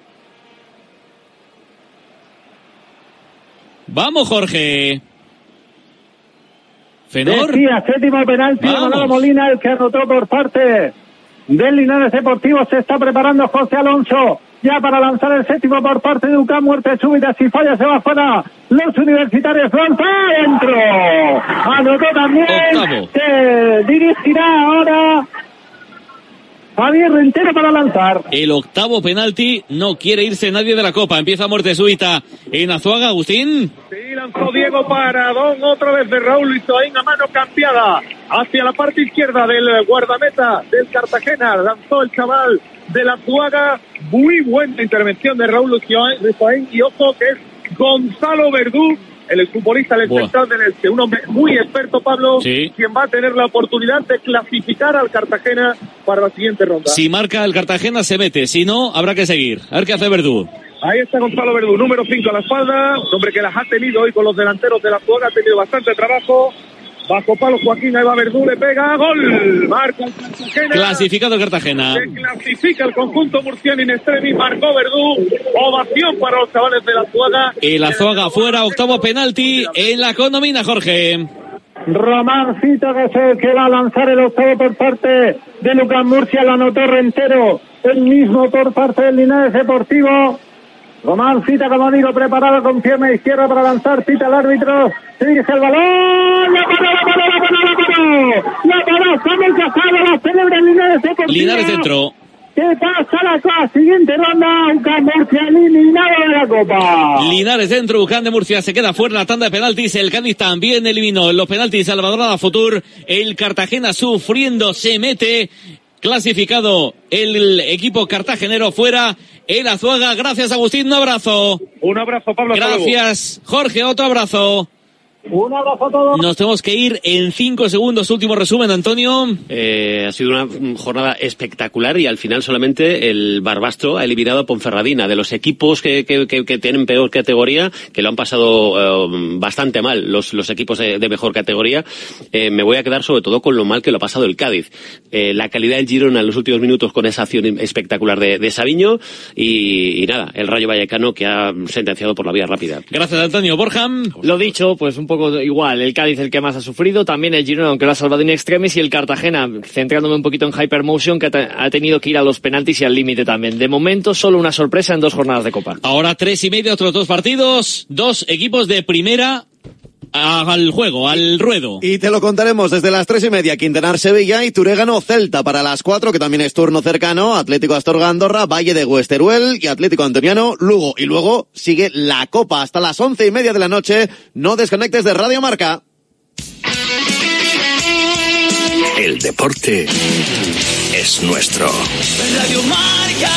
Vamos, Jorge. Fenor. Decía, séptimo penalti de Manolo Molina, el que anotó por parte del Linares Deportivo. Se está preparando José Alonso ya para lanzar el séptimo por parte de UCAM, muerte súbita, si falla se va fuera. Los universitarios lanza adentro. Anotó también. Octavo. Se dirigirá ahora Javier Rentero para lanzar. El octavo penalti, no quiere irse nadie de la Copa. Empieza muerte súbita en Azuaga, Agustín. Sí, lanzó Diego Paradón, otra vez de Raúl Luisaín, a mano cambiada hacia la parte izquierda del guardameta del Cartagena. Lanzó el chaval de la Azuaga. Muy buena intervención de Raúl Luisaín, y ojo que es Gonzalo Verdú, el futbolista del central del Elche, un hombre muy experto, Pablo, quien va a tener la oportunidad de clasificar al Cartagena para la siguiente ronda. Si marca el Cartagena se mete, si no habrá que seguir. A ver qué hace Verdú. Ahí está Gonzalo Verdú, número 5 a la espalda, un hombre que las ha tenido hoy con los delanteros de la Azuaga, ha tenido bastante trabajo. bajo palo Joaquín, ahí va Verdú, le pega, gol, marca el Cartagena. Clasificado Cartagena. Se clasifica el conjunto murciano in extremis, marcó Verdú, ovación para los chavales de la Azuaga. El Azuaga fuera, octavo penalti en la Condomina, Jorge. Romancito, que es el que va a lanzar el octavo por parte de Lucas Murcia, lo anotó Rentero, el mismo por parte del Linares Deportivo. Román Cita, como digo, preparado con pierna izquierda para lanzar, cita al árbitro, se dirige el balón, la paró, como el cazado, la celebra el Linares Deportivo. Linares dentro. ¿Qué pasa la siguiente ronda? UCAM Murcia eliminado de la Copa. Linares dentro, UCAM de Murcia se queda fuera en la tanda de penaltis. El Cádiz también eliminó en los penaltis Salvador Adafutur. El Cartagena sufriendo se mete. Clasificado el equipo cartagenero fuera. El Azuaga, gracias Agustín, un abrazo. Un abrazo, Pablo. Gracias, Jorge, otro abrazo. Un abrazo a todos. Nos tenemos que ir en 5 segundos. Último resumen, Antonio. Ha sido una jornada espectacular y al final solamente el Barbastro ha eliminado a Ponferradina. De los equipos que tienen peor categoría, que lo han pasado bastante mal los equipos de mejor categoría, me voy a quedar sobre todo con lo mal que lo ha pasado el Cádiz. La calidad del Girona en los últimos minutos con esa acción espectacular de Sabiño y nada, el Rayo Vallecano que ha sentenciado por la vía rápida. Gracias, Antonio. Borja. Lo dicho, pues un poco igual, el Cádiz el que más ha sufrido, también el Girona aunque lo ha salvado in extremis y el Cartagena, centrándome un poquito en Hypermotion, que ha tenido que ir a los penaltis y al límite también. De momento solo una sorpresa en 2 jornadas de Copa. Ahora 3:30, otros 2 partidos, 2 equipos de primera al juego, al ruedo. Y te lo contaremos desde las 3:30, Quintanar Sevilla y Turégano Celta. Para las 4, que también es turno cercano, Atlético Astorga Andorra, Valle de Huesteruel y Atlético Antoniano Lugo. Y luego sigue la Copa hasta las 11:30 de la noche. No desconectes de Radio Marca. El deporte es nuestro. Radio Marca.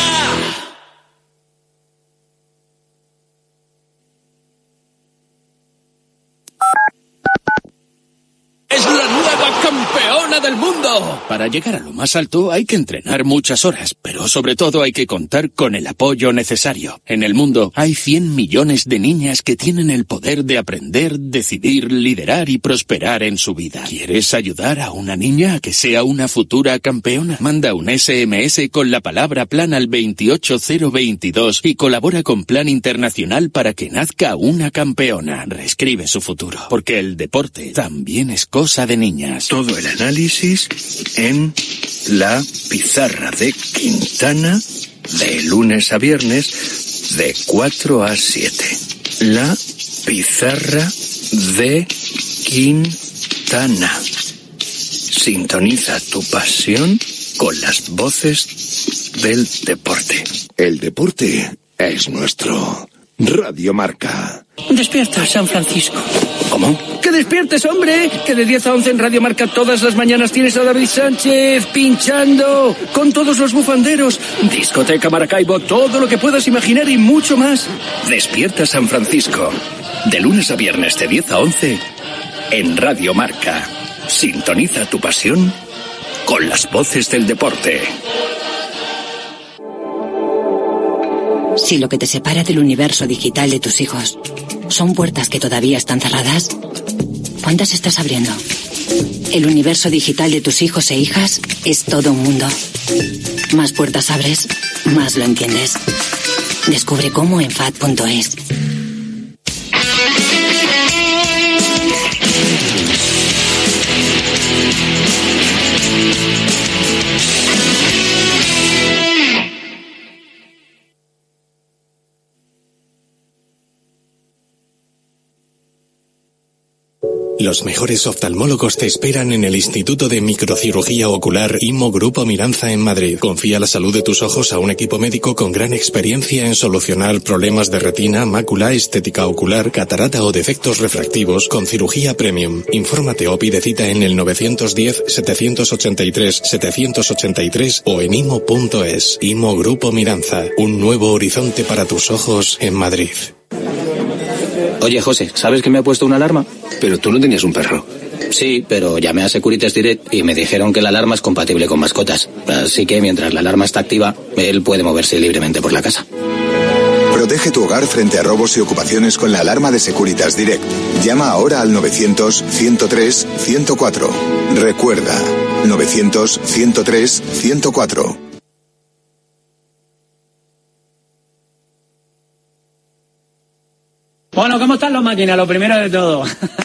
¡Es la nueva campeona del mundo! Para llegar a lo más alto hay que entrenar muchas horas, pero sobre todo hay que contar con el apoyo necesario. En el mundo hay 100 millones de niñas que tienen el poder de aprender, decidir, liderar y prosperar en su vida. ¿Quieres ayudar a una niña a que sea una futura campeona? Manda un SMS con la palabra plan al 28022 y colabora con Plan Internacional para que nazca una campeona. Reescribe su futuro, porque el deporte también es cosa de niñas. Todo el análisis en la pizarra de Quintana de lunes a viernes de 4 a 7. La pizarra de Quintana. Sintoniza tu pasión con las voces del deporte. El deporte es nuestro. Radio Marca. Despierta, San Francisco. ¿Cómo? ¡Que despiertes, hombre! Que de 10 a 11 en Radio Marca todas las mañanas tienes a David Sánchez pinchando con todos los bufanderos. Discoteca Maracaibo, todo lo que puedas imaginar y mucho más. Despierta San Francisco. De lunes a viernes de 10 a 11 en Radio Marca. Sintoniza tu pasión con las voces del deporte. Si lo que te separa del universo digital de tus hijos son puertas que todavía están cerradas, ¿cuántas estás abriendo? El universo digital de tus hijos e hijas es todo un mundo. Más puertas abres, más lo entiendes. Descubre cómo en FAD.es. Los mejores oftalmólogos te esperan en el Instituto de Microcirugía Ocular IMO Grupo Miranza en Madrid. Confía la salud de tus ojos a un equipo médico con gran experiencia en solucionar problemas de retina, mácula, estética ocular, catarata o defectos refractivos con cirugía premium. Infórmate o pide cita en el 910-783-783 o en imo.es. IMO Grupo Miranza, un nuevo horizonte para tus ojos en Madrid. Oye, José, ¿sabes que me ha puesto una alarma? Pero tú no tenías un perro. Sí, pero llamé a Securitas Direct y me dijeron que la alarma es compatible con mascotas. Así que mientras la alarma está activa, él puede moverse libremente por la casa. Protege Protege tu hogar frente a robos y ocupaciones con la alarma de Securitas Direct. Llama ahora al 900-103-104. Recuerda, 900-103-104. Bueno, ¿cómo están las máquinas? Lo primero de todo.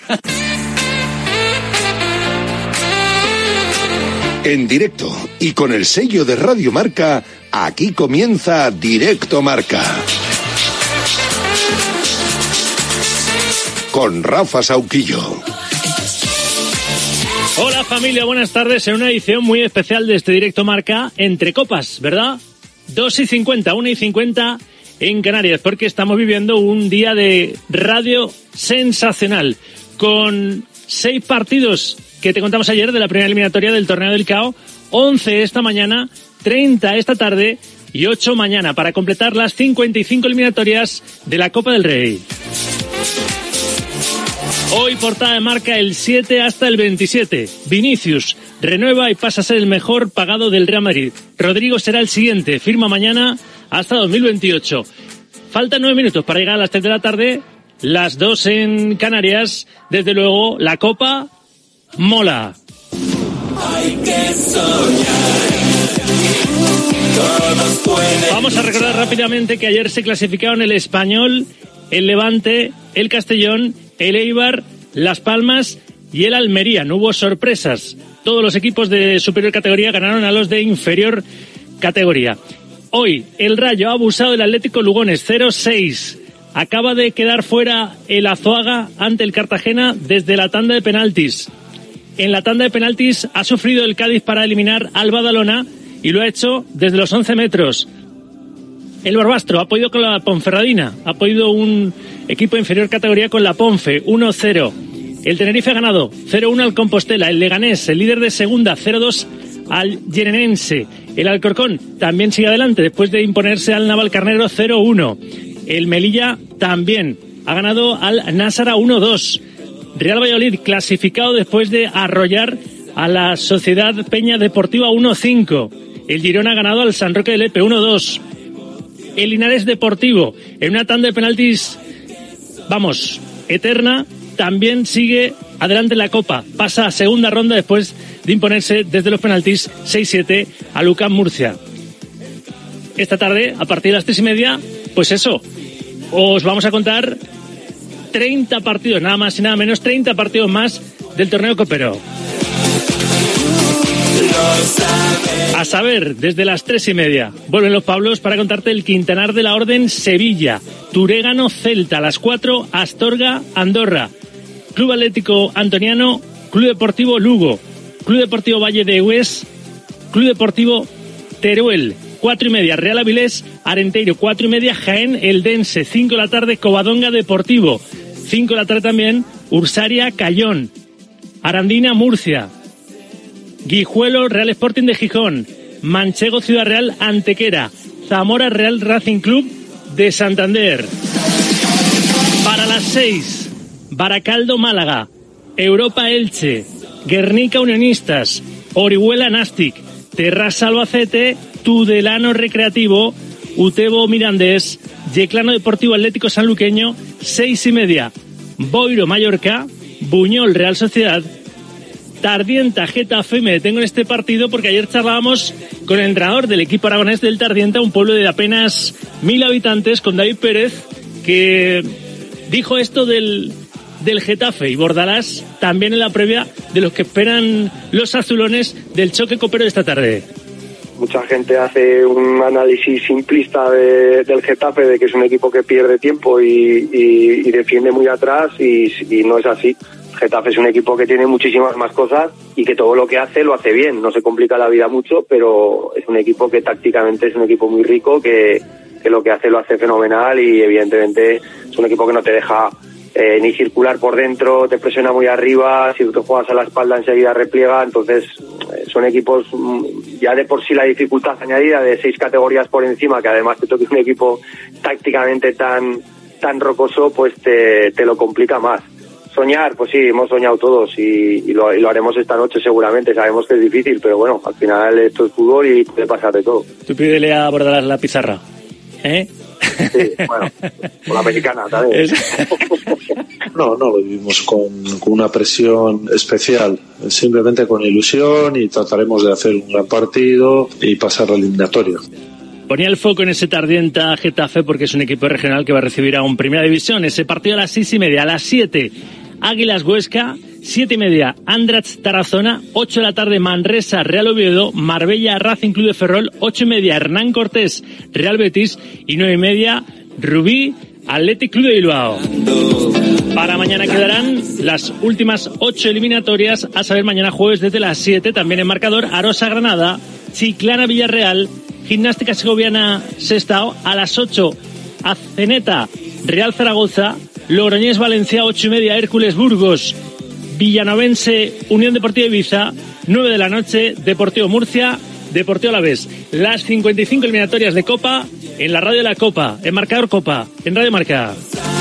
En directo y con el sello de Radio Marca, aquí comienza Directo Marca. Con Rafa Sauquillo. Hola familia, buenas tardes en una edición muy especial de este Directo Marca entre copas, ¿verdad? 2:50, 1:50 en Canarias, porque estamos viviendo un día de radio sensacional, con 6 partidos que te contamos ayer de la primera eliminatoria del Torneo del CAO, 11 esta mañana, 30 esta tarde y 8 mañana, para completar las 55 eliminatorias de la Copa del Rey. Hoy portada de Marca el 7 hasta el 27. Vinicius renueva y pasa a ser el mejor pagado del Real Madrid. Rodrigo será el siguiente, firma mañana hasta 2028. Faltan 9 minutos para llegar a las 3 de la tarde, las 2 en Canarias. Desde luego, la Copa mola. Hay que soñar. Vamos a recordar rápidamente que ayer se clasificaron el Español, el Levante, el Castellón, el Eibar, Las Palmas y el Almería. No hubo sorpresas. Todos los equipos de superior categoría ganaron a los de inferior categoría. Hoy el Rayo ha abusado del Atlético Lugones 0-6. Acaba de quedar fuera el Azuaga ante el Cartagena desde la tanda de penaltis. En la tanda de penaltis ha sufrido el Cádiz para eliminar al Badalona y lo ha hecho desde los 11 metros. El Barbastro ha podido con la Ponferradina, ha podido un equipo de inferior categoría con la Ponfe, 1-0. El Tenerife ha ganado 0-1 al Compostela. El Leganés, el líder de segunda, 0-2 al Llenenense. El Alcorcón también sigue adelante después de imponerse al Navalcarnero 0-1. El Melilla también ha ganado al Nássara 1-2. Real Valladolid clasificado después de arrollar a la Sociedad Peña Deportiva 1-5. El Girona ha ganado al San Roque de Lepe 1-2. El Linares Deportivo, en una tanda de penaltis, vamos, eterna, también sigue adelante en la Copa. Pasa a segunda ronda después de imponerse desde los penaltis 6-7 a UCAM Murcia. Esta tarde, a partir de las 3:30, pues eso, os vamos a contar 30 partidos, nada más y nada menos, 30 partidos más del torneo copero. A saber, desde las 3:30 vuelven los Pablos para contarte el Quintanar de la Orden Sevilla, Turégano Celta, a las 4 Astorga Andorra, Club Atlético Antoniano, Club Deportivo Lugo, Club Deportivo Valle de Hues, Club Deportivo Teruel, 4:30 Real Avilés Arenteiro, 4:30 Jaén Eldense, 5 de la tarde Covadonga Deportivo, 5 de la tarde también Ursaria Cayón, Arandina Murcia, Guijuelo Real Sporting de Gijón, Manchego Ciudad Real Antequera, Zamora Real Racing Club de Santander. Para las 6, Baracaldo Málaga, Europa Elche, Guernica Unionistas, Orihuela Nastic, Terrassa Albacete, Tudelano Recreativo, Utebo Mirandés, Yeclano Deportivo Atlético Sanluqueño, 6:30, Boiro Mallorca, Buñol Real Sociedad, Tardienta Getafe. Me detengo en este partido porque ayer charlábamos con el entrenador del equipo aragonés del Tardienta, un pueblo de apenas 1000 habitantes, con David Pérez, que dijo esto del Getafe, y Bordalás también en la previa de los que esperan los azulones del choque copero de esta tarde. Mucha gente hace un análisis simplista del Getafe, de que es un equipo que pierde tiempo y defiende muy atrás, y no es así. Getafe es un equipo que tiene muchísimas más cosas y que todo lo que hace lo hace bien. No se complica la vida mucho, pero es un equipo que tácticamente es un equipo muy rico, que lo que hace lo hace fenomenal, y evidentemente es un equipo que no te deja ni circular por dentro, te presiona muy arriba, si tú juegas a la espalda enseguida repliega. Entonces son equipos, ya de por sí la dificultad añadida de 6 categorías por encima, que además te toque un equipo tácticamente tan rocoso, pues te lo complica más. Soñar, pues sí, hemos soñado todos y lo haremos esta noche seguramente. Sabemos que es difícil, pero bueno, al final esto es fútbol y puede pasar de todo. Tú pídele a Bordalás la pizarra, ¿eh? Sí, bueno, con la mexicana también. No lo vivimos con una presión especial, simplemente con ilusión, y trataremos de hacer un gran partido y pasar la eliminatoria. Ponía el foco en ese Tardienta Getafe porque es un equipo regional que va a recibir a un Primera División. Ese partido a las 6:30, a las 7 Águilas Huesca, 7:30 Andratx Tarazona, 8 de la tarde Manresa Real Oviedo, Marbella Racing Club de Ferrol, 8:30 Hernán Cortés Real Betis y 9:30 Rubí Athletic Club de Bilbao. Para mañana quedarán las últimas 8 eliminatorias, a saber, mañana jueves desde las 7, también en marcador, Arosa Granada, Chiclana Villarreal, Gimnástica Segoviana Sestao, a las 8 Azeneta Real Zaragoza, Logroñés Valencia, 8:30 Hércules Burgos, Villanovense Unión Deportiva Ibiza, 9 de la noche Deportivo Murcia, Deportivo Alavés. Las 55 eliminatorias de Copa en la radio de la Copa, en Marcador Copa, en Radio Marca.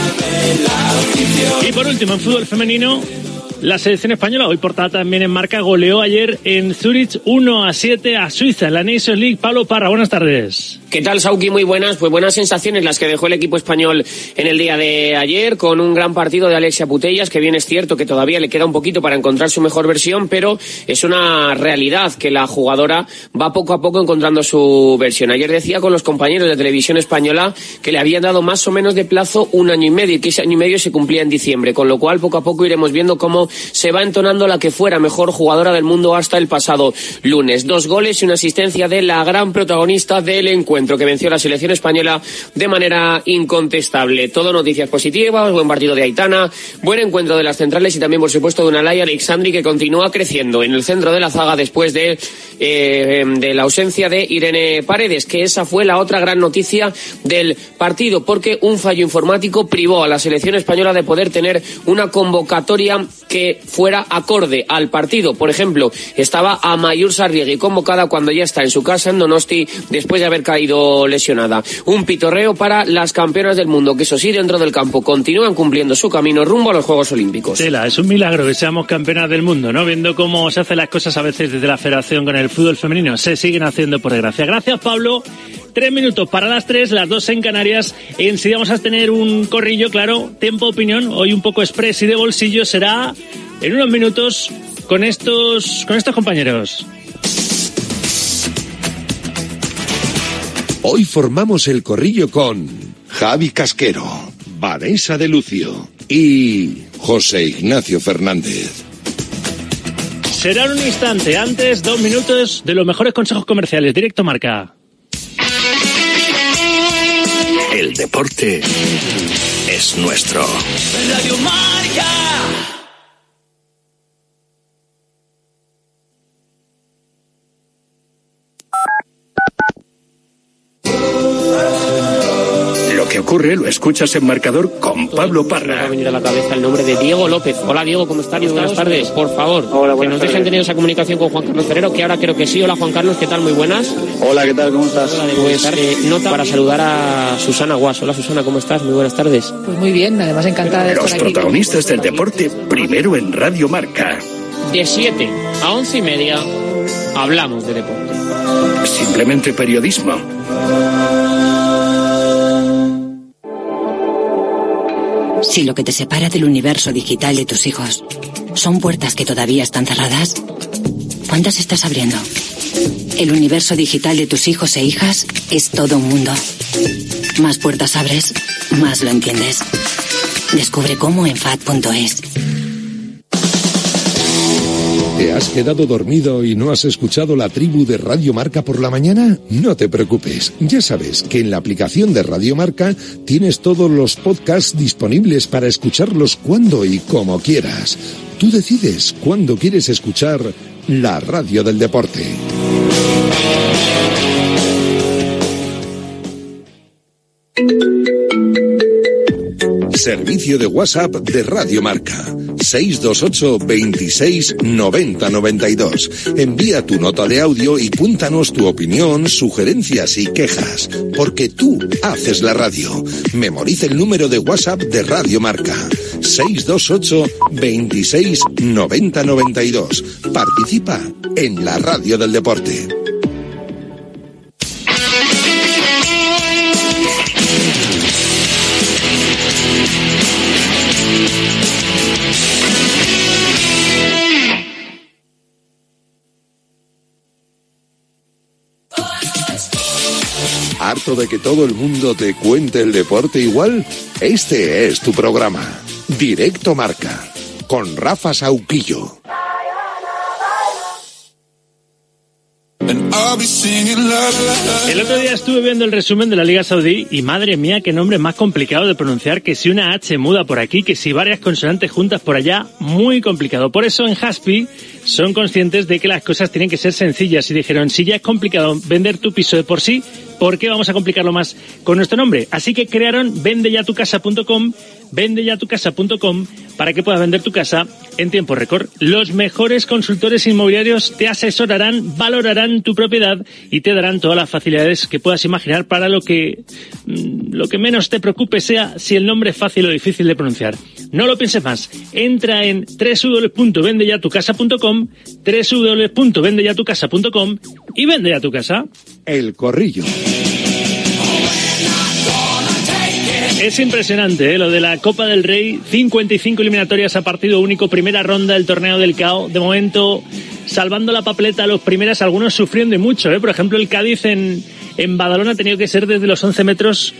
Y por último, en fútbol femenino, la selección española, hoy portada también en Marca, goleó ayer en Zúrich 1-7 a Suiza en la Nations League. Pablo Parra, buenas tardes. ¿Qué tal, Sauki? Muy buenas. Pues buenas sensaciones las que dejó el equipo español en el día de ayer, con un gran partido de Alexia Putellas, que bien es cierto que todavía le queda un poquito para encontrar su mejor versión, pero es una realidad que la jugadora va poco a poco encontrando su versión. Ayer decía con los compañeros de Televisión Española que le habían dado más o menos de plazo 1 año y medio, y que ese año y medio se cumplía en diciembre, con lo cual poco a poco iremos viendo cómo se va entonando la que fuera mejor jugadora del mundo hasta el pasado lunes. 2 goles y una asistencia de la gran protagonista del encuentro, que venció a la selección española de manera incontestable. Todo noticias positivas, buen partido de Aitana, buen encuentro de las centrales y también, por supuesto, de una Laia Alexandri que continúa creciendo en el centro de la zaga después de la ausencia de Irene Paredes, que esa fue la otra gran noticia del partido, porque un fallo informático privó a la selección española de poder tener una convocatoria que fuera acorde al partido. Por ejemplo, estaba Amaiur Sarriegui convocada cuando ya está en su casa en Donosti después de haber caído lesionada. Un pitorreo para las campeonas del mundo, que eso sí, dentro del campo continúan cumpliendo su camino rumbo a los Juegos Olímpicos. Tela, es un milagro que seamos campeonas del mundo, ¿no? Viendo cómo se hacen las cosas a veces desde la federación con el fútbol femenino, se siguen haciendo por desgracia. Gracias, Pablo. 3 minutos para las 3, las 2 en Canarias. Enseguida vamos a tener un corrillo, claro, Tempo Opinión, hoy un poco express y de bolsillo, será en unos minutos con estos compañeros. Hoy formamos el corrillo con Javi Casquero, Vanessa de Lucio y José Ignacio Fernández. Será en un instante, antes 2 minutos de los mejores consejos comerciales. Directo Marca. El deporte es nuestro. Radio Marca. Lo que ocurre lo escuchas en Marcador con Pablo Parra. Me ha venido a la cabeza el nombre de Diego López. Hola, Diego, ¿cómo estás? Muy buenas tardes. Por favor, hola, que nos dejen tener esa comunicación con Juan Carlos Ferrero, que ahora creo que sí. Hola, Juan Carlos, ¿qué tal? Muy buenas. Hola, ¿qué tal? ¿Cómo estás? Hola, pues nota para saludar a Susana Guas. Hola, Susana, ¿cómo estás? Muy buenas tardes. Pues muy bien, además encantada de estar Los aquí. protagonistas del deporte, primero en Radio Marca. De 7 a 11:30 hablamos de deporte. Simplemente periodismo. Si lo que te separa del universo digital de tus hijos son puertas que todavía están cerradas, ¿cuántas estás abriendo? El universo digital de tus hijos e hijas es todo un mundo. Más puertas abres, más lo entiendes. Descubre cómo en FAD.es. ¿Te has quedado dormido y no has escuchado la tribu de Radio Marca por la mañana? No te preocupes, ya sabes que en la aplicación de Radio Marca tienes todos los podcasts disponibles para escucharlos cuando y como quieras. Tú decides cuándo quieres escuchar la radio del deporte. Servicio de WhatsApp de Radio Marca. 628 26 90 92. Envía tu nota de audio y cuéntanos tu opinión, sugerencias y quejas, porque tú haces la radio. Memoriza el número de WhatsApp de Radio Marca. 628 26 90 92. Participa en la radio del deporte. ¿Harto de que todo el mundo te cuente el deporte igual? Este es tu programa. Directo Marca, con Rafa Sauquillo. El otro día estuve viendo el resumen de la Liga Saudí y madre mía, qué nombre más complicado de pronunciar, que si una H muda por aquí, que si varias consonantes juntas por allá, muy complicado. Por eso en Haspi son conscientes de que las cosas tienen que ser sencillas y dijeron, si ya es complicado vender tu piso de por sí, ¿por qué vamos a complicarlo más con nuestro nombre? Así que crearon vendeyatucasa.com, vendeyatucasa.com, para que puedas vender tu casa en tiempo récord. Los mejores consultores inmobiliarios te asesorarán, valorarán tu propiedad y te darán todas las facilidades que puedas imaginar para lo que menos te preocupe sea si el nombre es fácil o difícil de pronunciar. No lo pienses más. Entra en www.vendeyatucasa.com, www.vendeyatucasa.com y vende ya tu casa. El Corrillo. Es impresionante, lo de la Copa del Rey, 55 eliminatorias a partido único, primera ronda del torneo del CAO, de momento salvando la papeleta a los primeros, algunos sufriendo y mucho, por ejemplo el Cádiz en Badalona ha tenido que ser desde los 11 metros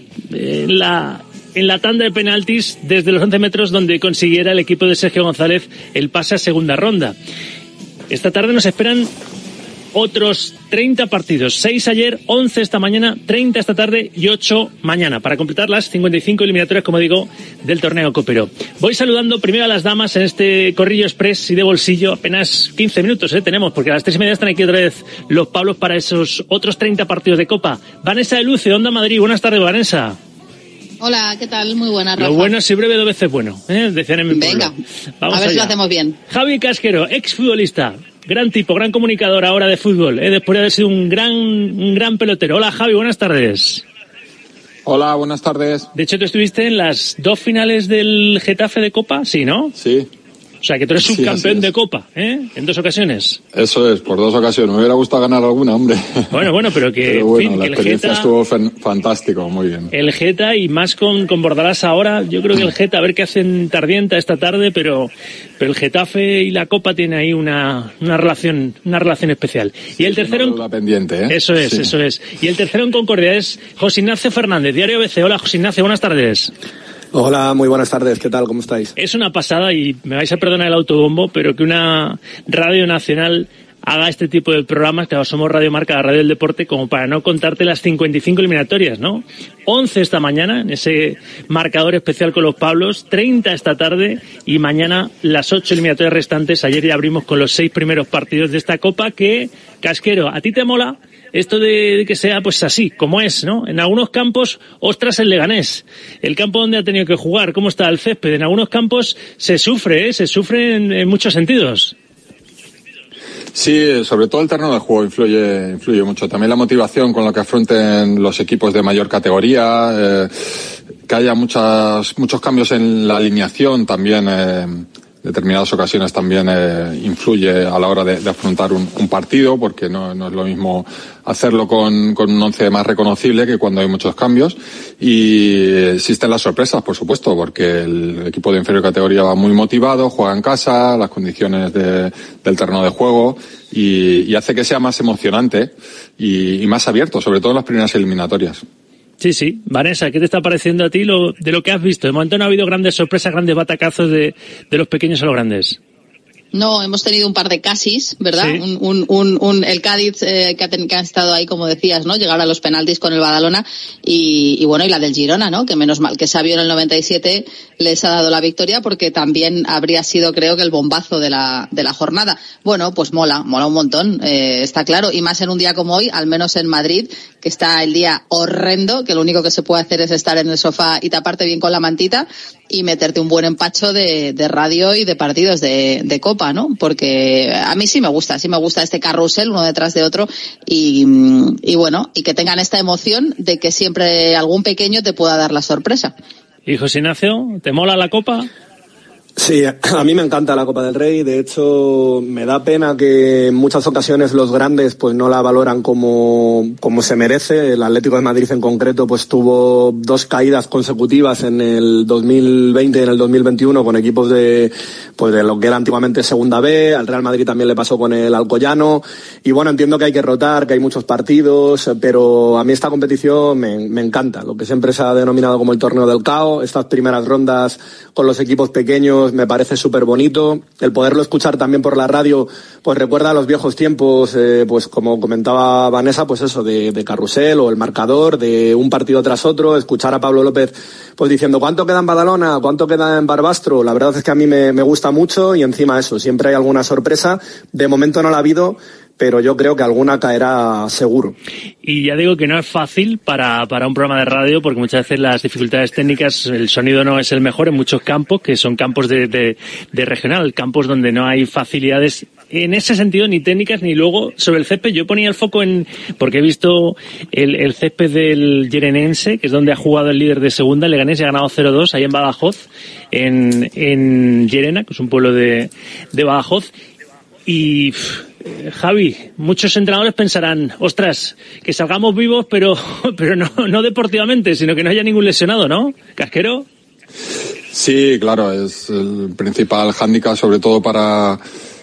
en la tanda de penaltis, desde los 11 metros donde consiguiera el equipo de Sergio González el pase a segunda ronda. Esta tarde nos esperan otros 30 partidos, 6 ayer, 11 esta mañana, 30 esta tarde y 8 mañana, para completar las 55 eliminatorias, como digo, del torneo copero. Voy saludando primero a las damas en este Corrillo Express y de bolsillo, apenas 15 minutos tenemos, porque a las 3:30 están aquí otra vez los Pablos para esos otros 30 partidos de Copa. Vanessa de Luce, Onda Madrid, buenas tardes, Vanessa. Hola, ¿qué tal? Muy buena, Rafa. Lo bueno si breve 2 veces bueno, decían en mi pueblo. Venga, vamos a ver allá. si lo hacemos bien. Javi Casquero, exfutbolista, gran tipo, gran comunicador ahora de fútbol, después de haber sido un gran pelotero. Hola Javi, buenas tardes. Hola, buenas tardes. De hecho, tú estuviste en las 2 finales del Getafe de Copa, ¿sí, no? Sí. O sea, que tú eres subcampeón de Copa, en 2 ocasiones. Eso es, por 2 ocasiones. Me hubiera gustado ganar alguna, hombre. Bueno, pero que, pero bueno, en fin, la que el experiencia Geta estuvo fantástico, muy bien. El Geta, y más con Bordalás ahora, yo creo que el Geta, a ver qué hacen Tardienta esta tarde, pero el Getafe y la Copa tienen ahí una relación especial. Y el tercero... Una pendiente, Eso es. Y el tercero en Concordia es José Ignacio Fernández, Diario ABC. Hola, José Ignacio, buenas tardes. Hola, muy buenas tardes, ¿qué tal? ¿Cómo estáis? Es una pasada, y me vais a perdonar el autobombo, pero que una radio nacional haga este tipo de programas, que somos Radio Marca, la radio del deporte, como para no contarte las 55 eliminatorias, ¿no? 11 esta mañana, en ese marcador especial con los Pablos, 30 esta tarde, y mañana las 8 eliminatorias restantes. Ayer ya abrimos con los 6 primeros partidos de esta Copa, que, Casquero, ¿a ti te mola esto de que sea pues así, como es, ¿no? En algunos campos, ostras, el Leganés, el campo donde ha tenido que jugar, cómo está el césped, en algunos campos se sufre en muchos sentidos. Sí, sobre todo el terreno de juego influye mucho. También la motivación con la que afronten los equipos de mayor categoría, que haya muchos cambios en la alineación también, determinadas ocasiones también influye a la hora de afrontar un partido, porque no es lo mismo hacerlo con un once más reconocible que cuando hay muchos cambios. Y existen las sorpresas, por supuesto, porque el equipo de inferior categoría va muy motivado, juega en casa, las condiciones del terreno de juego, y hace que sea más emocionante y más abierto, sobre todo en las primeras eliminatorias. Sí. Vanessa, ¿qué te está pareciendo a ti de lo que has visto? De momento no ha habido grandes sorpresas, grandes batacazos de los pequeños a los grandes. No, hemos tenido un par de casis, ¿verdad? Sí. El Cádiz que ha estado ahí, como decías, ¿no? Llegar a los penaltis con el Badalona y bueno, y la del Girona, ¿no? Que menos mal que Sabio en el 97 les ha dado la victoria, porque también habría sido, creo, que el bombazo de la jornada. Bueno, pues mola un montón, está claro, y más en un día como hoy, al menos en Madrid, que está el día horrendo, que lo único que se puede hacer es estar en el sofá y taparte bien con la mantita y meterte un buen empacho de radio y de partidos de Copa, ¿no? Porque a mí sí me gusta este carrusel uno detrás de otro, y bueno, y que tengan esta emoción de que siempre algún pequeño te pueda dar la sorpresa. ¿Y José Ignacio, te mola la Copa? Sí, a mí me encanta la Copa del Rey. De hecho, me da pena que en muchas ocasiones los grandes pues no la valoran como se merece. El Atlético de Madrid en concreto pues tuvo 2 caídas consecutivas en el 2020 y en el 2021 con equipos de lo que era antiguamente Segunda B. Al Real Madrid también le pasó con el Alcoyano. Y bueno, entiendo que hay que rotar, que hay muchos partidos, pero a mí esta competición me encanta. Lo que siempre se ha denominado como el torneo del caos. Estas primeras rondas con los equipos pequeños me parece súper bonito. El poderlo escuchar también por la radio, pues recuerda a los viejos tiempos, pues como comentaba Vanessa, pues eso, de carrusel o el marcador, de un partido tras otro, escuchar a Pablo López pues diciendo ¿cuánto queda en Badalona? ¿Cuánto queda en Barbastro? La verdad es que a mí me gusta mucho y encima eso, siempre hay alguna sorpresa. De momento no la ha habido, pero yo creo que alguna caerá seguro. Y ya digo que no es fácil para un programa de radio, porque muchas veces las dificultades técnicas, el sonido no es el mejor en muchos campos, que son campos de regional, campos donde no hay facilidades en ese sentido, ni técnicas, ni luego sobre el césped. Yo ponía el foco porque he visto el césped del Llerenense, que es donde ha jugado el líder de segunda, el Leganés, y ha ganado 0-2 ahí en Badajoz, en Llerena, que es un pueblo de Badajoz. Y Javi, muchos entrenadores pensarán, ostras, que salgamos vivos, pero no deportivamente, sino que no haya ningún lesionado, ¿no? ¿Casquero? Sí, claro, es el principal hándicap, sobre todo para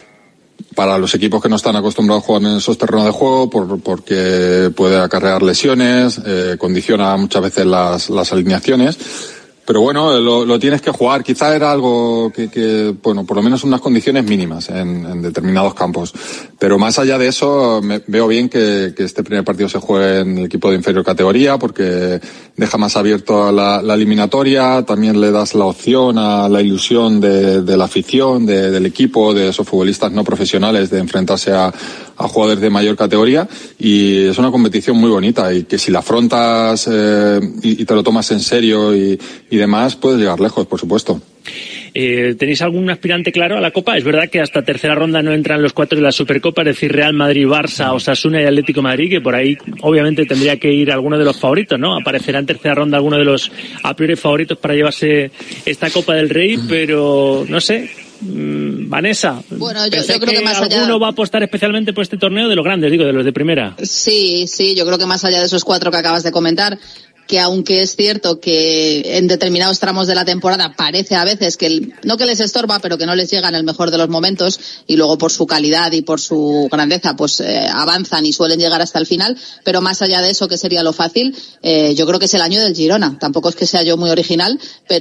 los equipos que no están acostumbrados a jugar en esos terrenos de juego, porque puede acarrear lesiones, condiciona muchas veces las alineaciones. Pero bueno, lo tienes que jugar. Quizá era algo que bueno, por lo menos unas condiciones mínimas en determinados campos. Pero más allá de eso, veo bien que este primer partido se juegue en el equipo de inferior categoría, porque deja más abierto a la eliminatoria, también le das la opción a la ilusión de la afición, del equipo, de esos futbolistas no profesionales, de enfrentarse a jugadores de mayor categoría, y es una competición muy bonita, y que si la afrontas y te lo tomas en serio y demás, puedes llegar lejos, por supuesto. ¿Tenéis algún aspirante claro a la Copa? Es verdad que hasta tercera ronda no entran los 4 de la Supercopa, es decir, Real Madrid, Barça, Osasuna y Atlético de Madrid, que por ahí obviamente tendría que ir alguno de los favoritos, ¿no? Aparecerá en tercera ronda alguno de los a priori favoritos para llevarse esta Copa del Rey, pero no sé. Vanessa, bueno, yo creo que más allá... ¿Alguno va a apostar especialmente por este torneo de los grandes, digo, de los de primera? Sí, yo creo que más allá de esos 4 que acabas de comentar, que aunque es cierto que en determinados tramos de la temporada parece a veces que no que les estorba, pero que no les llega en el mejor de los momentos, y luego por su calidad y por su grandeza pues avanzan y suelen llegar hasta el final, pero más allá de eso, que sería lo fácil, yo creo que es el año del Girona. Tampoco es que sea yo muy original, pero